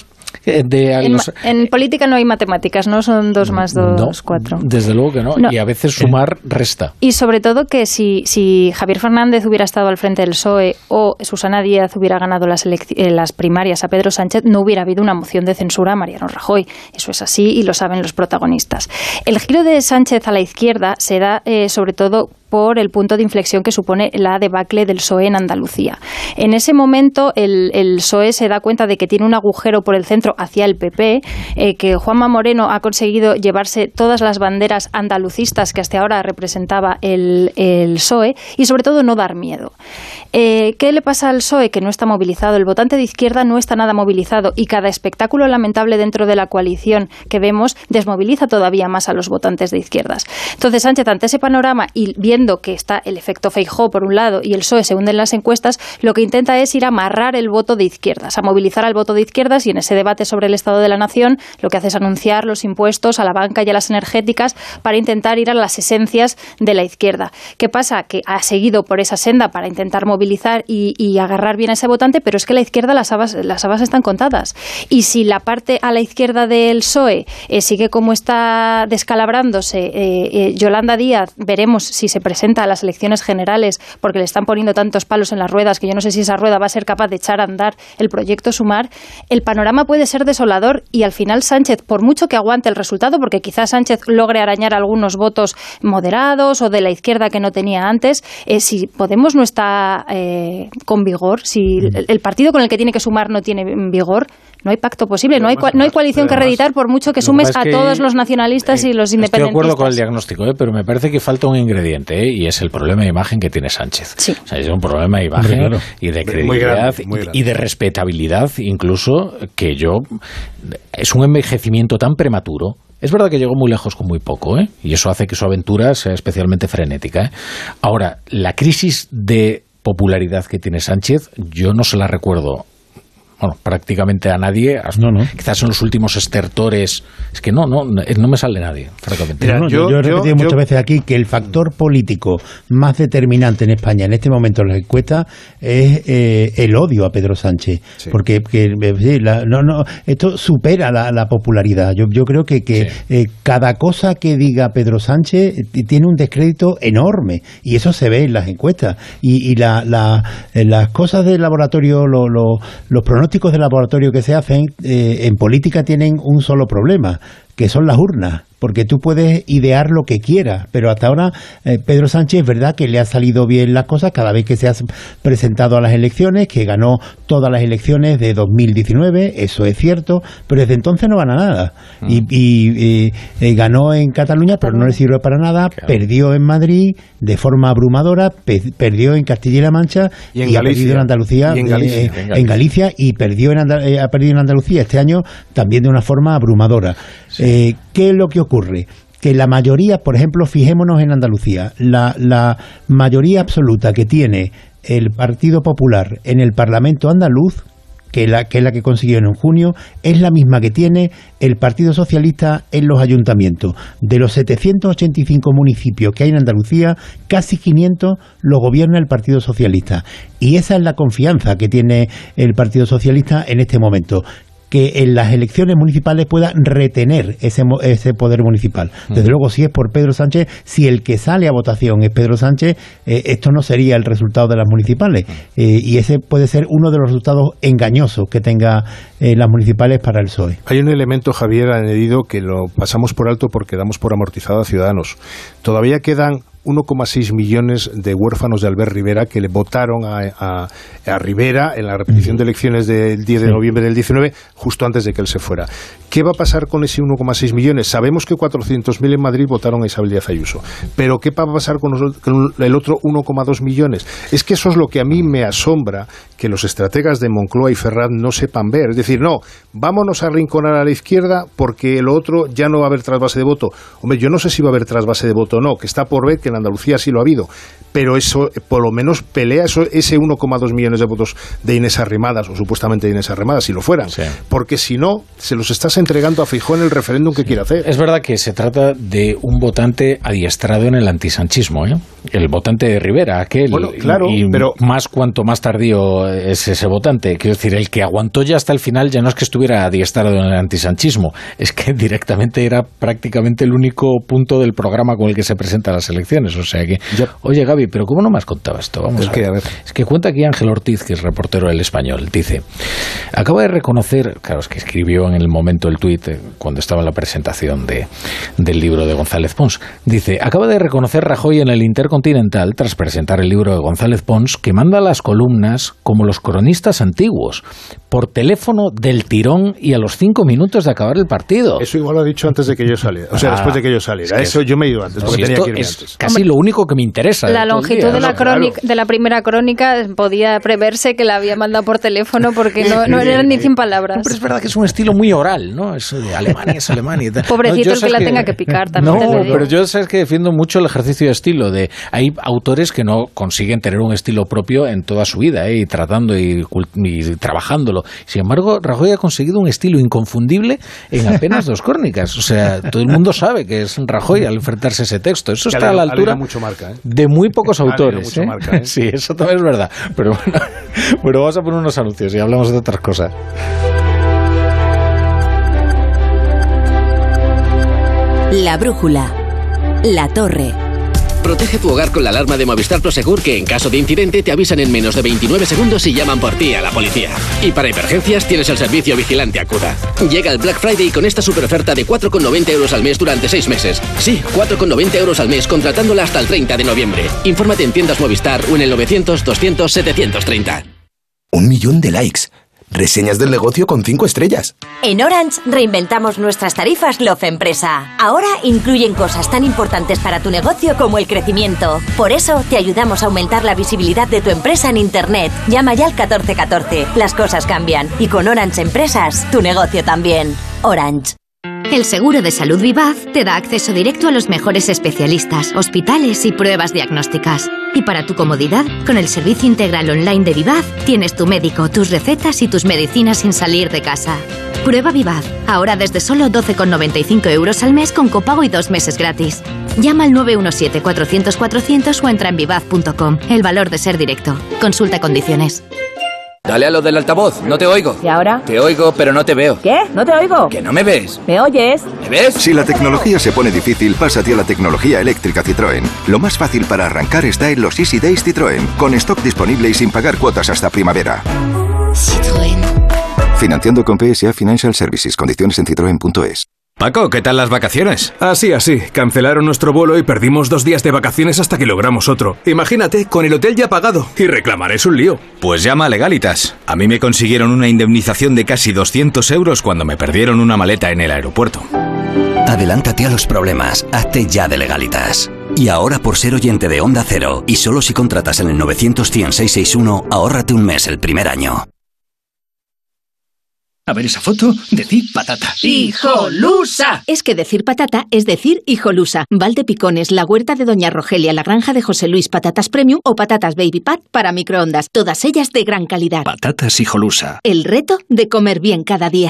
En política no hay matemáticas, ¿no? Son 2 más 2, 4. Desde luego que no. Y a veces sumar resta. Y sobre todo que si Javier Fernández hubiera estado al frente del PSOE o Susana Díaz hubiera ganado las primarias a Pedro Sánchez, no hubiera habido una moción de censura a Mariano Rajoy. Eso es así y lo saben los protagonistas. El giro de Sánchez a la izquierda se da sobre todo por el punto de inflexión que supone la debacle del PSOE en Andalucía. En ese momento el PSOE se da cuenta de que tiene un agujero por el centro hacia el PP, que Juanma Moreno ha conseguido llevarse todas las banderas andalucistas que hasta ahora representaba el PSOE y sobre todo no dar miedo. ¿Qué le pasa al PSOE? Que no está movilizado. El votante de izquierda no está nada movilizado y cada espectáculo lamentable dentro de la coalición que vemos desmoviliza todavía más a los votantes de izquierdas. Entonces Sánchez, ante ese panorama y viendo que está el efecto Feijóo por un lado y el PSOE se hunde en las encuestas, lo que intenta es ir a amarrar el voto de izquierdas, a movilizar al voto de izquierdas y en ese debate sobre el Estado de la Nación lo que hace es anunciar los impuestos a la banca y a las energéticas para intentar ir a las esencias de la izquierda. ¿Qué pasa? Que ha seguido por esa senda para intentar movilizar y agarrar bien a ese votante, pero es que la izquierda las habas están contadas. Y si la parte a la izquierda del PSOE sigue como está descalabrándose, Yolanda Díaz, veremos si se presenta a las elecciones generales porque le están poniendo tantos palos en las ruedas que yo no sé si esa rueda va a ser capaz de echar a andar el proyecto Sumar, el panorama puede ser desolador y al final Sánchez, por mucho que aguante el resultado, porque quizás Sánchez logre arañar algunos votos moderados o de la izquierda que no tenía antes, si Podemos no está con vigor, si el partido con el que tiene que sumar no tiene vigor, no hay pacto posible, no hay coalición que reeditar por mucho que sumes a todos los nacionalistas y los independentistas. Estoy de acuerdo con el diagnóstico, pero me parece que falta un ingrediente y es el problema de imagen que tiene Sánchez. Sí. O sea, es un problema de imagen y de credibilidad muy grande. Y de respetabilidad incluso, que es un envejecimiento tan prematuro. Es verdad que llegó muy lejos con muy poco, y eso hace que su aventura sea especialmente frenética. Ahora, la crisis de popularidad que tiene Sánchez, yo no se la recuerdo prácticamente a nadie, quizás en los últimos estertores, es que no me sale nadie, francamente. Mira, yo he repetido muchas veces aquí que el factor político más determinante en España en este momento en las encuestas es el odio a Pedro Sánchez, porque esto supera la popularidad. Yo creo que cada cosa que diga Pedro Sánchez tiene un descrédito enorme y eso se ve en las encuestas y las cosas del laboratorio, los pronósticos de laboratorio que se hacen en política tienen un solo problema, que son las urnas, porque tú puedes idear lo que quieras, pero hasta ahora Pedro Sánchez es verdad que le ha salido bien las cosas cada vez que se ha presentado a las elecciones, que ganó todas las elecciones de 2019, eso es cierto, pero desde entonces no gana nada. Y ganó en Cataluña, pero no le sirve para nada, perdió en Madrid de forma abrumadora, perdió en Castilla y La Mancha y ha perdido en Andalucía, en Galicia y ha perdido en Andalucía este año también de una forma abrumadora. ¿Qué es lo que ocurre? Que la mayoría, por ejemplo, fijémonos en Andalucía, la mayoría absoluta que tiene el Partido Popular en el Parlamento andaluz que es la que consiguieron en junio, es la misma que tiene el Partido Socialista en los ayuntamientos. De los 785 municipios que hay en Andalucía, casi 500 los gobierna el Partido Socialista. Y esa es la confianza que tiene el Partido Socialista en este momento, que en las elecciones municipales pueda retener ese poder municipal. Desde luego, si es por Pedro Sánchez, si el que sale a votación es Pedro Sánchez, esto no sería el resultado de las municipales. Y ese puede ser uno de los resultados engañosos que tenga las municipales para el PSOE. Hay un elemento, Javier, añadido que lo pasamos por alto porque damos por amortizado a Ciudadanos. Todavía quedan 1,6 millones de huérfanos de Albert Rivera que le votaron a Rivera en la repetición de elecciones del 10 de noviembre del 19, justo antes de que él se fuera. ¿Qué va a pasar con ese 1,6 millones? Sabemos que 400.000 en Madrid votaron a Isabel Díaz Ayuso, pero ¿qué va a pasar con el otro 1,2 millones? Es que eso es lo que a mí me asombra, que los estrategas de Moncloa y Ferraz no sepan ver. Es decir, no, vámonos a arrinconar a la izquierda porque lo otro ya no va a haber trasvase de voto. Hombre, yo no sé si va a haber trasvase de voto o no, que está por ver, que en Andalucía sí lo ha habido, pero eso por lo menos pelea ese 1,2 millones de votos de Inés Arrimadas, o supuestamente de Inés Arrimadas, si lo fueran, porque si no, se los estás entregando a Feijóo en el referéndum que quiere hacer. Es verdad que se trata de un votante adiestrado en el antisanchismo, el votante de Rivera, aquel, bueno, claro, pero más cuanto más tardío es ese votante, quiero decir, el que aguantó ya hasta el final ya no es que estuviera adiestrado en el antisanchismo, es que directamente era prácticamente el único punto del programa con el que se presenta a las elecciones. O sea que, oye Gaby, pero ¿cómo no me has contado esto? Vamos a ver. Es que cuenta aquí Ángel Ortiz, que es reportero del Español, dice, acaba de reconocer, claro, es que escribió en el momento el tuit, cuando estaba en la presentación del libro de González Pons, dice, acaba de reconocer Rajoy en el Intercontinental, tras presentar el libro de González Pons, que manda las columnas como los cronistas antiguos, por teléfono del tirón y a los 5 minutos de acabar el partido. Eso igual lo ha dicho antes de que yo saliera, o sea, después de que yo saliera. Eso yo me he ido antes, porque tenía que irme antes. Casi lo único que me interesa. La longitud de la crónica, de la primera crónica, podía preverse que la había mandado por teléfono porque no eran ni 100 palabras. Pero es verdad que es un estilo muy oral, ¿no? Eso de Alemania es Alemania y tal. Pobrecito el que la tenga que picar también. No, pero yo sabes que defiendo mucho el ejercicio de estilo. Hay autores que no consiguen tener un estilo propio en toda su vida, y tratando y trabajándolo. Sin embargo, Rajoy ha conseguido un estilo inconfundible en apenas 2 crónicas. O sea, todo el mundo sabe que es Rajoy al enfrentarse a ese texto. Eso está a la altura de muy pocos autores. Marca, sí, eso también es verdad. Pero bueno, vamos a poner unos anuncios y hablamos de otras cosas. La brújula. La torre. Protege tu hogar con la alarma de Movistar Prosegur, que en caso de incidente te avisan en menos de 29 segundos y llaman por ti a la policía. Y para emergencias tienes el servicio Vigilante Acuda. Llega el Black Friday con esta super oferta de 4,90 euros al mes durante 6 meses. Sí, 4,90 euros al mes contratándola hasta el 30 de noviembre. Infórmate en tiendas Movistar o en el 900 200 730. 1 millón de likes. Reseñas del negocio con 5 estrellas. En Orange reinventamos nuestras tarifas Love Empresa. Ahora incluyen cosas tan importantes para tu negocio como el crecimiento. Por eso te ayudamos a aumentar la visibilidad de tu empresa en Internet. Llama ya al 1414. Las cosas cambian. Y con Orange Empresas, tu negocio también. Orange. El seguro de salud Vivaz te da acceso directo a los mejores especialistas, hospitales y pruebas diagnósticas. Y para tu comodidad, con el servicio integral online de Vivaz, tienes tu médico, tus recetas y tus medicinas sin salir de casa. Prueba Vivaz, ahora desde solo 12,95 euros al mes con copago y 2 meses gratis. Llama al 917-400-400 o entra en vivaz.com. El valor de ser directo. Consulta condiciones. Dale a lo del altavoz, no te oigo. ¿Y ahora? Te oigo, pero no te veo. ¿Qué? ¿No te oigo? ¿Que no me ves? ¿Me oyes? ¿Me ves? Si la tecnología se pone difícil, pásate a la tecnología eléctrica Citroën. Lo más fácil para arrancar está en los Easy Days Citroën, con stock disponible y sin pagar cuotas hasta primavera. Citroën. Financiando con PSA Financial Services. Condiciones en citroen.es. Paco, ¿qué tal las vacaciones? Así. Cancelaron nuestro vuelo y perdimos 2 días de vacaciones hasta que logramos otro. Imagínate, con el hotel ya pagado. Y reclamar es un lío. Pues llama a Legalitas. A mí me consiguieron una indemnización de casi 200 euros cuando me perdieron una maleta en el aeropuerto. Adelántate a los problemas. Hazte ya de Legalitas. Y ahora, por ser oyente de Onda Cero, y solo si contratas en el 900 100 661, ahórrate un mes el primer año. A ver esa foto, decid patata. ¡Hijolusa! Es que decir patata es decir hijolusa. Valdepicones, la huerta de Doña Rogelia, la granja de José Luis, patatas premium o patatas baby pat para microondas. Todas ellas de gran calidad. Patatas hijolusa. El reto de comer bien cada día.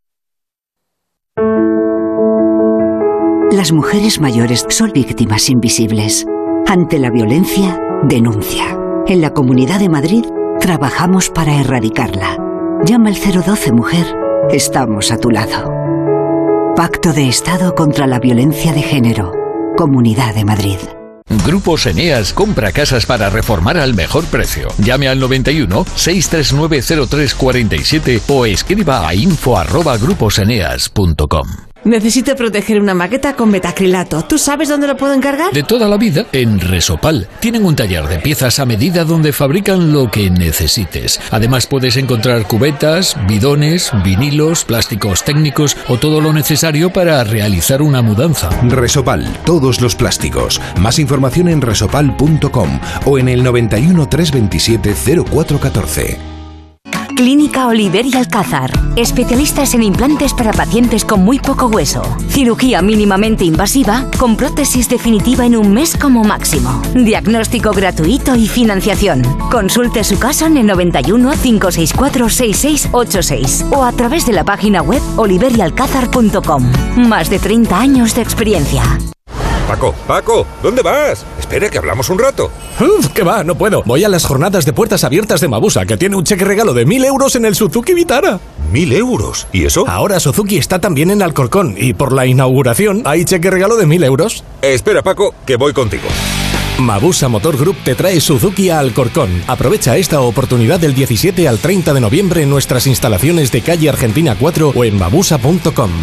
Las mujeres mayores son víctimas invisibles. Ante la violencia, denuncia. En la Comunidad de Madrid, trabajamos para erradicarla. Llama al 012, mujer. Estamos a tu lado. Pacto de Estado contra la violencia de género. Comunidad de Madrid. Grupos Eneas compra casas para reformar al mejor precio. Llame al 91 639 0347 o escriba a info@gruposeneas.com. Necesito proteger una maqueta con metacrilato. ¿Tú sabes dónde lo puedo encargar? De toda la vida, en Resopal. Tienen un taller de piezas a medida donde fabrican lo que necesites. Además puedes encontrar cubetas, bidones, vinilos, plásticos técnicos o todo lo necesario para realizar una mudanza. Resopal, todos los plásticos. Más información en resopal.com o en el 91 327 0414. Clínica Oliver y Alcázar. Especialistas en implantes para pacientes con muy poco hueso. Cirugía mínimamente invasiva con prótesis definitiva en un mes como máximo. Diagnóstico gratuito y financiación. Consulte su caso en el 91 564 6686 o a través de la página web oliverialcázar.com. Más de 30 años de experiencia. Paco, ¿dónde vas? Espera, que hablamos un rato. ¿Qué va? No puedo. Voy a las jornadas de puertas abiertas de Mabusa, que tiene un cheque regalo de 1.000 euros en el Suzuki Vitara. ¿1.000 euros? ¿Y eso? Ahora Suzuki está también en Alcorcón y por la inauguración hay cheque regalo de 1.000 euros. Espera, Paco, que voy contigo. Mabusa Motor Group te trae Suzuki a Alcorcón. Aprovecha esta oportunidad del 17 al 30 de noviembre en nuestras instalaciones de calle Argentina 4 o en mabusa.com.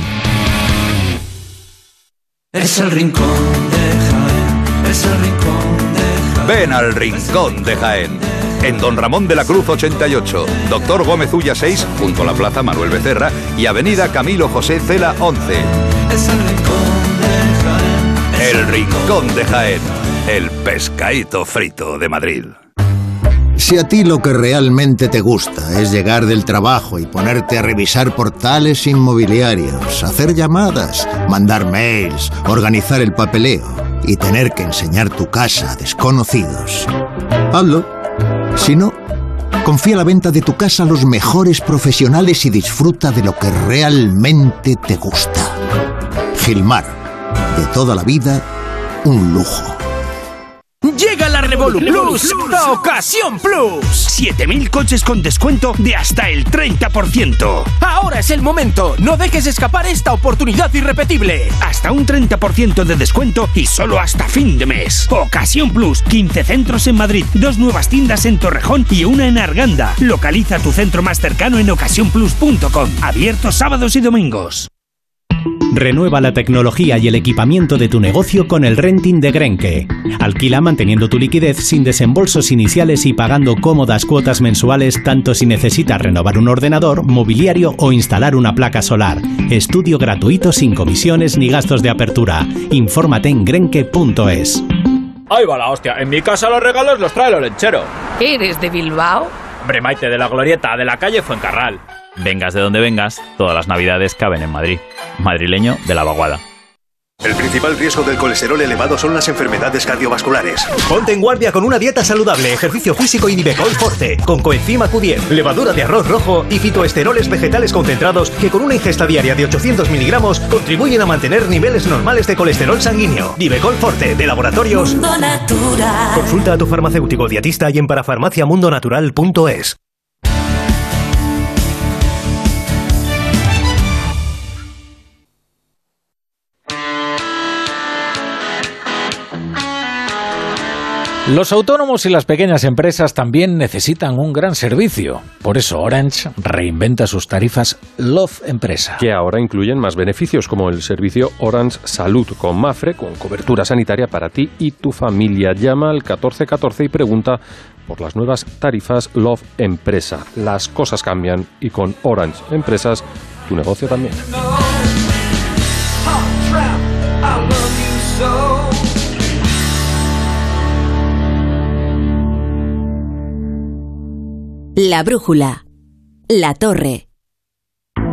Es el rincón de Jaén, es el rincón de Jaén. Ven al Rincón de Jaén. En Don Ramón de la Cruz 88, Doctor Gómez Ulla 6, junto a la Plaza Manuel Becerra y Avenida Camilo José Cela 11. Es el rincón de Jaén. El Rincón de Jaén, el pescadito frito de Madrid. Si a ti lo que realmente te gusta es llegar del trabajo y ponerte a revisar portales inmobiliarios, hacer llamadas, mandar mails, organizar el papeleo y tener que enseñar tu casa a desconocidos, hazlo. Si no, confía la venta de tu casa a los mejores profesionales y disfruta de lo que realmente te gusta. Gilmar, de toda la vida, un lujo. Llega la Revolu Plus, la Ocasión Plus. 7.000 coches con descuento de hasta el 30%. Ahora es el momento. No dejes escapar esta oportunidad irrepetible. Hasta un 30% de descuento y solo hasta fin de mes. Ocasión Plus, 15 centros en Madrid, 2 nuevas tiendas en Torrejón y una en Arganda. Localiza tu centro más cercano en ocasiónplus.com. Abierto sábados y domingos. Renueva la tecnología y el equipamiento de tu negocio con el renting de Grenke. Alquila manteniendo tu liquidez sin desembolsos iniciales y pagando cómodas cuotas mensuales tanto si necesitas renovar un ordenador, mobiliario o instalar una placa solar. Estudio gratuito sin comisiones ni gastos de apertura. Infórmate en grenke.es. Ahí va la hostia. En mi casa los regalos los trae el olenchero. ¿Eres de Bilbao? Hombre, Maite, de la glorieta de la calle Fuencarral. Vengas de donde vengas, todas las navidades caben en Madrid. Madrileño de la vaguada. El principal riesgo del colesterol elevado son las enfermedades cardiovasculares. Ponte en guardia con una dieta saludable, ejercicio físico y Nivecol Forte, con coenzima Q10, levadura de arroz rojo y fitoesteroles vegetales concentrados que con una ingesta diaria de 800 miligramos contribuyen a mantener niveles normales de colesterol sanguíneo. Nivecol Forte, de Laboratorios Mundo Natural. Consulta a tu farmacéutico dietista y en parafarmaciamundonatural.es. Los autónomos y las pequeñas empresas también necesitan un gran servicio. Por eso Orange reinventa sus tarifas Love Empresa. Que ahora incluyen más beneficios como el servicio Orange Salud con Mafre, con cobertura sanitaria para ti y tu familia. Llama al 1414 y pregunta por las nuevas tarifas Love Empresa. Las cosas cambian y con Orange Empresas tu negocio también. La brújula. La torre.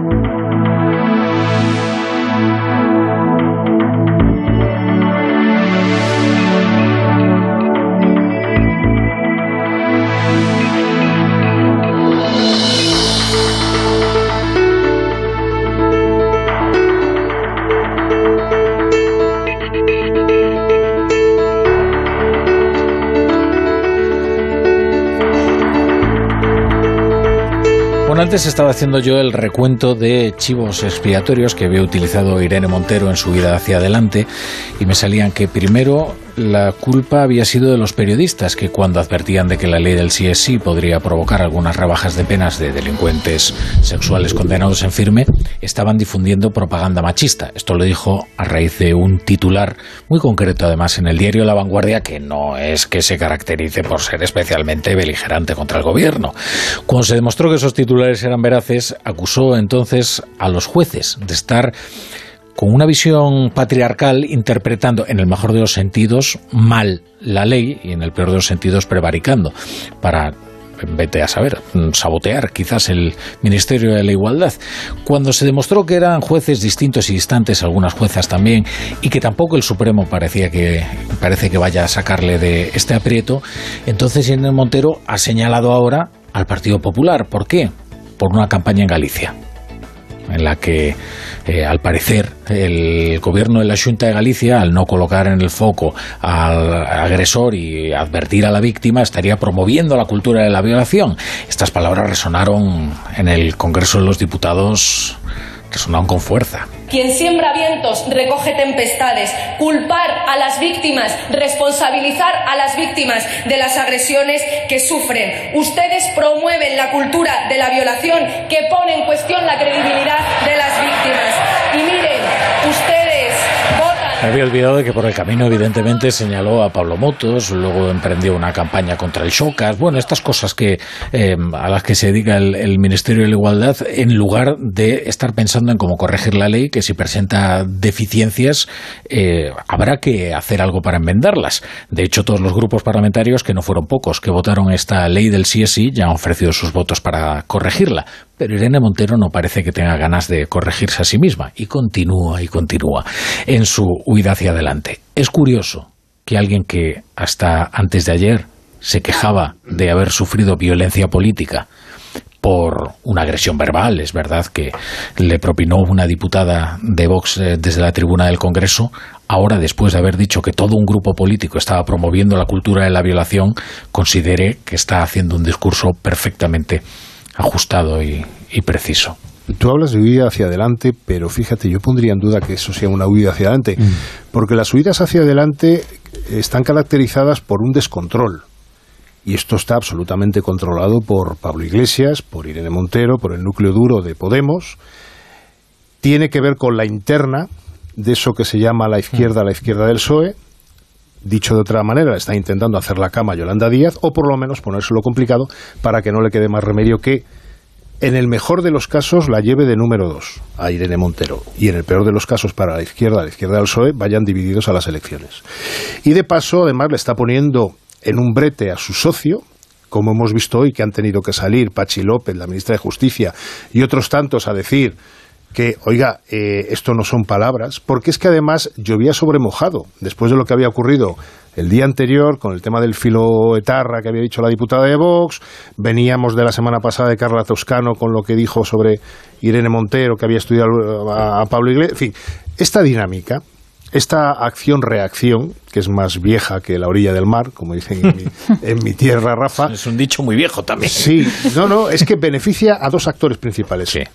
Bueno, antes estaba haciendo yo el recuento de chivos expiatorios que había utilizado Irene Montero en su vida hacia adelante y me salían que primero la culpa había sido de los periodistas que cuando advertían de que la ley del sí es sí podría provocar algunas rebajas de penas de delincuentes sexuales condenados en firme, estaban difundiendo propaganda machista. Esto lo dijo a raíz de un titular muy concreto, además, en el diario La Vanguardia, que no es que se caracterice por ser especialmente beligerante contra el gobierno. Cuando se demostró que esos titulares eran veraces, acusó entonces a los jueces de estar con una visión patriarcal, interpretando en el mejor de los sentidos mal la ley y en el peor de los sentidos prevaricando para, vete a saber, sabotear quizás el Ministerio de la Igualdad. Cuando se demostró que eran jueces distintos y distantes, algunas juezas también, y que tampoco el Supremo parece que vaya a sacarle de este aprieto, entonces Irene Montero ha señalado ahora al Partido Popular. ¿Por qué? Por una campaña en Galicia, en la que, al parecer, el gobierno de la Xunta de Galicia, al no colocar en el foco al agresor y advertir a la víctima, estaría promoviendo la cultura de la violación. Estas palabras resonaron en el Congreso de los Diputados, resonaron con fuerza. Quien siembra vientos recoge tempestades. Culpar a las víctimas, responsabilizar a las víctimas de las agresiones que sufren. Ustedes promueven la cultura de la violación que pone en cuestión la credibilidad de las víctimas. Y miren, ustedes votan. Me había olvidado de que por el camino, evidentemente, señaló a Pablo Motos, luego emprendió una campaña contra el Xocas. Bueno, estas cosas que a las que se dedica el Ministerio de la Igualdad, en lugar de estar pensando en cómo corregir la ley, que si presenta deficiencias habrá que hacer algo para enmendarlas. De hecho, todos los grupos parlamentarios, que no fueron pocos, que votaron esta ley del sí es sí, ya han ofrecido sus votos para corregirla. Pero Irene Montero no parece que tenga ganas de corregirse a sí misma y continúa en su huida hacia adelante. Es curioso que alguien que hasta antes de ayer se quejaba de haber sufrido violencia política por una agresión verbal, es verdad que le propinó una diputada de Vox desde la tribuna del Congreso, ahora, después de haber dicho que todo un grupo político estaba promoviendo la cultura de la violación, considere que está haciendo un discurso perfectamente ajustado y preciso. Tú hablas de huida hacia adelante, pero fíjate, yo pondría en duda que eso sea una huida hacia adelante, porque las huidas hacia adelante están caracterizadas por un descontrol. Y esto está absolutamente controlado por Pablo Iglesias, por Irene Montero, por el núcleo duro de Podemos. Tiene que ver con la interna de eso que se llama la izquierda del PSOE. Dicho de otra manera, le está intentando hacer la cama a Yolanda Díaz, o por lo menos ponérselo complicado para que no le quede más remedio que, en el mejor de los casos, la lleve de número 2 a Irene Montero, y en el peor de los casos para la izquierda del PSOE, vayan divididos a las elecciones. Y de paso, además, le está poniendo en un brete a su socio, como hemos visto hoy, que han tenido que salir Patxi López, la ministra de Justicia, y otros tantos a decir que, oiga, esto no son palabras, porque es que además llovía sobre mojado, después de lo que había ocurrido el día anterior con el tema del filoetarra que había dicho la diputada de Vox. Veníamos de la semana pasada de Carla Toscano con lo que dijo sobre Irene Montero, que había estudiado a Pablo Iglesias. En fin, esta dinámica, esta acción-reacción, que es más vieja que la orilla del mar, como dicen en mi tierra, Rafa. Es un dicho muy viejo también. Sí, es que beneficia a dos actores principales. Sí.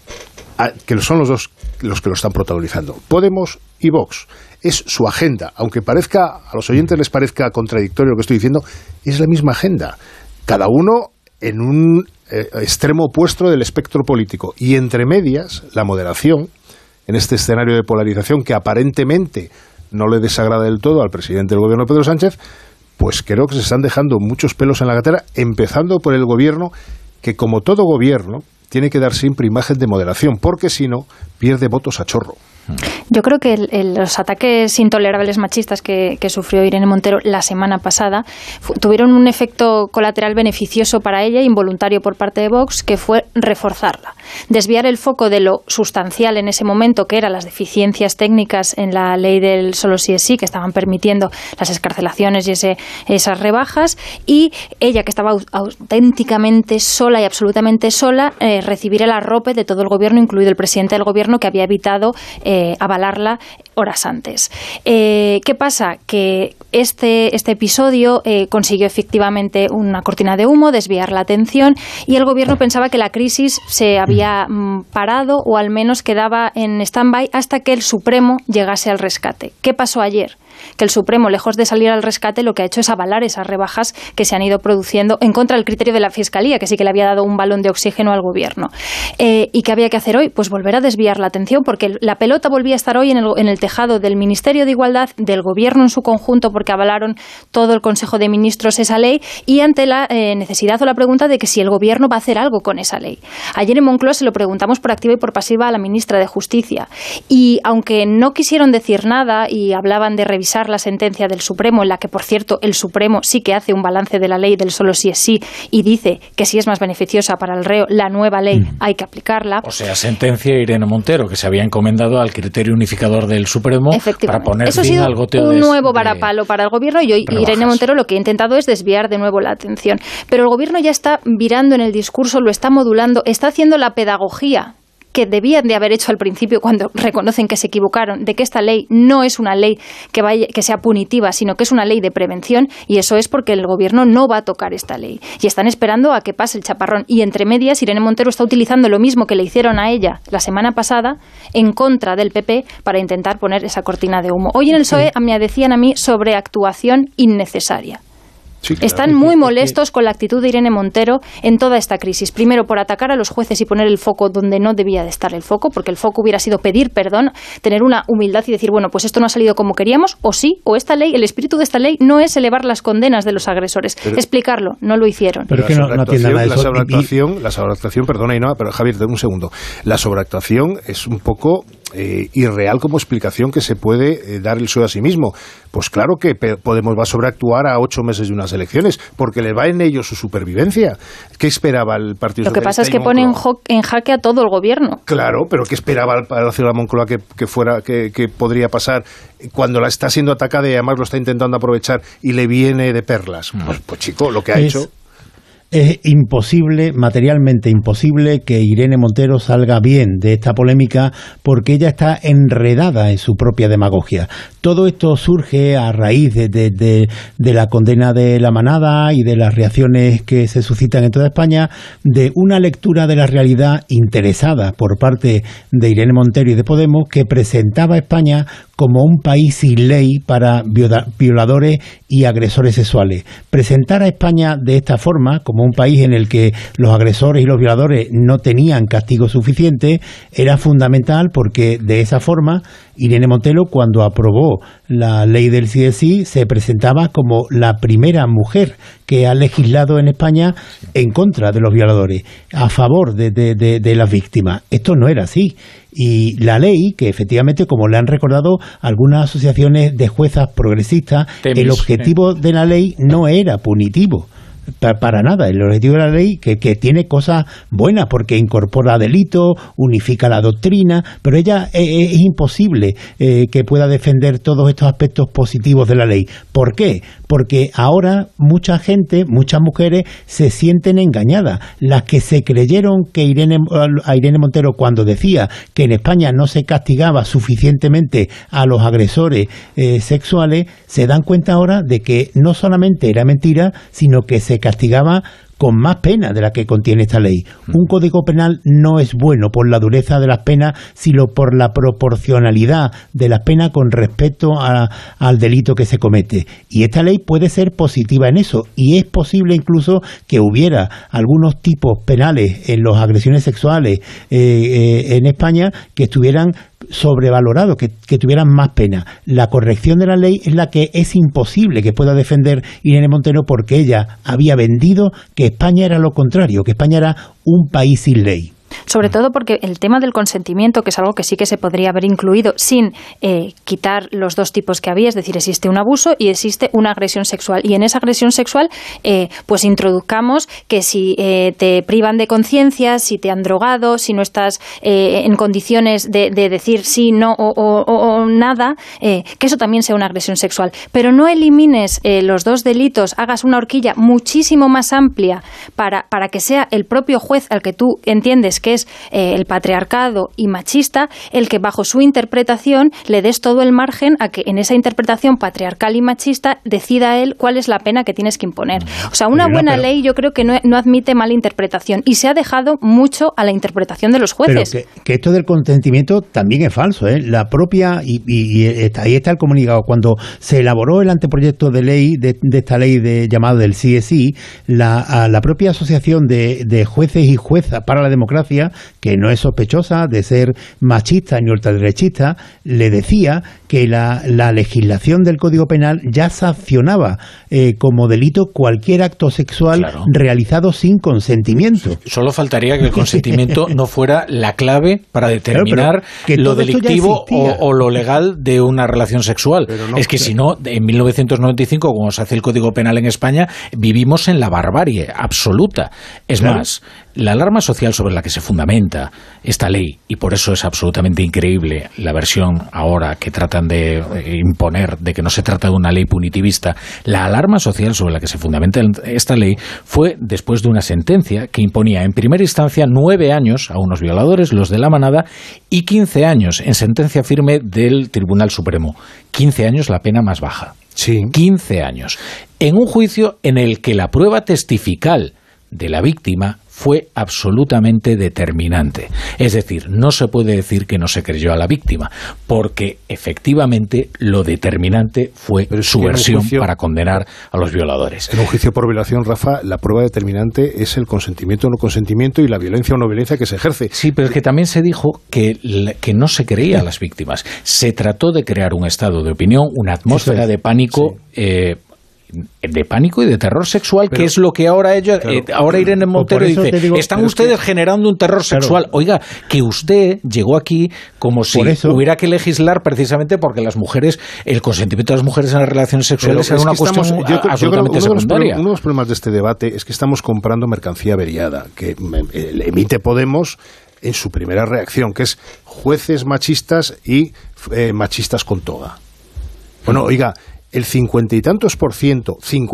Que son los dos los que lo están protagonizando, Podemos y Vox. Es su agenda, aunque a los oyentes les parezca contradictorio lo que estoy diciendo, es la misma agenda, cada uno en un extremo opuesto del espectro político, y entre medias la moderación en este escenario de polarización que aparentemente no le desagrada del todo al presidente del gobierno, Pedro Sánchez. Pues creo que se están dejando muchos pelos en la gatera, empezando por el gobierno, que como todo gobierno tiene que dar siempre imagen de moderación, porque si no, pierde votos a chorro. Yo creo que los ataques intolerables machistas que sufrió Irene Montero la semana pasada tuvieron un efecto colateral beneficioso para ella, involuntario por parte de Vox, que fue reforzarla, desviar el foco de lo sustancial en ese momento, que eran las deficiencias técnicas en la ley del solo sí es sí, que estaban permitiendo las excarcelaciones y esas rebajas, y ella, que estaba auténticamente sola y absolutamente sola, recibir el arrope de todo el gobierno, incluido el presidente del gobierno, que había evitado avalarla horas antes. ¿Qué pasa? Que este episodio consiguió efectivamente una cortina de humo, desviar la atención, y el gobierno pensaba que la crisis se había parado o al menos quedaba en stand-by hasta que el Supremo llegase al rescate. ¿Qué pasó ayer? Que el Supremo, lejos de salir al rescate, lo que ha hecho es avalar esas rebajas que se han ido produciendo en contra del criterio de la Fiscalía, que sí que le había dado un balón de oxígeno al gobierno. ¿Y qué había que hacer hoy? Pues volver a desviar la atención, porque la pelota volvía a estar hoy en el tejado del Ministerio de Igualdad, del gobierno en su conjunto, porque avalaron todo el Consejo de Ministros esa ley, y ante la necesidad o la pregunta de que si el gobierno va a hacer algo con esa ley. Ayer en Moncloa se lo preguntamos por activa y por pasiva a la ministra de Justicia, y aunque no quisieron decir nada y hablaban de revisar la sentencia del Supremo, en la que, por cierto, el Supremo sí que hace un balance de la ley del solo sí es sí y dice que si es más beneficiosa para el reo, la nueva ley hay que aplicarla. O sea, sentencia Irene Montero, que se había encomendado al criterio unificador del Supremo para poner fin al goteo de... Eso ha sido un nuevo varapalo para el gobierno, y hoy Irene Montero lo que ha intentado es desviar de nuevo la atención. Pero el gobierno ya está virando en el discurso, lo está modulando, está haciendo la pedagogía que debían de haber hecho al principio cuando reconocen que se equivocaron, de que esta ley no es una ley que sea punitiva, sino que es una ley de prevención, y eso es porque el gobierno no va a tocar esta ley. Y están esperando a que pase el chaparrón. Y entre medias, Irene Montero está utilizando lo mismo que le hicieron a ella la semana pasada en contra del PP para intentar poner esa cortina de humo. Hoy en el PSOE me decían a mí sobre actuación innecesaria. Sí, claro. Están muy molestos con la actitud de Irene Montero en toda esta crisis. Primero, por atacar a los jueces y poner el foco donde no debía de estar el foco, porque el foco hubiera sido pedir perdón, tener una humildad y decir, bueno, pues esto no ha salido como queríamos, o sí, o esta ley, el espíritu de esta ley no es elevar las condenas de los agresores. Explicarlo, no lo hicieron. Pero es que no atiendan a eso. La sobreactuación, perdona, Ainhoa, pero Javier, un segundo. La sobreactuación es un poco irreal como explicación que se puede dar el PSOE a sí mismo. Pues claro que Podemos va a sobreactuar a 8 meses de unas elecciones, porque le va en ello su supervivencia. ¿Qué esperaba el Partido Socialista? Lo que pasa es que pone en jaque a todo el gobierno. Claro, pero ¿qué esperaba el Palacio de la Moncloa que podría pasar cuando la está siendo atacada y además lo está intentando aprovechar y le viene de perlas? Pues chico, lo que ha hecho... Es imposible, materialmente imposible, que Irene Montero salga bien de esta polémica, porque ella está enredada en su propia demagogia. Todo esto surge a raíz de la condena de La Manada y de las reacciones que se suscitan en toda España, de una lectura de la realidad interesada por parte de Irene Montero y de Podemos, que presentaba a España como un país sin ley para violadores y agresores sexuales. Presentar a España de esta forma, como un país en el que los agresores y los violadores no tenían castigo suficiente, era fundamental, porque de esa forma Irene Montero, cuando aprobó la ley del sí es sí, se presentaba como la primera mujer que ha legislado en España en contra de los violadores, a favor de las víctimas. Esto no era así. Y la ley, que efectivamente, como le han recordado algunas asociaciones de juezas progresistas, el objetivo de la ley no era punitivo. Para nada. El objetivo de la ley que tiene cosas buenas, porque incorpora delitos, unifica la doctrina, pero ella es imposible que pueda defender todos estos aspectos positivos de la ley. ¿Por qué? Porque ahora mucha gente, muchas mujeres se sienten engañadas. Las que se creyeron que a Irene Montero, cuando decía que en España no se castigaba suficientemente a los agresores sexuales, se dan cuenta ahora de que no solamente era mentira, sino que se castigaba con más pena de la que contiene esta ley. Un código penal no es bueno por la dureza de las penas, sino por la proporcionalidad de las penas con respecto al delito que se comete. Y esta ley puede ser positiva en eso, y es posible incluso que hubiera algunos tipos penales en las agresiones sexuales en España que estuvieran sobrevalorados, que tuvieran más pena. La corrección de la ley es la que es imposible que pueda defender Irene Montero, porque ella había vendido que España era lo contrario, que España era un país sin ley. Sobre todo porque el tema del consentimiento, que es algo que sí que se podría haber incluido sin quitar los dos tipos que había, es decir, existe un abuso y existe una agresión sexual. Y en esa agresión sexual, pues introduzcamos que si te privan de conciencia, si te han drogado, si no estás en condiciones de decir sí, no o nada, que eso también sea una agresión sexual. Pero no elimines los dos delitos, hagas una horquilla muchísimo más amplia para que sea el propio juez al que tú entiendes que es el patriarcado y machista, el que bajo su interpretación le des todo el margen a que en esa interpretación patriarcal y machista decida él cuál es la pena que tienes que imponer. O sea, una buena ley yo creo que no admite mala interpretación y se ha dejado mucho a la interpretación de los jueces. Pero que esto del consentimiento también es falso, ¿eh? La propia, ahí está el comunicado, cuando se elaboró el anteproyecto de ley, de esta ley llamado del CSI, la propia Asociación de Jueces y Juezas para la Democracia, que no es sospechosa de ser machista ni ultraderechista, le decía que la legislación del Código Penal ya sancionaba como delito cualquier acto sexual realizado sin consentimiento. Solo faltaría que el consentimiento no fuera la clave para determinar lo delictivo o lo legal de una relación sexual. Es que si no, en 1995, como se hace el Código Penal en España, vivimos en la barbarie absoluta. Es más, la alarma social sobre la que se fundamenta esta ley, y por eso es absolutamente increíble la versión ahora que tratan de imponer, de que no se trata de una ley punitivista, la alarma social sobre la que se fundamenta esta ley fue después de una sentencia que imponía en primera instancia 9 años a unos violadores, los de La Manada, y 15 años en sentencia firme del Tribunal Supremo. 15 años la pena más baja. Sí. 15 años. En un juicio en el que la prueba testifical de la víctima fue absolutamente determinante. Es decir, no se puede decir que no se creyó a la víctima, porque efectivamente lo determinante fue su versión para condenar a los violadores. En un juicio por violación, Rafa, la prueba determinante es el consentimiento o no consentimiento y la violencia o no violencia que se ejerce. Sí, pero es que también se dijo que no se creía a las víctimas. Se trató de crear un estado de opinión, una atmósfera de pánico, de pánico y de terror sexual, que es lo que ahora ahora Irene Montero dice, están ustedes generando un terror sexual. Oiga, que usted llegó aquí como si hubiera que legislar precisamente porque las mujeres, el consentimiento de las mujeres en las relaciones sexuales era una cuestión absolutamente secundaria. Uno de los problemas de este debate es que estamos comprando mercancía averiada, que emite Podemos en su primera reacción, que es jueces machistas y machistas con toga. Bueno, oiga, el 50 y tantos por ciento,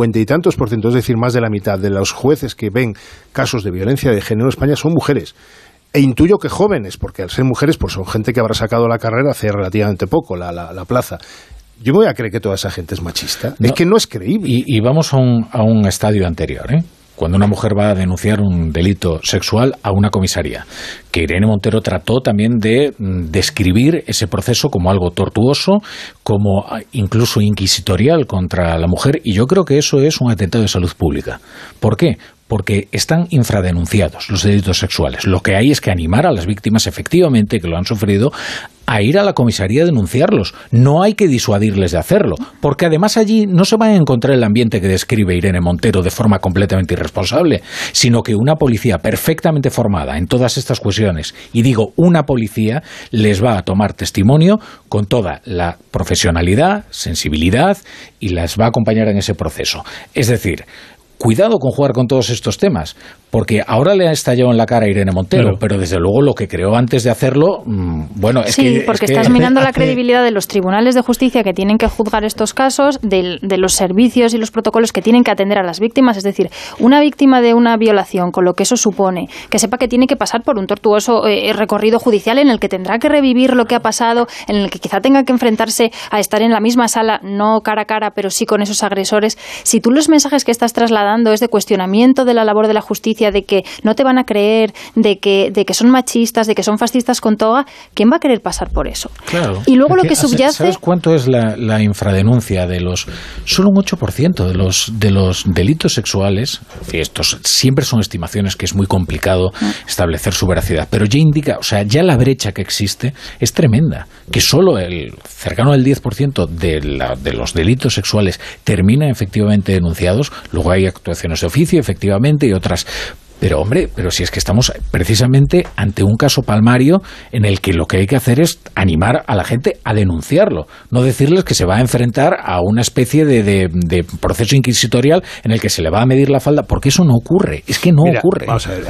es decir, más de la mitad de los jueces que ven casos de violencia de género en España son mujeres. E intuyo que jóvenes, porque al ser mujeres pues son gente que habrá sacado la carrera hace relativamente poco, la plaza. Yo me voy a creer que toda esa gente es machista. Es que no es creíble. Y vamos a un estadio anterior, ¿eh? Cuando una mujer va a denunciar un delito sexual a una comisaría, que Irene Montero trató también de describir ese proceso como algo tortuoso, como incluso inquisitorial contra la mujer, y yo creo que eso es un atentado de salud pública. ¿Por qué? Porque están infradenunciados los delitos sexuales. Lo que hay es que animar a las víctimas, efectivamente, que lo han sufrido, a ir a la comisaría a denunciarlos. No hay que disuadirles de hacerlo, porque además allí no se va a encontrar el ambiente que describe Irene Montero de forma completamente irresponsable, sino que una policía perfectamente formada en todas estas cuestiones, y digo una policía, les va a tomar testimonio con toda la profesionalidad, sensibilidad, y las va a acompañar en ese proceso. Es decir, cuidado con jugar con todos estos temas, porque ahora le ha estallado en la cara a Irene Montero, pero desde luego lo que creó antes de hacerlo, bueno, es que... Sí, porque estás minando la credibilidad de los tribunales de justicia que tienen que juzgar estos casos, de los servicios y los protocolos que tienen que atender a las víctimas. Es decir, una víctima de una violación, con lo que eso supone, que sepa que tiene que pasar por un tortuoso recorrido judicial en el que tendrá que revivir lo que ha pasado, en el que quizá tenga que enfrentarse a estar en la misma sala, no cara a cara, pero sí con esos agresores. Si tú los mensajes que estás trasladando es de cuestionamiento de la labor de la justicia, de que no te van a creer, de que son machistas, de que son fascistas con toga, ¿quién va a querer pasar por eso? Claro. Y luego lo que subyace... ¿Sabes cuánto es la infradenuncia de los... Solo un 8% de los delitos sexuales, estos siempre son estimaciones que es muy complicado establecer su veracidad, pero ya indica, o sea, ya la brecha que existe es tremenda, que solo cercano al 10% de los delitos sexuales terminan efectivamente denunciados. Luego hay actuaciones de oficio, efectivamente, y otras. Pero hombre, si es que estamos precisamente ante un caso palmario en el que lo que hay que hacer es animar a la gente a denunciarlo, no decirles que se va a enfrentar a una especie de proceso inquisitorial en el que se le va a medir la falda, porque eso no ocurre, es que no ocurre. Vamos a ver,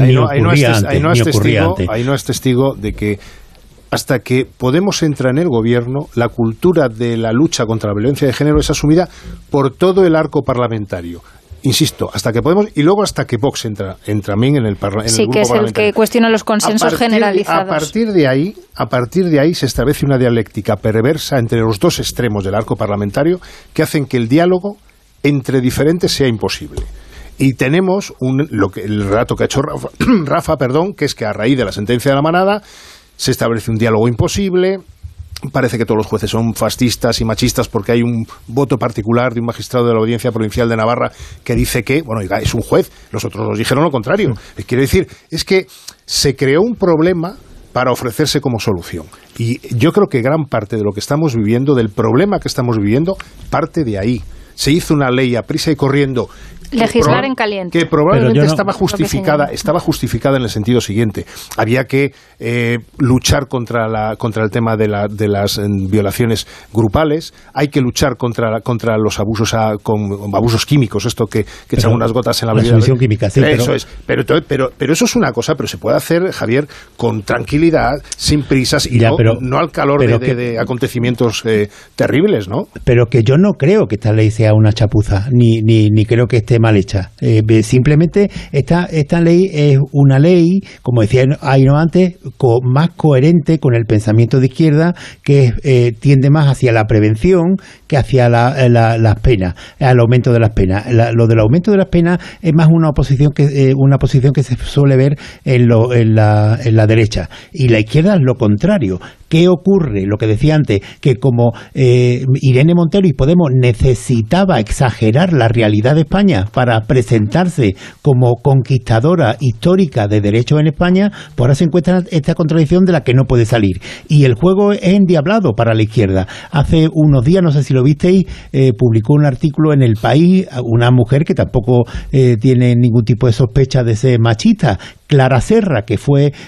ahí no es testigo de que hasta que Podemos entra en el gobierno, la cultura de la lucha contra la violencia de género es asumida por todo el arco parlamentario. insisto, hasta que podemos, y luego hasta que Vox entra también en el Parlamento. Sí, que es el que cuestiona los consensos generalizados. A partir de ahí se establece una dialéctica perversa entre los dos extremos del arco parlamentario que hacen que el diálogo entre diferentes sea imposible. Y tenemos el relato que ha hecho Rafa, que es que a raíz de la sentencia de la manada se establece un diálogo imposible. Parece que todos los jueces son fascistas y machistas porque hay un voto particular de un magistrado de la Audiencia Provincial de Navarra que dice que, bueno, oiga, es un juez, los otros nos dijeron lo contrario. Quiero decir, es que se creó un problema para ofrecerse como solución. Y yo creo que gran parte de lo que estamos viviendo, del problema que estamos viviendo, parte de ahí. Se hizo una ley a prisa y corriendo. Legislar en caliente. Que probablemente estaba justificada en el sentido siguiente. Había que luchar contra el tema de las violaciones grupales, hay que luchar contra los abusos con abusos químicos, esto que echan unas gotas en la bebida. Solución química, sí, eso es. Pero eso es una cosa, pero se puede hacer, Javier, con tranquilidad, sin prisas y no al calor de acontecimientos terribles, ¿no? Pero que yo no creo que esta ley sea una chapuza, ni creo que esté mal hecha. Simplemente esta ley es una ley, como decía Aino antes, más coherente con el pensamiento de izquierda, que tiende más hacia la prevención que hacia las penas, al aumento de las penas. Lo del aumento de las penas es más una posición que se suele ver en la derecha, y la izquierda es lo contrario. ¿Qué ocurre? Lo que decía antes, que como Irene Montero y Podemos necesitaba exagerar la realidad de España para presentarse como conquistadora histórica de derechos en España, pues ahora se encuentra esta contradicción de la que no puede salir. Y el juego es endiablado para la izquierda. Hace unos días, no sé si lo visteis, publicó un artículo en El País, una mujer que tampoco tiene ningún tipo de sospecha de ser machista, Clara Serra, que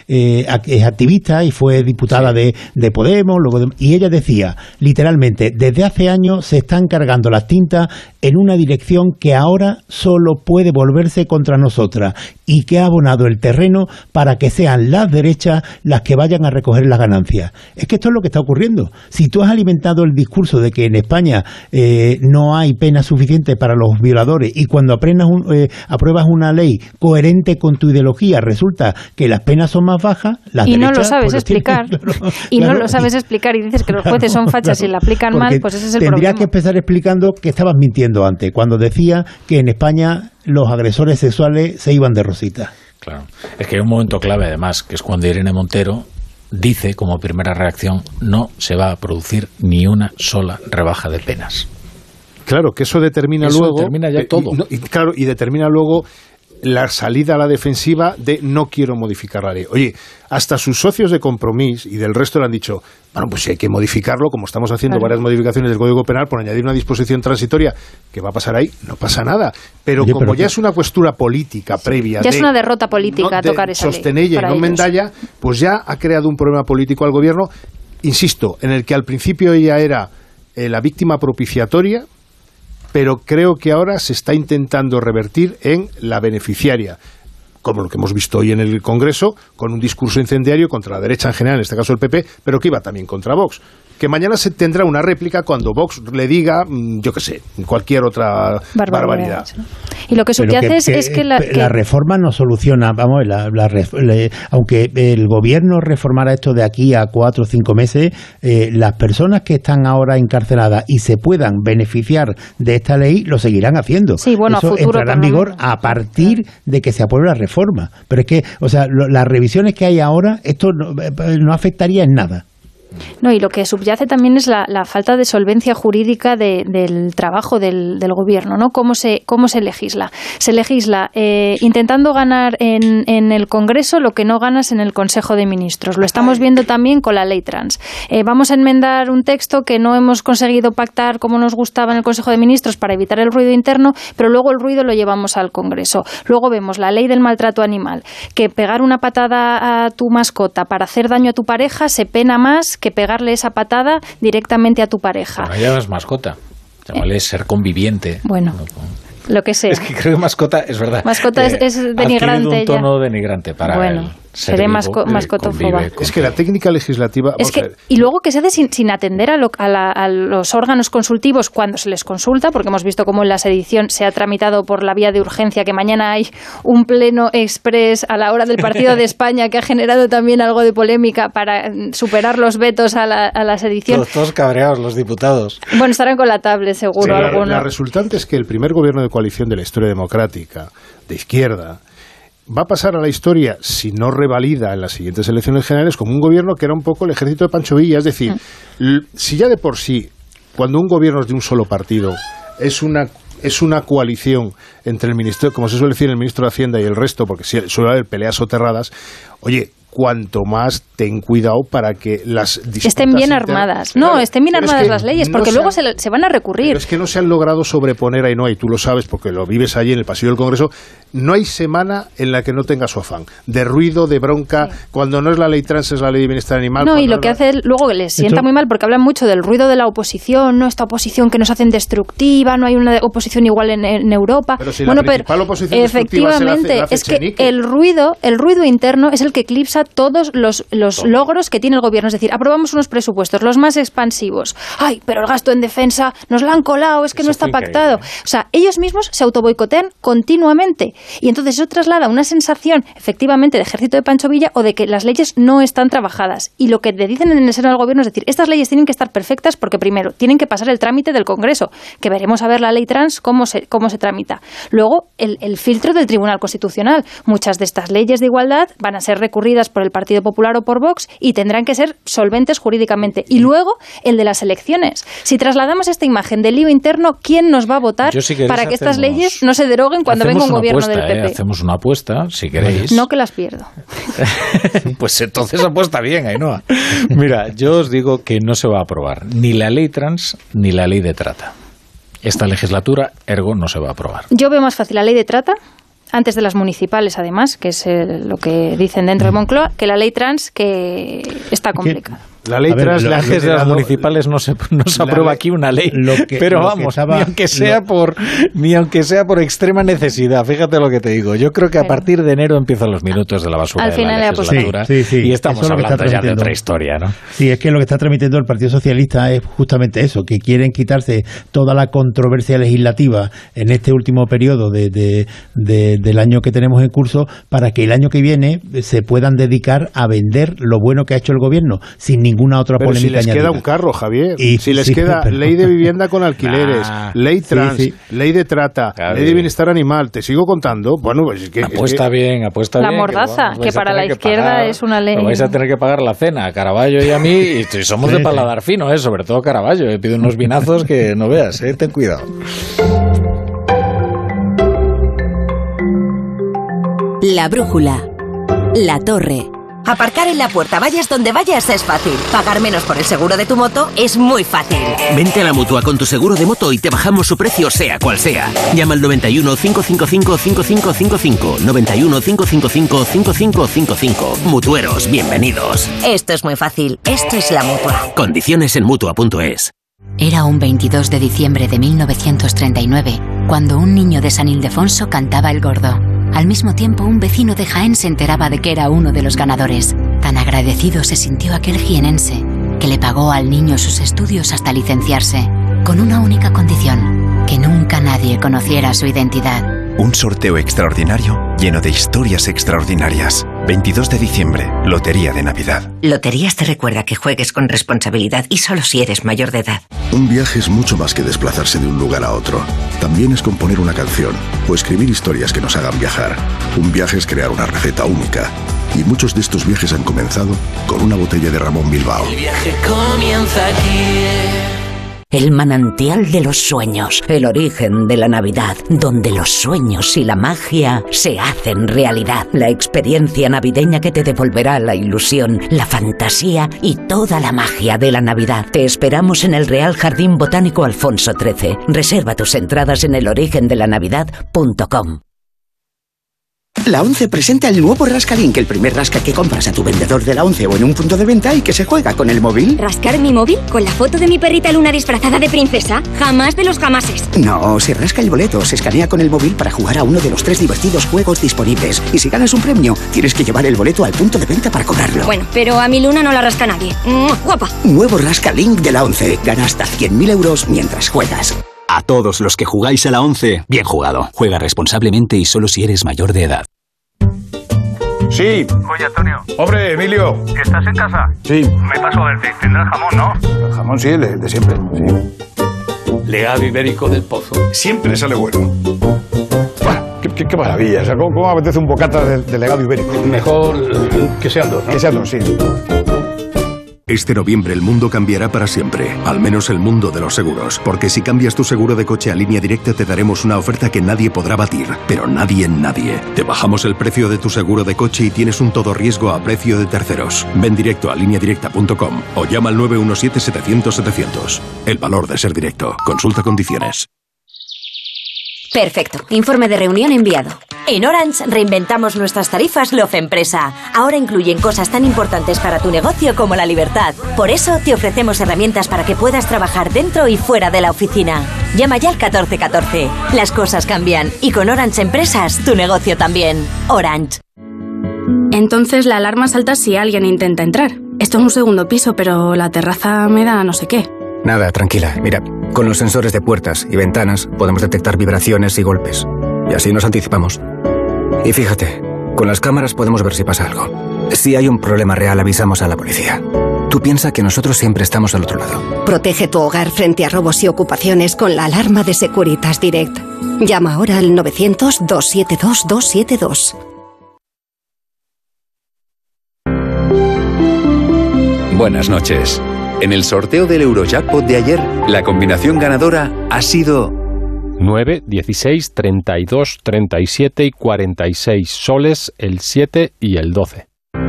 es activista y fue diputada de Podemos, y ella decía, literalmente, desde hace años se están cargando las tintas en una dirección que ahora solo puede volverse contra nosotras, y que ha abonado el terreno para que sean las derechas las que vayan a recoger las ganancias. Es que esto es lo que está ocurriendo. Si tú has alimentado el discurso de que en España no hay pena suficiente para los violadores, y cuando apruebas una ley coherente con tu ideología resulta que las penas son más bajas, y no lo sabes explicar. No lo sabes explicar y dices que los jueces son fachas y la aplican mal, pues ese es el problema. Tendrías que empezar explicando que estabas mintiendo antes, cuando decía que en España los agresores sexuales se iban de rosita. Claro. Es que hay un momento clave, además, que es cuando Irene Montero dice, como primera reacción, no se va a producir ni una sola rebaja de penas. Claro, que eso determina luego... determina ya todo. Y determina luego la salida a la defensiva de no quiero modificar la ley. Oye, hasta sus socios de Compromís y del resto le han dicho, bueno, pues si hay que modificarlo, como estamos haciendo varias modificaciones del Código Penal por añadir una disposición transitoria, ¿qué va a pasar ahí? No pasa nada. Pero como ya es una postura política previa... Ya es una derrota política tocar esa ley. Sostenella y no Mendalla, pues ya ha creado un problema político al gobierno, insisto, en el que al principio ella era la víctima propiciatoria, pero creo que ahora se está intentando revertir en la beneficiaria, como lo que hemos visto hoy en el Congreso, con un discurso incendiario contra la derecha en general, en este caso el PP, pero que iba también contra Vox. Que mañana se tendrá una réplica cuando Vox le diga, yo qué sé, cualquier otra barbaridad. Y lo que subyace es que la reforma no soluciona, vamos, aunque el gobierno reformara esto de aquí a 4 o 5 meses, las personas que están ahora encarceladas y se puedan beneficiar de esta ley, lo seguirán haciendo. Sí, bueno, eso a futuro entrará en vigor a partir de que se apruebe la reforma. Pero es que, o sea, las revisiones que hay ahora, esto no afectaría en nada. No, y lo que subyace también es la falta de solvencia jurídica del trabajo del gobierno, ¿no? ¿Cómo se legisla? Se legisla intentando ganar en el Congreso lo que no ganas en el Consejo de Ministros. Lo estamos viendo también con la ley trans. Vamos a enmendar un texto que no hemos conseguido pactar como nos gustaba en el Consejo de Ministros para evitar el ruido interno, pero luego el ruido lo llevamos al Congreso. Luego vemos la ley del maltrato animal, que pegar una patada a tu mascota para hacer daño a tu pareja se pena más que pegarle esa patada directamente a tu pareja. Bueno, ya no es mascota, es ser conviviente. Bueno, lo que sea. Es que creo que mascota, es verdad. Mascota es denigrante. Un tono denigrante para él. Seré mascotófoba. Es que la técnica legislativa... Y luego que se hace sin atender a los órganos consultivos cuando se les consulta, porque hemos visto cómo en la sedición se ha tramitado por la vía de urgencia, que mañana hay un pleno express a la hora del Partido de España que ha generado también algo de polémica para superar los vetos a la sedición. Todos cabreados los diputados. Bueno, estarán con la tablet seguro. Sí, la resultante es que el primer gobierno de coalición de la historia democrática, de izquierda, va a pasar a la historia, si no revalida en las siguientes elecciones generales, como un gobierno que era un poco el ejército de Pancho Villa. Es decir, si ya de por sí, cuando un gobierno es de un solo partido, es una coalición entre el ministro, como se suele decir, el ministro de Hacienda y el resto, porque suele haber peleas soterradas, oye, cuanto más ten cuidado para que las disputas estén bien armadas. No, estén bien armadas las leyes, porque luego se van a recurrir. Pero es que no se han logrado sobreponer ahí, no, y tú lo sabes porque lo vives allí en el pasillo del Congreso. No hay semana en la que no tenga su afán de ruido, de bronca. Cuando no es la ley trans, es la ley de bienestar animal. No, y lo que hace luego les sienta muy mal porque hablan mucho del ruido de la oposición, no, esta oposición que nos hacen destructiva, no hay una oposición igual en Europa. Pero si la principal oposición efectivamente la hace es que Chenique. el ruido interno es el que eclipsa todos los logros que tiene el gobierno. Es decir, aprobamos unos presupuestos, los más expansivos. Ay, pero el gasto en defensa nos lo han colado, es que no está pactado. O sea, ellos mismos se autoboicotean continuamente. Y entonces eso traslada una sensación, efectivamente, de ejército de Pancho Villa o de que las leyes no están trabajadas. Y lo que le dicen en el seno del gobierno es decir, estas leyes tienen que estar perfectas porque primero tienen que pasar el trámite del Congreso, que veremos a ver la ley trans cómo se tramita. Luego, el filtro del Tribunal Constitucional. Muchas de estas leyes de igualdad van a ser recurridas por el Partido Popular o por Vox y tendrán que ser solventes jurídicamente. Y luego, el de las elecciones. Si trasladamos esta imagen del lío interno, ¿quién nos va a votar para que estas leyes no se deroguen cuando venga un gobierno del PP? Hacemos una apuesta, si queréis. No, que las pierdo. Pues entonces apuesta bien, Ainhoa. Mira, yo os digo que no se va a aprobar ni la ley trans ni la ley de trata. Esta legislatura, ergo, no se va a aprobar. Yo veo más fácil la ley de trata, antes de las municipales, además, que es lo que dicen dentro de Moncloa, que la ley trans, que está complicada. La ley trans, antes de las municipales no se aprueba aquí una ley, pero vamos, ni aunque sea por extrema necesidad. Fíjate lo que te digo. Yo creo que a partir de enero empiezan los minutos de la basura al de final la legislatura y estamos hablando ya de otra historia, ¿no? Sí, es que lo que está transmitiendo el Partido Socialista es justamente eso, que quieren quitarse toda la controversia legislativa en este último periodo del año que tenemos en curso para que el año que viene se puedan dedicar a vender lo bueno que ha hecho el gobierno sin ninguna otra polémica si les añadida. Queda un carro, Javier. Si les queda ley de vivienda con alquileres, ley trans, ley de trata, ley de bienestar animal, te sigo contando. Bueno, pues es que apuesta bien. La mordaza, que para la izquierda es una ley. Vais a tener que pagar la cena a Caraballo y a mí, y somos de paladar fino, sobre todo Caraballo. Pido unos vinazos que no veas, ten cuidado. La brújula. La torre. Aparcar en la puerta, vayas donde vayas, es fácil. Pagar menos por el seguro de tu moto es muy fácil. Vente a la Mutua con tu seguro de moto y te bajamos su precio sea cual sea. Llama al 91 555 5555. 91 555 5555. Mutueros, bienvenidos. Esto es muy fácil. Esto es la Mutua. Condiciones en Mutua.es. Era un 22 de diciembre de 1939, cuando un niño de San Ildefonso cantaba El Gordo. Al mismo tiempo, un vecino de Jaén se enteraba de que era uno de los ganadores. Tan agradecido se sintió aquel jienense, que le pagó al niño sus estudios hasta licenciarse, con una única condición: que nunca nadie conociera su identidad. Un sorteo extraordinario lleno de historias extraordinarias. 22 de diciembre, Lotería de Navidad. Loterías te recuerda que juegues con responsabilidad y solo si eres mayor de edad. Un viaje es mucho más que desplazarse de un lugar a otro. También es componer una canción o escribir historias que nos hagan viajar. Un viaje es crear una receta única. Y muchos de estos viajes han comenzado con una botella de Ramón Bilbao. El viaje comienza aquí. El manantial de los sueños, el origen de la Navidad, donde los sueños y la magia se hacen realidad. La experiencia navideña que te devolverá la ilusión, la fantasía y toda la magia de la Navidad. Te esperamos en el Real Jardín Botánico Alfonso XIII. Reserva tus entradas en elorigendelanavidad.com. La ONCE presenta el nuevo Rascalink, el primer rasca que compras a tu vendedor de la ONCE o en un punto de venta y que se juega con el móvil. ¿Rascar mi móvil? ¿Con la foto de mi perrita Luna disfrazada de princesa? Jamás de los jamases. No, se rasca el boleto, se escanea con el móvil para jugar a uno de los 3 divertidos juegos disponibles. Y si ganas un premio, tienes que llevar el boleto al punto de venta para cobrarlo. Bueno, pero a mi Luna no la rasca nadie. ¡Guapa! Nuevo Rascalink de la ONCE. Gana hasta 100.000 euros mientras juegas. A todos los que jugáis a la ONCE, bien jugado. Juega responsablemente y solo si eres mayor de edad. Sí. Oye, Antonio. Hombre, Emilio. ¿Estás en casa? Sí. Me paso a verte. Tendrás jamón, ¿no? El jamón sí, de siempre, sí. Legado ibérico del Pozo. Siempre sale bueno. Qué maravilla. O sea, ¿cómo me apetece un bocata de legado ibérico? Mejor que sean dos, ¿no? Que sean dos, sí. Este noviembre el mundo cambiará para siempre, al menos el mundo de los seguros, porque si cambias tu seguro de coche a Línea Directa te daremos una oferta que nadie podrá batir, pero nadie. Te bajamos el precio de tu seguro de coche y tienes un todo riesgo a precio de terceros. Ven directo a lineadirecta.com o llama al 917-700-700. El valor de ser directo. Consulta condiciones. Perfecto. Informe de reunión enviado. En Orange reinventamos nuestras tarifas Love Empresa. Ahora incluyen cosas tan importantes para tu negocio como la libertad. Por eso te ofrecemos herramientas para que puedas trabajar dentro y fuera de la oficina. Llama ya al 1414. Las cosas cambian y con Orange Empresas tu negocio también. Orange. Entonces la alarma salta si alguien intenta entrar. Esto es un segundo piso, pero la terraza me da no sé qué. Nada, tranquila. Mira, con los sensores de puertas y ventanas podemos detectar vibraciones y golpes. Y así nos anticipamos. Y fíjate, con las cámaras podemos ver si pasa algo. Si hay un problema real, avisamos a la policía. Tú piensa que nosotros siempre estamos al otro lado. Protege tu hogar frente a robos y ocupaciones con la alarma de Securitas Direct. Llama ahora al 900-272-272. Buenas noches. En el sorteo del Eurojackpot de ayer, la combinación ganadora ha sido 9, 16, 32, 37 y 46 soles, el 7 y el 12.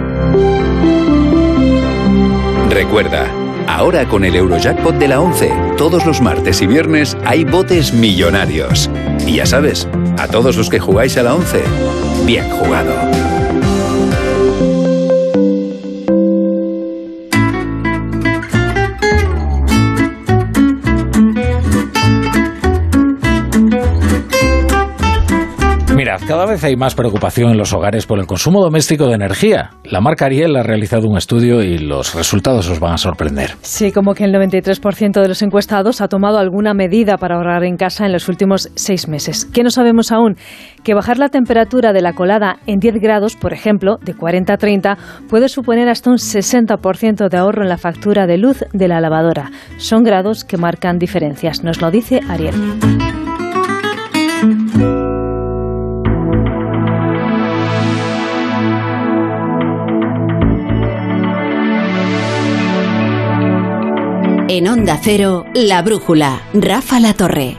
Recuerda, ahora con el Eurojackpot de la 11, todos los martes y viernes hay botes millonarios. Y ya sabes, a todos los que jugáis a la 11, bien jugado. Mirad, cada vez hay más preocupación en los hogares por el consumo doméstico de energía. La marca Ariel ha realizado un estudio y los resultados os van a sorprender. Sí, como que el 93% de los encuestados ha tomado alguna medida para ahorrar en casa en los últimos 6 meses. ¿Qué no sabemos aún? Que bajar la temperatura de la colada en 10 grados, por ejemplo, de 40 a 30, puede suponer hasta un 60% de ahorro en la factura de luz de la lavadora. Son grados que marcan diferencias, nos lo dice Ariel. En Onda Cero, La Brújula, Rafa La Torre.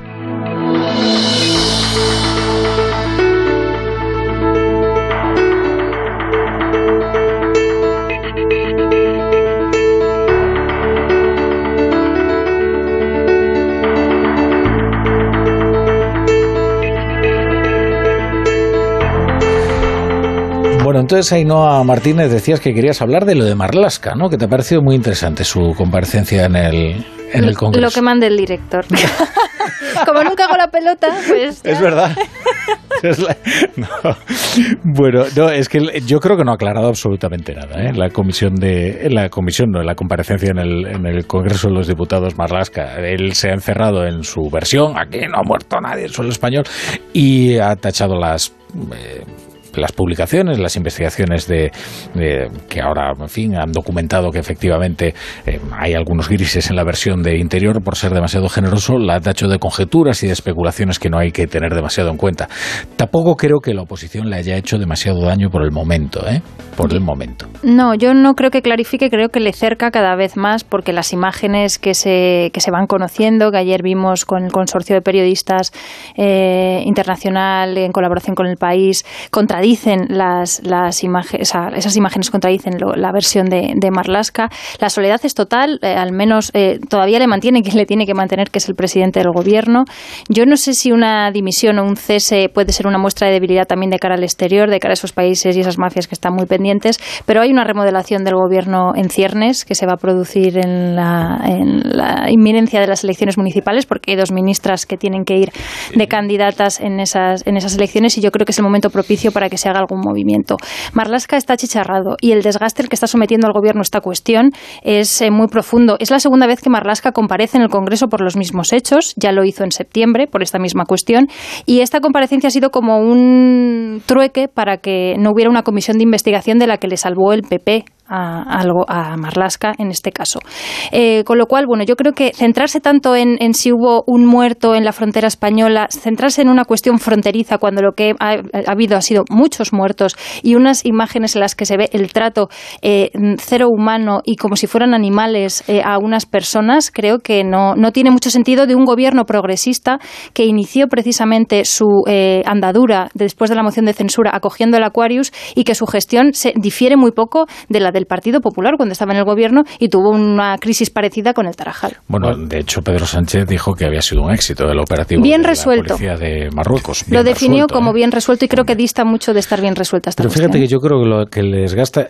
Bueno, entonces Ainhoa Martínez, decías que querías hablar de lo de Marlaska, ¿no? Que te ha parecido muy interesante su comparecencia en el Congreso. Lo que mande el director. Como nunca hago la pelota, pues... Es verdad. No. Bueno, no, es que yo creo que no ha aclarado absolutamente nada, ¿eh? La comparecencia en el Congreso de los Diputados Marlaska. Él se ha encerrado en su versión, aquí no ha muerto nadie en suelo español, y ha tachado las publicaciones, las investigaciones que ahora, en fin, han documentado que efectivamente hay algunos grises en la versión de Interior por ser demasiado generoso. La ha tachado de conjeturas y de especulaciones que no hay que tener demasiado en cuenta. Tampoco creo que la oposición le haya hecho demasiado daño por el momento, ¿eh? Por el momento. No, yo no creo que clarifique, creo que le cerca cada vez más, porque las imágenes que se van conociendo, que ayer vimos con el consorcio de periodistas internacional en colaboración con El País, contra contradicen las imágenes, o sea, esas imágenes contradicen la versión de Marlaska. La soledad es total, al menos todavía le mantiene quien le tiene que mantener, que es el presidente del gobierno. Yo no sé si una dimisión o un cese puede ser una muestra de debilidad también de cara al exterior, de cara a esos países y esas mafias que están muy pendientes, pero hay una remodelación del gobierno en ciernes que se va a producir en la inminencia de las elecciones municipales, porque hay 2 ministras que tienen que ir de candidatas en esas elecciones, y yo creo que es el momento propicio para que se haga algún movimiento. Marlaska está achicharrado y el desgaste al que está sometiendo al gobierno esta cuestión es muy profundo. Es la segunda vez que Marlaska comparece en el Congreso por los mismos hechos, ya lo hizo en septiembre por esta misma cuestión, y esta comparecencia ha sido como un trueque para que no hubiera una comisión de investigación de la que le salvó el PP a Marlaska en este caso. Con lo cual, bueno, yo creo que centrarse tanto en si hubo un muerto en la frontera española, centrarse en una cuestión fronteriza cuando lo que ha habido ha sido muchos muertos y unas imágenes en las que se ve el trato cero humano y como si fueran animales a unas personas, creo que no tiene mucho sentido de un gobierno progresista que inició precisamente su andadura después de la moción de censura acogiendo el Aquarius, y que su gestión se difiere muy poco de la del Partido Popular cuando estaba en el gobierno y tuvo una crisis parecida con el Tarajal. Bueno, de hecho Pedro Sánchez dijo que había sido un éxito el operativo bien de resuelto. La policía de Marruecos. Lo definió como bien resuelto y creo que dista mucho de estar bien resuelta esta cuestión. Pero fíjate que yo creo que lo que les gasta...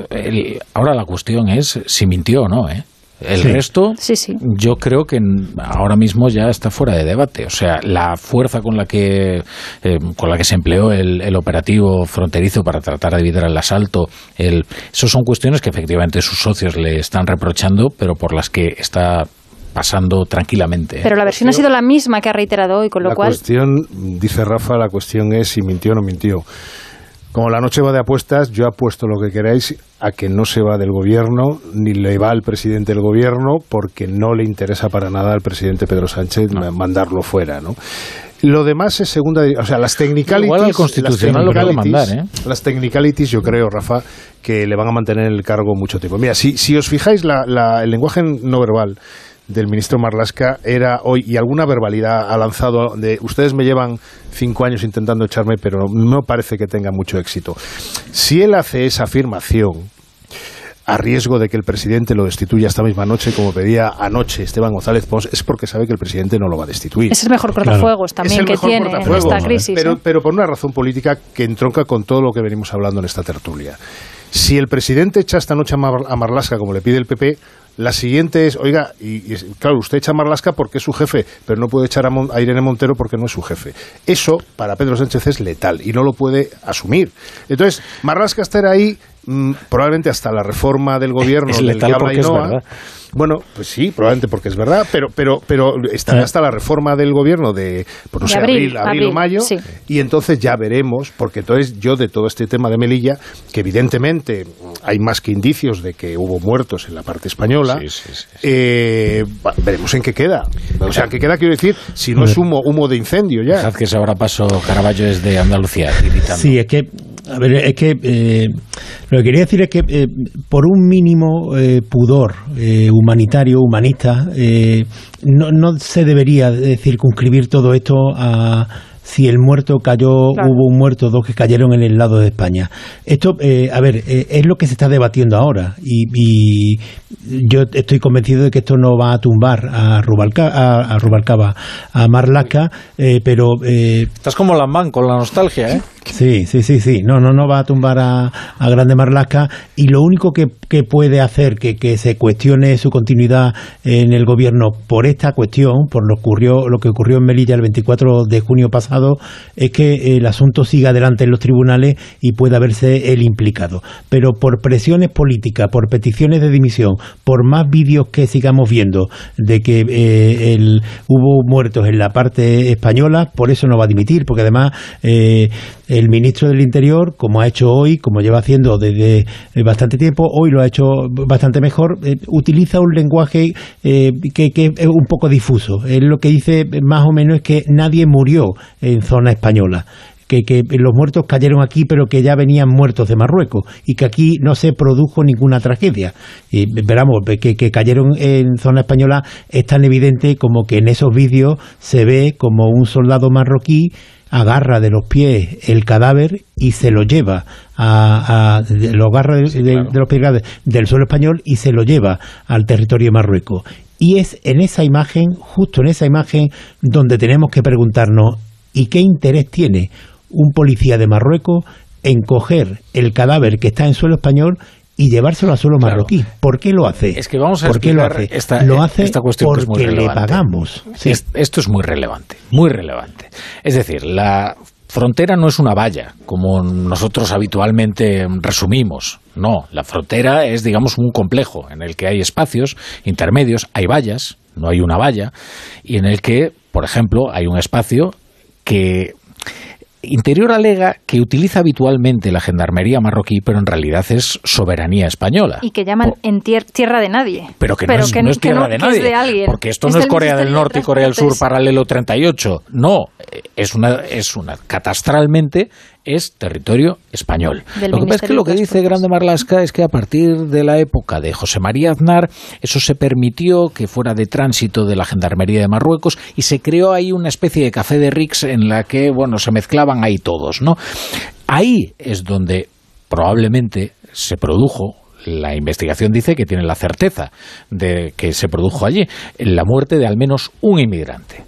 ahora la cuestión es si mintió o no, ¿eh? El resto, yo creo que ahora mismo ya está fuera de debate. O sea, la fuerza con la que se empleó el operativo fronterizo para tratar de evitar el asalto, eso son cuestiones que efectivamente sus socios le están reprochando, pero por las que está pasando tranquilamente. Pero la versión ha sido la misma que ha reiterado hoy, con lo cual... La cuestión, dice Rafa, la cuestión es si mintió o no mintió. Como la noche va de apuestas, yo apuesto lo que queráis a que no se va del gobierno, ni le va al presidente del gobierno, porque no le interesa para nada al presidente Pedro Sánchez mandarlo fuera, ¿no? Lo demás es segunda... O sea, las technicalities... Igual al Constitucional lo puede mandar, ¿eh? Las technicalities, yo creo, Rafa, que le van a mantener en el cargo mucho tiempo. Mira, si os fijáis, el lenguaje no verbal del ministro Marlaska era hoy, y alguna verbalidad ha lanzado de ustedes me llevan 5 años intentando echarme, pero no parece que tenga mucho éxito. Si él hace esa afirmación a riesgo de que el presidente lo destituya esta misma noche, como pedía anoche Esteban González Pons, es porque sabe que el presidente no lo va a destituir. Es el mejor cortafuegos también que tiene en esta crisis. Pero por una razón política que entronca con todo lo que venimos hablando en esta tertulia. Si el presidente echa esta noche a Marlaska, como le pide el PP, la siguiente es, oiga, y claro, usted echa a Marlaska porque es su jefe, pero no puede echar a Irene Montero porque no es su jefe. Eso, para Pedro Sánchez, es letal y no lo puede asumir. Entonces, Marlaska estará ahí probablemente hasta la reforma del gobierno. Es letal porque es verdad. Bueno, pues sí, probablemente porque es verdad, pero estará hasta la reforma del gobierno de pues no sé, abril o mayo, sí. Y entonces ya veremos, porque entonces yo de todo este tema de Melilla, que evidentemente hay más que indicios de que hubo muertos en la parte española, veremos en qué queda. O sea, en qué queda, quiero decir, si no es humo de incendio ya. Dejad que se ahora paso Caraballo desde Andalucía, gritando. Sí, es que lo que quería decir es que por un mínimo pudor humanitario, humanista, no se debería circunscribir todo esto a si el muerto cayó, hubo un muerto, 2 que cayeron en el lado de España. Esto, es lo que se está debatiendo ahora y yo estoy convencido de que esto no va a tumbar a Rubalcaba, a Marlaska, pero... Estás como Lambán con la nostalgia, ¿eh? Sí. No va a tumbar a Grande Marlaska, y lo único que puede hacer que se cuestione su continuidad en el gobierno por esta cuestión, por lo que ocurrió en Melilla el 24 de junio pasado, es que el asunto siga adelante en los tribunales y pueda verse él implicado. Pero por presiones políticas, por peticiones de dimisión, por más vídeos que sigamos viendo de que hubo muertos en la parte española, por eso no va a dimitir, porque además el ministro del Interior, como ha hecho hoy, como lleva haciendo desde bastante tiempo, hoy lo ha hecho bastante mejor, utiliza un lenguaje que es un poco difuso. Él lo que dice más o menos es que nadie murió en zona española, que los muertos cayeron aquí, pero que ya venían muertos de Marruecos y que aquí no se produjo ninguna tragedia. Y veramos, que cayeron en zona española es tan evidente como que en esos vídeos se ve como un soldado marroquí agarra de los pies el cadáver y se lo lleva lo agarra de los pies del suelo español y se lo lleva al territorio de Marruecos. Y es en esa imagen, justo en esa imagen, donde tenemos que preguntarnos ¿y qué interés tiene un policía de Marruecos en coger el cadáver que está en suelo español y llevárselo a suelo marroquí? ¿Por qué lo hace? Es que vamos a ¿Por qué lo hace? Lo hace esta cuestión porque le pagamos. Sí. Esto es muy relevante, muy relevante. Es decir, la frontera no es una valla, como nosotros habitualmente resumimos. No, la frontera es, digamos, un complejo en el que hay espacios intermedios, hay vallas, no hay una valla, y en el que, por ejemplo, hay un espacio que Interior alega que utiliza habitualmente la gendarmería marroquí, pero en realidad es soberanía española. Y que llaman en tierra de nadie. Pero que no es tierra de nadie. Es de alguien. Porque esto no es Corea del Norte y Corea del Sur paralelo 38. No, es una catastralmente es territorio español. Lo que pasa es que lo que dice Grande Marlaska es que a partir de la época de José María Aznar, eso se permitió que fuera de tránsito de la Gendarmería de Marruecos y se creó ahí una especie de café de Rix en la que, bueno, se mezclaban ahí todos, ¿no? Ahí es donde probablemente se produjo. La investigación dice que tiene la certeza de que se produjo allí la muerte de al menos un inmigrante.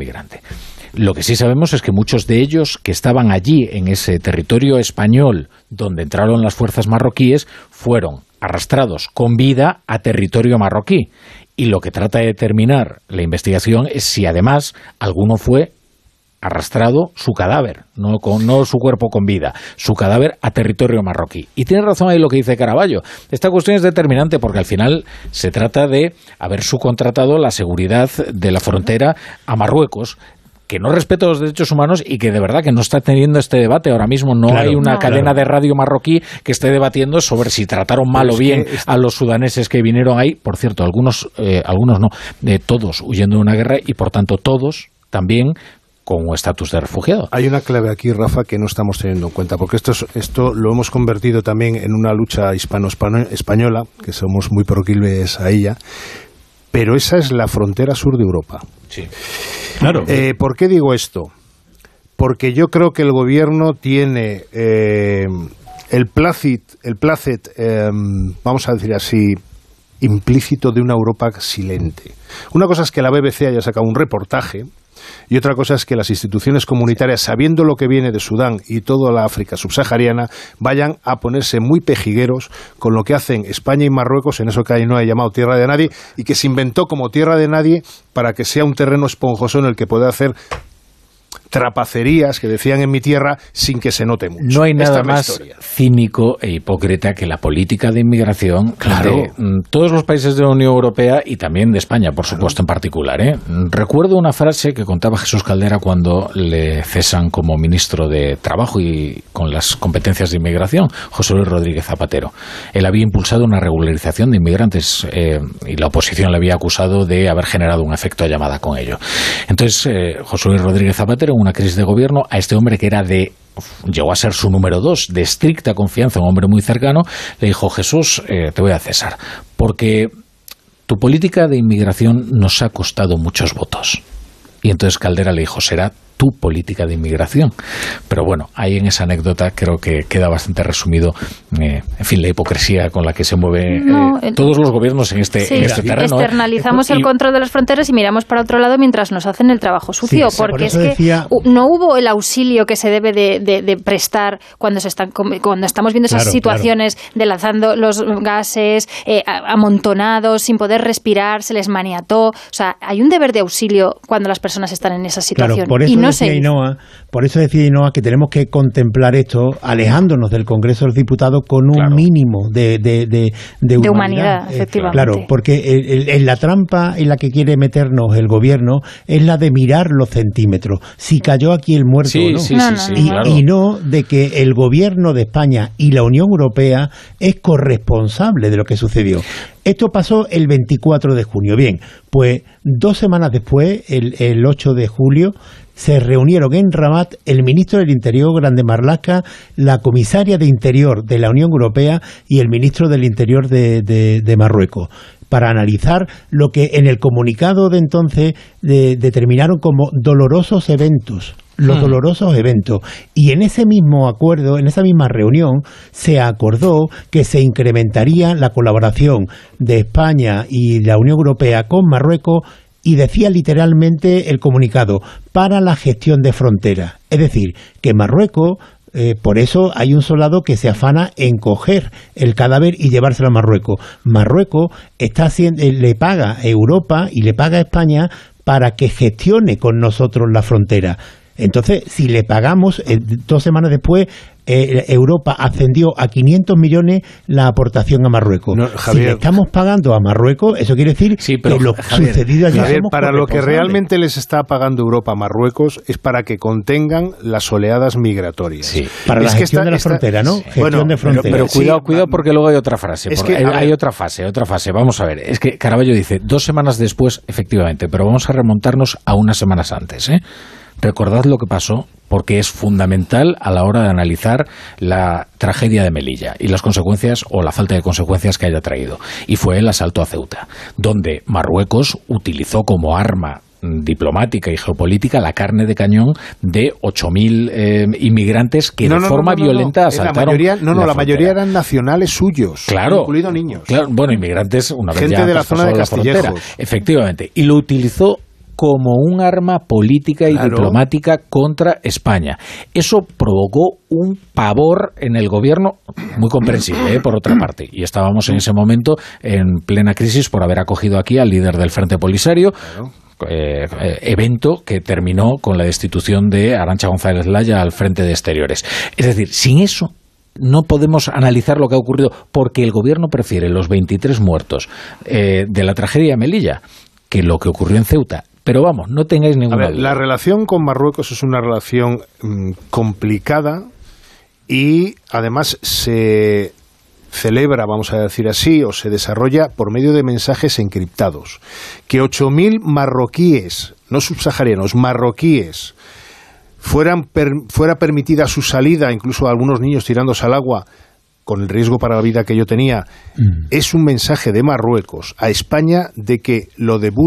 Lo que sí sabemos es que muchos de ellos que estaban allí en ese territorio español donde entraron las fuerzas marroquíes fueron arrastrados con vida a territorio marroquí. Y lo que trata de determinar la investigación es si además alguno fue arrastrado su cadáver, no su cuerpo con vida, su cadáver a territorio marroquí. Y tiene razón ahí lo que dice Caraballo. Esta cuestión es determinante porque al final se trata de haber subcontratado la seguridad de la frontera a Marruecos, que no respeta los derechos humanos y que de verdad que no está teniendo este debate ahora mismo. No hay una cadena de radio marroquí que esté debatiendo sobre si trataron mal o bien a los sudaneses que vinieron ahí. Por cierto, algunos no, todos huyendo de una guerra y por tanto todos también con un estatus de refugiado. Hay una clave aquí, Rafa, que no estamos teniendo en cuenta, porque esto lo hemos convertido también en una lucha hispano-española, que somos muy proclives a ella, pero esa es la frontera sur de Europa. Sí, claro. ¿Por qué digo esto? Porque yo creo que el gobierno tiene el plácet, vamos a decir así, implícito de una Europa silente. Una cosa es que la BBC haya sacado un reportaje y otra cosa es que las instituciones comunitarias, sabiendo lo que viene de Sudán y toda la África subsahariana, vayan a ponerse muy pejigueros con lo que hacen España y Marruecos en eso que no ha llamado tierra de nadie y que se inventó como tierra de nadie para que sea un terreno esponjoso en el que pueda hacer trapacerías, que decían en mi tierra, sin que se note mucho. No hay nada más cínico e hipócrita que la política de inmigración de todos los países de la Unión Europea y también de España, por supuesto, en particular. Recuerdo una frase que contaba Jesús Caldera cuando le cesan como ministro de Trabajo y con las competencias de inmigración, José Luis Rodríguez Zapatero. Él había impulsado una regularización de inmigrantes y la oposición le había acusado de haber generado un efecto de llamada con ello. Entonces, José Luis Rodríguez Zapatero, una crisis de gobierno, a este hombre que llegó a ser su número 2, de estricta confianza, un hombre muy cercano, le dijo: Jesús, te voy a cesar, porque tu política de inmigración nos ha costado muchos votos. Y entonces Caldera le dijo: será tu política de inmigración. Pero bueno, ahí en esa anécdota creo que queda bastante resumido, en fin, la hipocresía con la que se mueven todos los gobiernos en este terreno. Externalizamos el control de las fronteras y miramos para otro lado mientras nos hacen el trabajo sucio, porque es que no hubo el auxilio que se debe de prestar cuando estamos viendo esas situaciones de lanzando los gases amontonados, sin poder respirar, se les maniató. O sea, hay un deber de auxilio cuando las personas están en esa situación. Por eso decía Ainhoa que tenemos que contemplar esto alejándonos del Congreso de los Diputados con un mínimo de humanidad, efectivamente. Claro, porque en la trampa en la que quiere meternos el gobierno es la de mirar los centímetros, si cayó aquí el muerto o no. Y no de que el gobierno de España y la Unión Europea es corresponsable de lo que sucedió. Esto pasó el 24 de junio. Bien, pues 2 semanas después, el 8 de julio, se reunieron en Rabat el ministro del Interior, Grande Marlaska, la comisaria de Interior de la Unión Europea y el ministro del Interior de Marruecos, para analizar lo que en el comunicado de entonces determinaron como dolorosos eventos los dolorosos eventos. Y en ese mismo acuerdo, en esa misma reunión, se acordó que se incrementaría la colaboración de España y la Unión Europea con Marruecos, y decía literalmente el comunicado, para la gestión de fronteras. Es decir, que Marruecos, por eso hay un soldado que se afana en coger el cadáver y llevárselo a Marruecos. Marruecos le paga a Europa y le paga a España para que gestione con nosotros la frontera. Entonces, si le pagamos, 2 semanas después, Europa ascendió a 500 millones la aportación a Marruecos. No, Javier, si le estamos pagando a Marruecos, eso quiere decir que lo sucedido allí Javier, para lo que realmente les está pagando Europa a Marruecos es para que contengan las oleadas migratorias. Sí. Para la gestión de la frontera, ¿no? Gestión de frontera. Pero cuidado, porque luego hay otra frase. Hay otra fase. Vamos a ver. Es que Caraballo dice 2 semanas después, efectivamente, pero vamos a remontarnos a unas semanas antes, ¿eh? Recordad lo que pasó, porque es fundamental a la hora de analizar la tragedia de Melilla y las consecuencias o la falta de consecuencias que haya traído. Y fue el asalto a Ceuta, donde Marruecos utilizó como arma diplomática y geopolítica la carne de cañón de 8.000 inmigrantes que de forma violenta asaltaron la mayoría eran nacionales suyos, claro, incluidos niños. Claro, bueno, inmigrantes una vez gente ya de la zona de Castillejos. Frontera, efectivamente, y lo utilizó como un arma política y diplomática contra España. Eso provocó un pavor en el gobierno muy comprensible, por otra parte. Y estábamos en ese momento en plena crisis por haber acogido aquí al líder del Frente Polisario. Evento que terminó con la destitución de Arantxa González Laya al Frente de Exteriores. Es decir, sin eso no podemos analizar lo que ha ocurrido, porque el gobierno prefiere los 23 muertos de la tragedia de Melilla que lo que ocurrió en Ceuta. Pero vamos, no tengáis ninguna duda. La relación con Marruecos es una relación complicada y además se celebra, vamos a decir así, o se desarrolla por medio de mensajes encriptados. Que 8.000 marroquíes, no subsaharianos, marroquíes, fuera permitida su salida, incluso algunos niños tirándose al agua, con el riesgo para la vida que yo tenía, es un mensaje de Marruecos a España de que lo de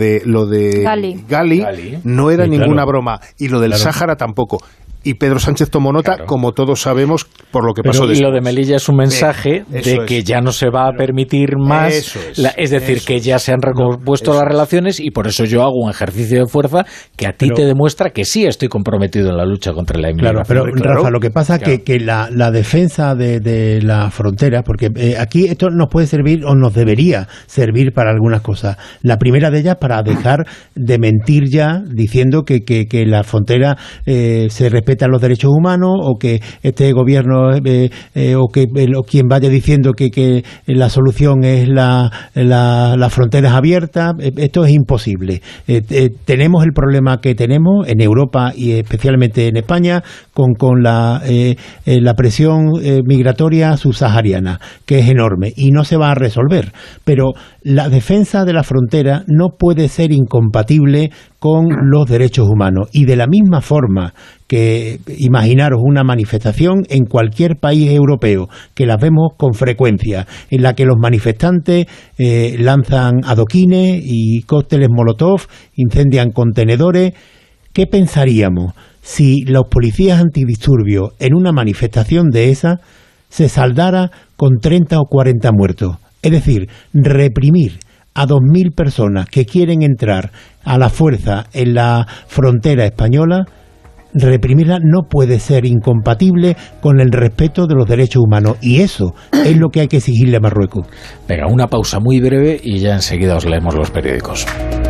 Gali no era ninguna broma, y lo del Sáhara tampoco. Y Pedro Sánchez tomó nota, como todos sabemos, por lo que pasó después. Y lo de Melilla es un mensaje de que ya no se va a permitir más, es decir, que ya se han recompuesto las relaciones, y por eso yo hago un ejercicio de fuerza que a ti te demuestra que sí estoy comprometido en la lucha contra la inmigración. Claro, pero Rafa, lo que pasa es que la defensa de la frontera, porque aquí esto nos puede servir o nos debería servir para algunas cosas. La primera de ellas, para dejar de mentir ya diciendo que la frontera se respeta los derechos humanos, o que este gobierno o quien vaya diciendo que la solución es las fronteras abiertas. Esto es imposible. Tenemos el problema que tenemos en Europa y especialmente en España con la presión migratoria subsahariana, que es enorme y no se va a resolver. Pero la defensa de la frontera no puede ser incompatible con los derechos humanos, y de la misma forma que imaginaros una manifestación en cualquier país europeo, que las vemos con frecuencia, en la que los manifestantes lanzan adoquines y cócteles molotov, incendian contenedores. ¿Qué pensaríamos si los policías antidisturbios en una manifestación de esa se saldara con 30 o 40 muertos? Es decir, reprimir a 2.000 personas que quieren entrar a la fuerza en la frontera española, reprimirla no puede ser incompatible con el respeto de los derechos humanos, y eso es lo que hay que exigirle a Marruecos. Venga, una pausa muy breve y ya enseguida os leemos los periódicos.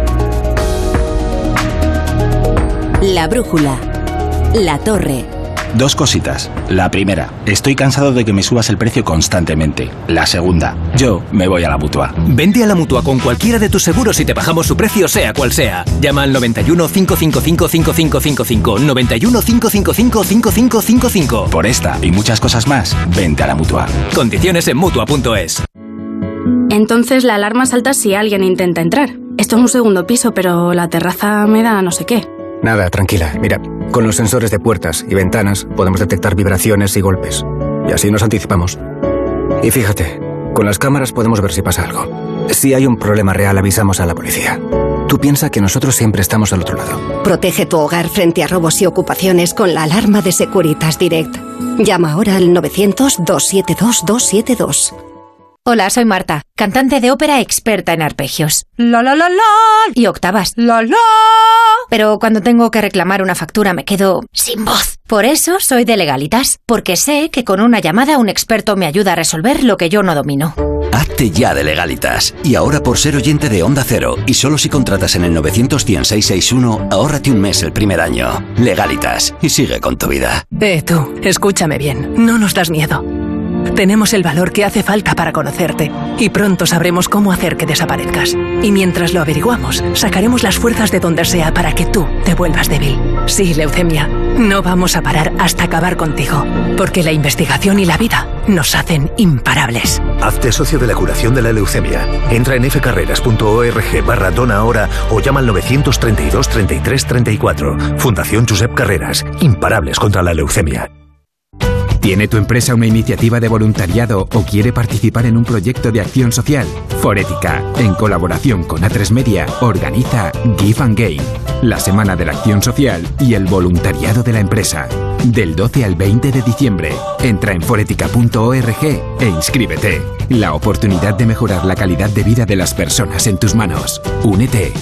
La brújula. La Torre. 2 cositas. La primera, estoy cansado de que me subas el precio constantemente. La segunda, yo me voy a la Mutua. Vente a la Mutua con cualquiera de tus seguros y te bajamos su precio sea cual sea. Llama al 91 555 5555. 91 555 5555. Por esta y muchas cosas más, vente a la Mutua. Condiciones en Mutua.es. Entonces la alarma salta si alguien intenta entrar. Esto es un segundo piso, pero la terraza me da no sé qué. Nada, tranquila. Mira, con los sensores de puertas y ventanas podemos detectar vibraciones y golpes. Y así nos anticipamos. Y fíjate, con las cámaras podemos ver si pasa algo. Si hay un problema real, avisamos a la policía. Tú piensas que nosotros siempre estamos al otro lado. Protege tu hogar frente a robos y ocupaciones con la alarma de Securitas Direct. Llama ahora al 900-272-272. Hola, soy Marta, cantante de ópera experta en arpegios. La la la la y octavas. La la. Pero cuando tengo que reclamar una factura me quedo sin voz. Por eso soy de Legalitas, porque sé que con una llamada un experto me ayuda a resolver lo que yo no domino. Hazte ya de Legalitas. Y ahora por ser oyente de Onda Cero y solo si contratas en el 900-100-661, ahórrate un mes el primer año. Legalitas. Y sigue con tu vida. Tú, escúchame bien. No nos das miedo. Tenemos el valor que hace falta para conocerte y pronto sabremos cómo hacer que desaparezcas. Y mientras lo averiguamos, sacaremos las fuerzas de donde sea para que tú te vuelvas débil. Sí, leucemia, no vamos a parar hasta acabar contigo, porque la investigación y la vida nos hacen imparables. Hazte socio de la curación de la leucemia. Entra en fcarreras.org/dona ahora o llama al 932 33 34. Fundación Josep Carreras. Imparables contra la leucemia. ¿Tiene tu empresa una iniciativa de voluntariado o quiere participar en un proyecto de acción social? Forética, en colaboración con A3 Media, organiza Give and Gain, la Semana de la Acción Social y el voluntariado de la empresa. Del 12 al 20 de diciembre, entra en forética.org e inscríbete. La oportunidad de mejorar la calidad de vida de las personas en tus manos. Únete.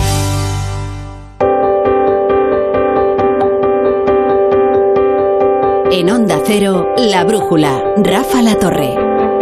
En Onda Cero, La Brújula, Rafa La Torre.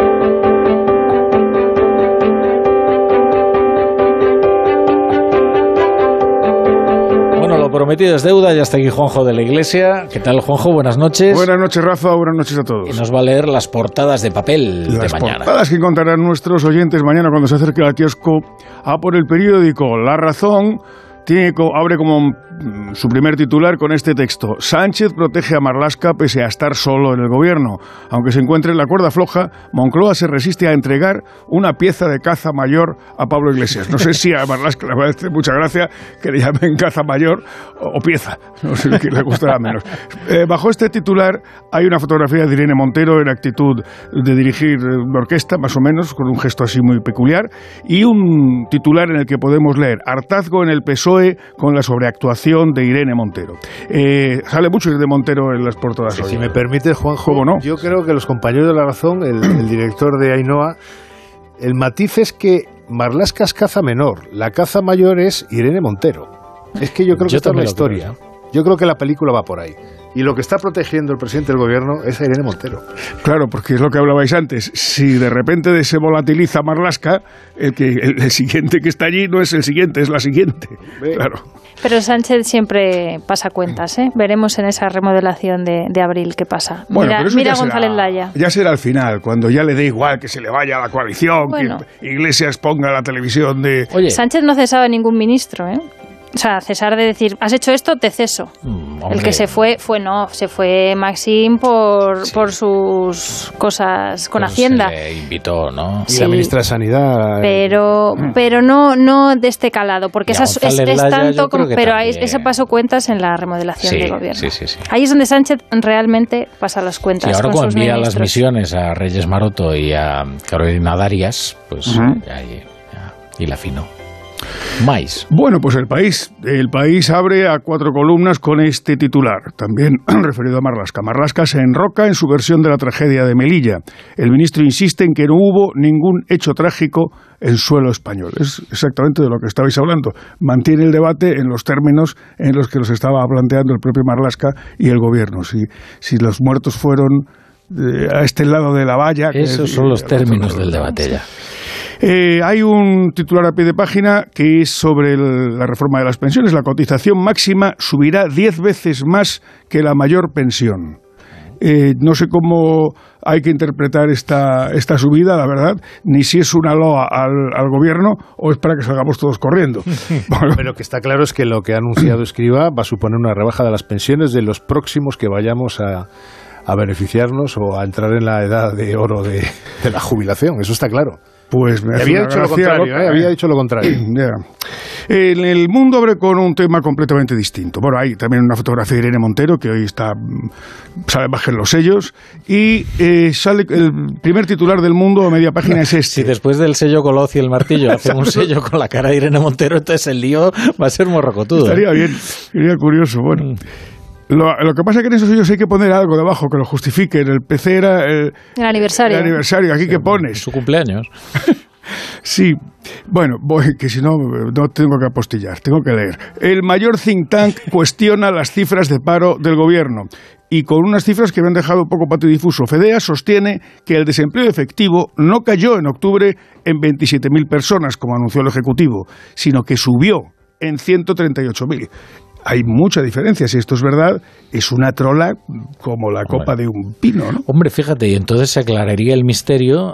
Bueno, lo prometido es deuda, ya está aquí Juanjo de la Iglesia. ¿Qué tal, Juanjo? Buenas noches. Buenas noches, Rafa, buenas noches a todos. Y nos va a leer las portadas de papel de mañana. Las portadas que encontrarán nuestros oyentes mañana cuando se acerque al kiosco a por el periódico. La Razón abre como su primer titular con este texto: Sánchez protege a Marlaska pese a estar solo en el gobierno. Aunque se encuentre en la cuerda floja, Moncloa se resiste a entregar una pieza de caza mayor a Pablo Iglesias. No sé si a Marlaska le parece mucha gracia que le llamen caza mayor o pieza. No sé qué le gustará menos. Bajo este titular hay una fotografía de Irene Montero en actitud de dirigir una orquesta, más o menos, con un gesto así muy peculiar, y un titular en el que podemos leer: hartazgo en el PSOE con la sobreactuación de Irene Montero. Sale mucho de Montero en las portadas hoy. Si me permites, Juanjo, no? Yo creo que los compañeros de La Razón, el director de Ainhoa, el matiz es que Marlaska es caza menor, la caza mayor es Irene Montero. Es que yo creo que esta es la historia. Yo creo que la película va por ahí. Y lo que está protegiendo el presidente del gobierno es a Irene Montero. Claro, porque es lo que hablabais antes. Si de repente se volatiliza Marlaska, el siguiente que está allí no es el siguiente, es la siguiente. Claro. Pero Sánchez siempre pasa cuentas, ¿eh? Veremos en esa remodelación de abril qué pasa. Bueno, mira González Laya. Ya será al final, cuando ya le dé igual que se le vaya a la coalición, bueno, que Iglesias ponga la televisión de... Oye, Sánchez no cesaba ningún ministro, ¿eh? O sea, cesar de decir, has hecho esto, te ceso. El que se fue Maxim por sus cosas con Hacienda. Se le invitó, ¿no? Y la ministra de Sanidad. Pero no de este calado, porque es tanto como... Pero ese pasó cuentas en la remodelación del gobierno. Sí. Ahí es donde Sánchez realmente pasa las cuentas. Y ahora con cuando sus envía ministros. las misiones a Reyes Maroto y a Carolina Darias, pues y la afinó. Mais. Bueno, pues el país abre a 4 columnas con este titular, también referido a Marlaska. Marlaska se enroca en su versión de la tragedia de Melilla. El ministro insiste en que no hubo ningún hecho trágico en suelo español. Es exactamente de lo que estabais hablando. Mantiene el debate en los términos en los que los estaba planteando el propio Marlaska y el gobierno. Si los muertos fueron a este lado de la valla... Esos son los términos del debate ya. Hay un titular a pie de página que es sobre la reforma de las pensiones. La cotización máxima subirá 10 veces más que la mayor pensión. No sé cómo hay que interpretar esta subida, la verdad, ni si es una loa al gobierno o es para que salgamos todos corriendo. Bueno. Pero que está claro es que lo que ha anunciado Escrivá va a suponer una rebaja de las pensiones de los próximos que vayamos a beneficiarnos o a entrar en la edad de oro de la jubilación. Eso está claro. Pues me había dicho lo contrario, había dicho lo contrario. En El Mundo abre con un tema completamente distinto. Bueno, hay también una fotografía de Irene Montero, que hoy sale bajo los sellos, y sale el primer titular del Mundo a media página es este. Si después del sello Coloz y el martillo hacen un sello con la cara de Irene Montero, entonces el lío va a ser morrocotudo. Estaría bien, sería curioso. Bueno, lo que pasa es que en esos sellos hay que poner algo debajo que lo justifique. En el PC era el aniversario. El aniversario, aquí que pones. Su cumpleaños. Sí, bueno, que si no tengo que apostillar, tengo que leer. El mayor think tank cuestiona las cifras de paro del gobierno y con unas cifras que me han dejado un poco patidifuso. FEDEA sostiene que el desempleo efectivo no cayó en octubre en 27.000 personas, como anunció el Ejecutivo, sino que subió en 138.000. Hay mucha diferencia, si esto es verdad, es una trola como la copa de un pino, ¿no? Hombre, fíjate, y entonces se aclararía el misterio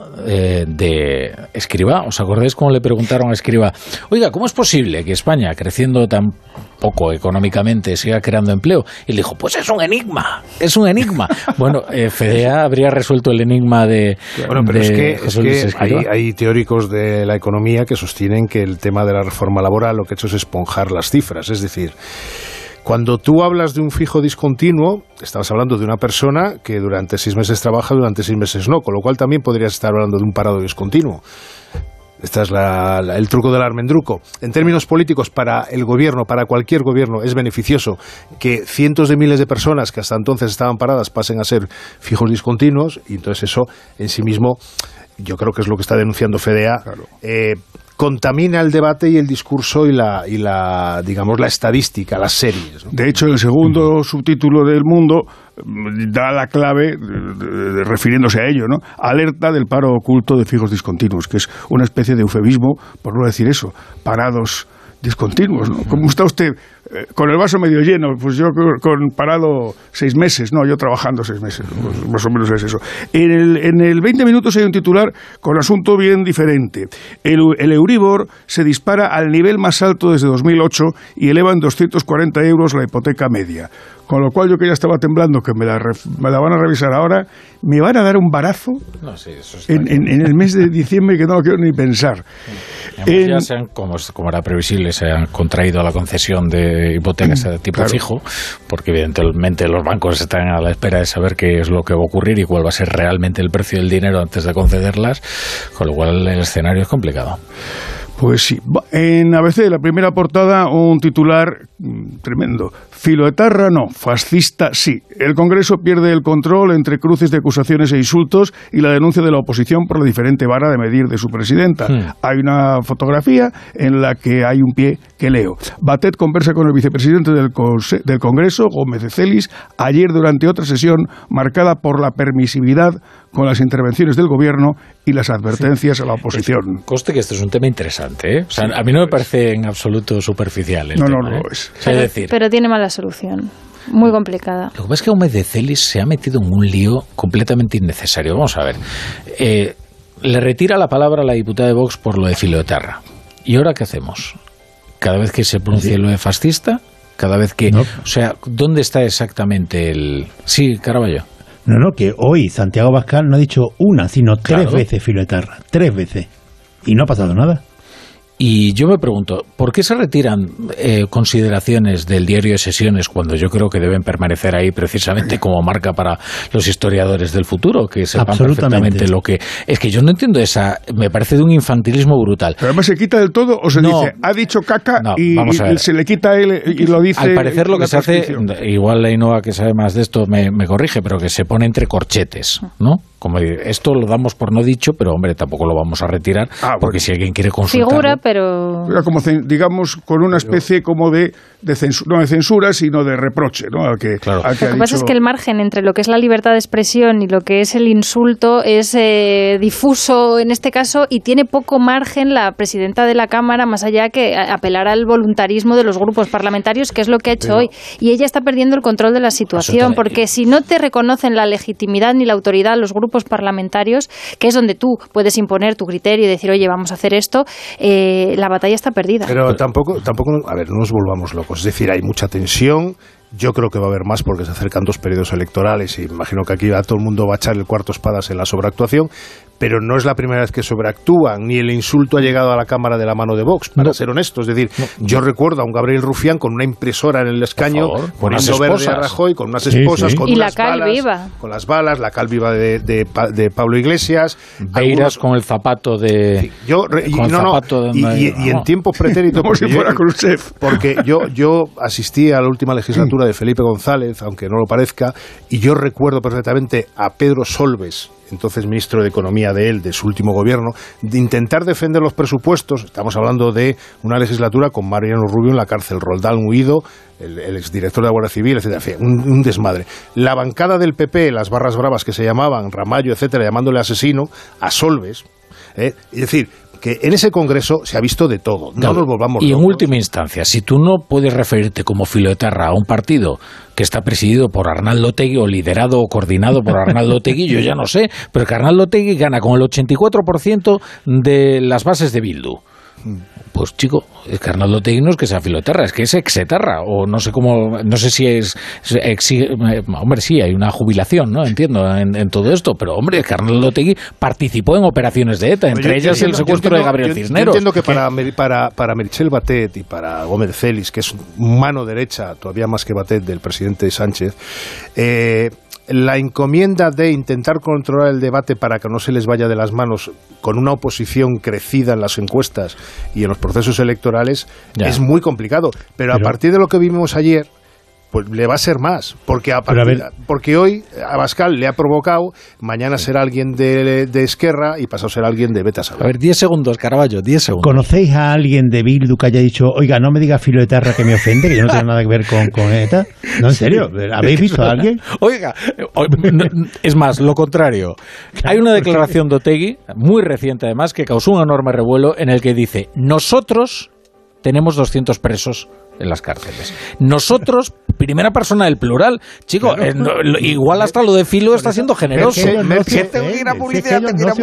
de Escrivá. ¿Os acordáis cómo le preguntaron a Escrivá? Oiga, ¿cómo es posible que España, creciendo tan poco económicamente, siga creando empleo? Y le dijo, pues es un enigma. Bueno, FEDEA habría resuelto el enigma de Bueno, pero es José Luis que Escrivá. hay teóricos de la economía que sostienen que el tema de la reforma laboral lo que ha hecho es esponjar las cifras, es decir, cuando tú hablas de un fijo discontinuo, estabas hablando de una persona que durante 6 meses trabaja, durante 6 meses no, con lo cual también podrías estar hablando de un parado discontinuo. Este es el truco del almendruco. En términos políticos, para el gobierno, para cualquier gobierno, es beneficioso que cientos de miles de personas que hasta entonces estaban paradas pasen a ser fijos discontinuos, y entonces eso en sí mismo, yo creo que es lo que está denunciando FEDEA, claro. Contamina el debate y el discurso y la digamos, la estadística, las series, ¿no? De hecho, el segundo subtítulo del Mundo da la clave, refiriéndose a ello, ¿no? Alerta del paro oculto de fijos discontinuos, que es una especie de eufemismo, por no decir eso, parados discontinuos, ¿no? ¿Cómo está usted? Con el vaso medio lleno, pues yo con parado 6 meses, no, yo trabajando 6 meses, pues más o menos es eso. En el 20 minutos hay un titular con asunto bien diferente. El Euribor se dispara al nivel más alto desde 2008 y eleva en 240 euros la hipoteca media. Con lo cual yo que ya estaba temblando que me la van a revisar ahora, me van a dar un barazo en el mes de diciembre que no lo quiero ni pensar. Ya como era previsible, se han contraído la concesión de hipotecas de tipo fijo, porque evidentemente los bancos están a la espera de saber qué es lo que va a ocurrir y cuál va a ser realmente el precio del dinero antes de concederlas, con lo cual el escenario es complicado. Pues sí. En ABC, la primera portada, un titular tremendo. Filoetarra no, fascista sí. El Congreso pierde el control entre cruces de acusaciones e insultos y la denuncia de la oposición por la diferente vara de medir de su presidenta. Hay una fotografía en la que hay un pie que leo. Batet conversa con el vicepresidente del Congreso, Gómez de Celis, ayer durante otra sesión marcada por la permisividad con las intervenciones del Gobierno y las advertencias a la oposición. Conste que este es un tema interesante, ¿eh? O sea, a mí no me parece en absoluto superficial el tema, no lo es. O sea, es decir, pero tiene mala solución. Muy complicada. Lo que pasa es que Gómez de Celis se ha metido en un lío completamente innecesario. Vamos a ver. Le retira la palabra a la diputada de Vox por lo de Filoetarra. ¿Y ahora qué hacemos? Cada vez que se pronuncie lo de fascista, cada vez que... No. O sea, ¿dónde está exactamente el...? Sí, Caraballo. No, que hoy Santiago Abascal no ha dicho una, sino 3 veces Filoetarra. 3 veces. Y no ha pasado nada. Y yo me pregunto, ¿por qué se retiran consideraciones del diario de sesiones cuando yo creo que deben permanecer ahí precisamente como marca para los historiadores del futuro, que sepan perfectamente lo que... Es que yo no entiendo esa... Me parece de un infantilismo brutal. Pero además se quita del todo o se dice, ha dicho caca y se le quita él y lo dice... Al parecer lo que se hace, igual la Ainhoa que sabe más de esto me corrige, pero que se pone entre corchetes, ¿no? Como esto lo damos por no dicho, pero hombre, tampoco lo vamos a retirar, porque si alguien quiere consultarlo... Figura, pero... Como, digamos, con una especie como de censura, no de censura, sino de reproche, ¿no? Lo que pasa es que el margen entre lo que es la libertad de expresión y lo que es el insulto es difuso en este caso, y tiene poco margen la presidenta de la Cámara, más allá que apelar al voluntarismo de los grupos parlamentarios, que es lo que ha hecho hoy. Y ella está perdiendo el control de la situación, porque si no te reconocen la legitimidad ni la autoridad los grupos parlamentarios, que es donde tú puedes imponer tu criterio y decir, oye, vamos a hacer esto, la batalla está perdida. Pero tampoco, a ver, no nos volvamos locos. Es decir, hay mucha tensión. Yo creo que va a haber más porque se acercan 2 periodos electorales y imagino que aquí a todo el mundo va a echar el cuarto espadas en la sobreactuación. pero no es la primera vez que sobreactúan, ni el insulto ha llegado a la Cámara de la mano de Vox, para ser honesto. Es decir, yo recuerdo a un Gabriel Rufián con una impresora en el escaño, poniendo verde a Rajoy, con unas esposas, con y unas la cal balas, viva. con las balas, la cal viva de Pablo Iglesias. Beiras con el zapato de... Y en tiempos pretéritos, como si fuera Khrushchev. porque yo asistí a la última legislatura de Felipe González, aunque no lo parezca, y yo recuerdo perfectamente a Pedro Solbes, entonces ministro de Economía de su último gobierno, de intentar defender los presupuestos. Estamos hablando de una legislatura con Mariano Rubio en la cárcel, Roldán huido, el exdirector de la Guardia Civil, etcétera. Un desmadre. La bancada del PP, las barras bravas que se llamaban, Ramallo, etcétera, llamándole asesino a Solbes. Es decir, que en ese congreso se ha visto de todo. No nos volvamos y locos. en última instancia, si tú no puedes referirte como filoetarra a un partido que está presidido por Arnaldo Otegi o liderado o coordinado por Arnaldo Otegi, yo ya no sé, pero que Arnaldo Otegi gana con el 84% de las bases de Bildu. Pues chico, es que Arnaldo Otegi no es que sea filoetarra, es que es exetarra, o no sé cómo, no sé si hombre, sí, hay una jubilación, ¿no? Entiendo, en todo esto, pero hombre, es que Arnaldo Otegi participó en operaciones de ETA, entre ellas el secuestro de Gabriel Cisneros. Yo entiendo que para Meritxell Batet y para Gómez Félix, que es mano derecha, todavía más que Batet, del presidente Sánchez, la encomienda de intentar controlar el debate para que no se les vaya de las manos con una oposición crecida en las encuestas y en los procesos electorales es muy complicado. Pero a partir de lo que vimos ayer, pues le va a ser más, porque hoy Abascal le ha provocado, mañana será alguien de Esquerra y pasado será alguien de Beta Salud. A ver, 10 segundos, Caraballo, 10 segundos. ¿Conocéis a alguien de Bildu que haya dicho, oiga, no me diga filoetarra que me ofende, que yo no tengo nada que ver con ETA? No, en serio, ¿habéis visto a alguien? Oiga, es más, lo contrario. Hay una declaración de Otegi, muy reciente además, que causó un enorme revuelo, en el que dice, nosotros tenemos 200 presos en las cárceles. Nosotros, primera persona del plural, chico, claro. Igual hasta lo de Filo está siendo generoso. Tengo que ir a publicidad,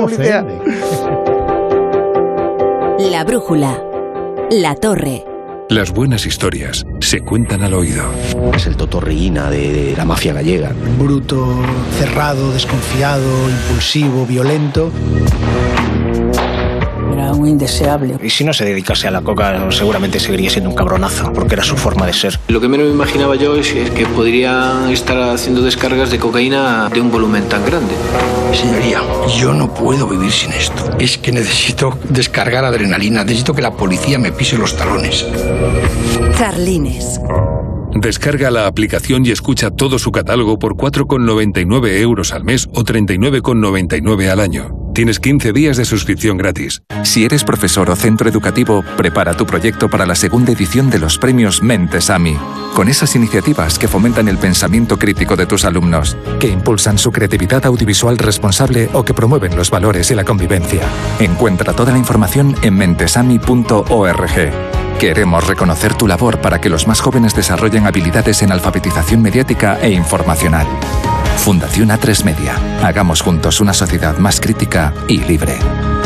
La brújula, La Torre. Las buenas historias se cuentan al oído. Es el totorreína de la mafia gallega. Bruto, cerrado, desconfiado, impulsivo, violento. Era un indeseable. Y si no se dedicase a la coca, seguramente seguiría siendo un cabronazo, porque era su forma de ser. Lo que menos me imaginaba yo es que podría estar haciendo descargas de cocaína de un volumen tan grande. Señoría, yo no puedo vivir sin esto. Es que necesito descargar adrenalina, necesito que la policía me pise los talones. Carlines. Descarga la aplicación y escucha todo su catálogo por 4,99 € al mes o 39,99 al año. Tienes 15 días de suscripción gratis. Si eres profesor o centro educativo, prepara tu proyecto para la segunda edición de los premios Mentes AMI. Con esas iniciativas que fomentan el pensamiento crítico de tus alumnos, que impulsan su creatividad audiovisual responsable o que promueven los valores y la convivencia. Encuentra toda la información en mentesami.org. Queremos reconocer tu labor para que los más jóvenes desarrollen habilidades en alfabetización mediática e informacional. Fundación A3 Media. Hagamos juntos una sociedad más crítica y libre.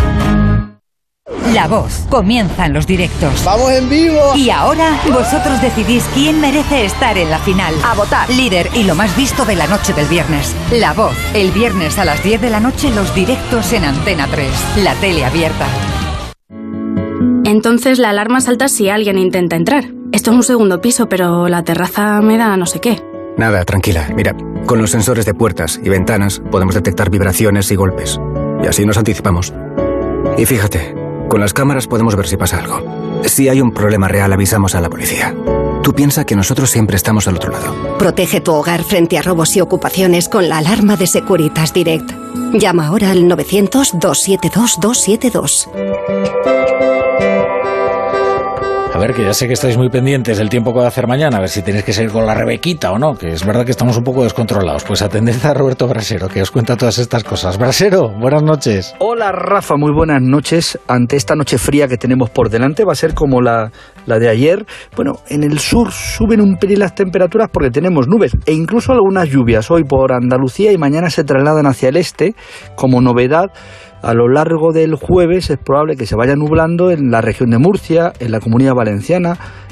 La Voz. Comienzan los directos. ¡Vamos en vivo! Y ahora vosotros decidís quién merece estar en la final. A votar. Líder y lo más visto de la noche del viernes. La Voz. El viernes a las 10 de la noche los directos en Antena 3. La tele abierta. Entonces la alarma salta si alguien intenta entrar. Esto es un segundo piso, pero la terraza me da no sé qué. Nada, tranquila. Mira, con los sensores de puertas y ventanas podemos detectar vibraciones y golpes. Y así nos anticipamos. Y fíjate, con las cámaras podemos ver si pasa algo. Si hay un problema real, avisamos a la policía. Tú piensa que nosotros siempre estamos al otro lado. Protege tu hogar frente a robos y ocupaciones con la alarma de Securitas Direct. Llama ahora al 900-272-272. A ver, que ya sé que estáis muy pendientes del tiempo que va a hacer mañana, a ver si tenéis que seguir con la Rebequita o no, que es verdad que estamos un poco descontrolados. Pues atended a Roberto Brasero, que os cuenta todas estas cosas. Brasero, buenas noches. Hola Rafa, muy buenas noches. Ante esta noche fría que tenemos por delante, va a ser como la de ayer. Bueno, en el sur suben un pelín las temperaturas porque tenemos nubes e incluso algunas lluvias hoy por Andalucía y mañana se trasladan hacia el este. Como novedad, a lo largo del jueves es probable que se vaya nublando en la región de Murcia, en la Comunidad Valenciana,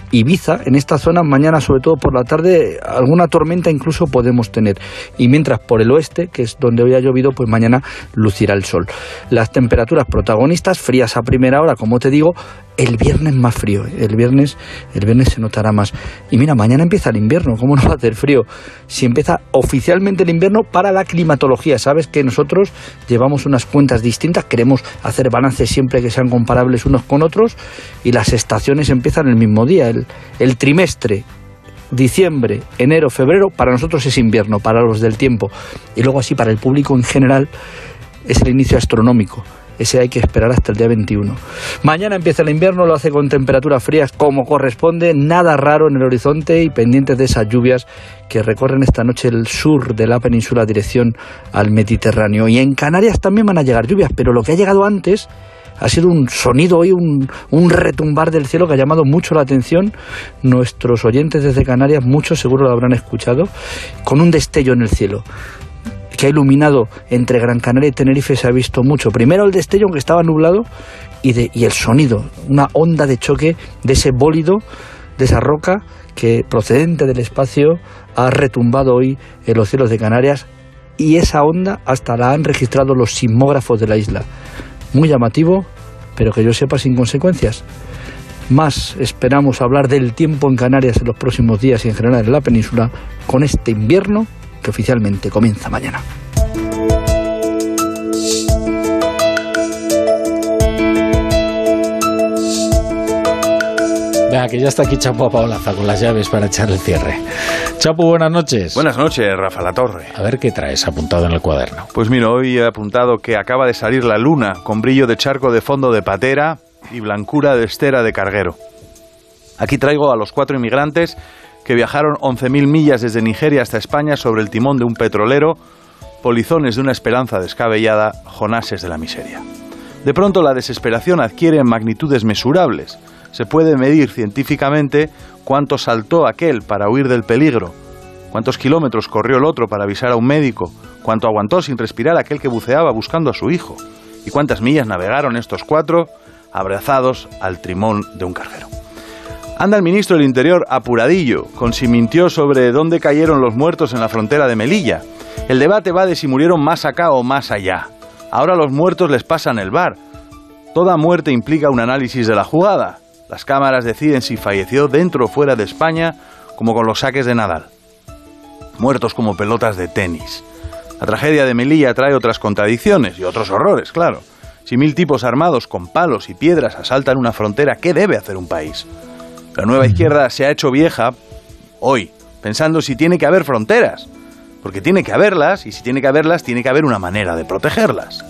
Ibiza, en esta zona mañana sobre todo por la tarde alguna tormenta incluso podemos tener, y mientras por el oeste, que es donde hoy ha llovido, pues mañana lucirá el sol. Las temperaturas protagonistas, frías a primera hora, como te digo. El viernes más frío, el viernes se notará más. Y mira, mañana empieza el invierno, ¿cómo no va a hacer frío? Si empieza oficialmente el invierno para la climatología, sabes que nosotros llevamos unas cuentas distintas, queremos hacer balances siempre que sean comparables unos con otros, y las estaciones empiezan el mismo día, el trimestre. Diciembre, enero, febrero, para nosotros es invierno, para los del tiempo. Y luego así para el público en general es el inicio astronómico. Ese hay que esperar hasta el día 21. Mañana empieza el invierno, lo hace con temperaturas frías como corresponde, nada raro en el horizonte y pendientes de esas lluvias que recorren esta noche el sur de la península dirección al Mediterráneo. Y en Canarias también van a llegar lluvias, pero lo que ha llegado antes ha sido un sonido hoy, un retumbar del cielo que ha llamado mucho la atención. Nuestros oyentes desde Canarias, muchos seguro lo habrán escuchado, con un destello en el cielo que ha iluminado entre Gran Canaria y Tenerife. Se ha visto mucho. Primero el destello, aunque estaba nublado, y el sonido, una onda de choque de ese bólido, de esa roca que procedente del espacio ha retumbado hoy en los cielos de Canarias, y esa onda hasta la han registrado los sismógrafos de la isla. Muy llamativo, pero que yo sepa sin consecuencias. Más esperamos hablar del tiempo en Canarias en los próximos días y en general en la península con este invierno que oficialmente comienza mañana. Venga, que ya está aquí Chapo Apaolaza con las llaves para echar el cierre. Chapo, buenas noches. Buenas noches, Rafa La Torre. A ver qué traes apuntado en el cuaderno. Pues mira, hoy he apuntado que acaba de salir la luna con brillo de charco de fondo de patera y blancura de estera de carguero. Aquí traigo a los 4 inmigrantes que viajaron 11.000 millas desde Nigeria hasta España sobre el timón de un petrolero, polizones de una esperanza descabellada, jonases de la miseria. De pronto la desesperación adquiere magnitudes mesurables. Se puede medir científicamente cuánto saltó aquel para huir del peligro, cuántos kilómetros corrió el otro para avisar a un médico, cuánto aguantó sin respirar aquel que buceaba buscando a su hijo, y cuántas millas navegaron estos 4 abrazados al timón de un carguero. Anda el ministro del Interior apuradillo, con si mintió sobre dónde cayeron los muertos en la frontera de Melilla. El debate va de si murieron más acá o más allá. Ahora los muertos les pasan el VAR. Toda muerte implica un análisis de la jugada. Las cámaras deciden si falleció dentro o fuera de España, como con los saques de Nadal. Muertos como pelotas de tenis. La tragedia de Melilla trae otras contradicciones y otros horrores, claro. Si 1000 tipos armados con palos y piedras asaltan una frontera, ¿qué debe hacer un país? La nueva izquierda se ha hecho vieja hoy, pensando si tiene que haber fronteras, porque tiene que haberlas, y si tiene que haberlas, tiene que haber una manera de protegerlas.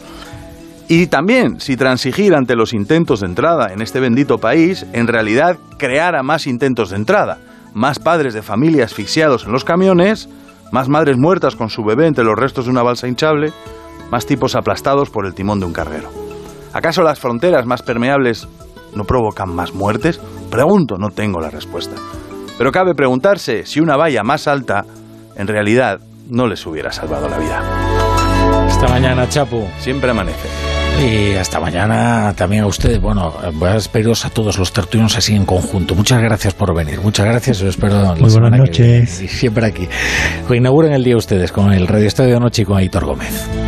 Y también si transigir ante los intentos de entrada en este bendito país, en realidad creara más intentos de entrada, más padres de familia asfixiados en los camiones, más madres muertas con su bebé entre los restos de una balsa hinchable, más tipos aplastados por el timón de un carguero. ¿Acaso las fronteras más permeables no provocan más muertes? Pregunto, no tengo la respuesta. Pero cabe preguntarse si una valla más alta, en realidad, no les hubiera salvado la vida. Hasta mañana, Chapo. Siempre amanece. Y hasta mañana también a ustedes. Bueno, voy a despediros a todos los tertulianos así en conjunto. Muchas gracias por venir. Muchas gracias. Os espero muy buenas noches. Y siempre aquí. Inauguren el día ustedes con el Radio Estadio de Noche y con Aitor Gómez.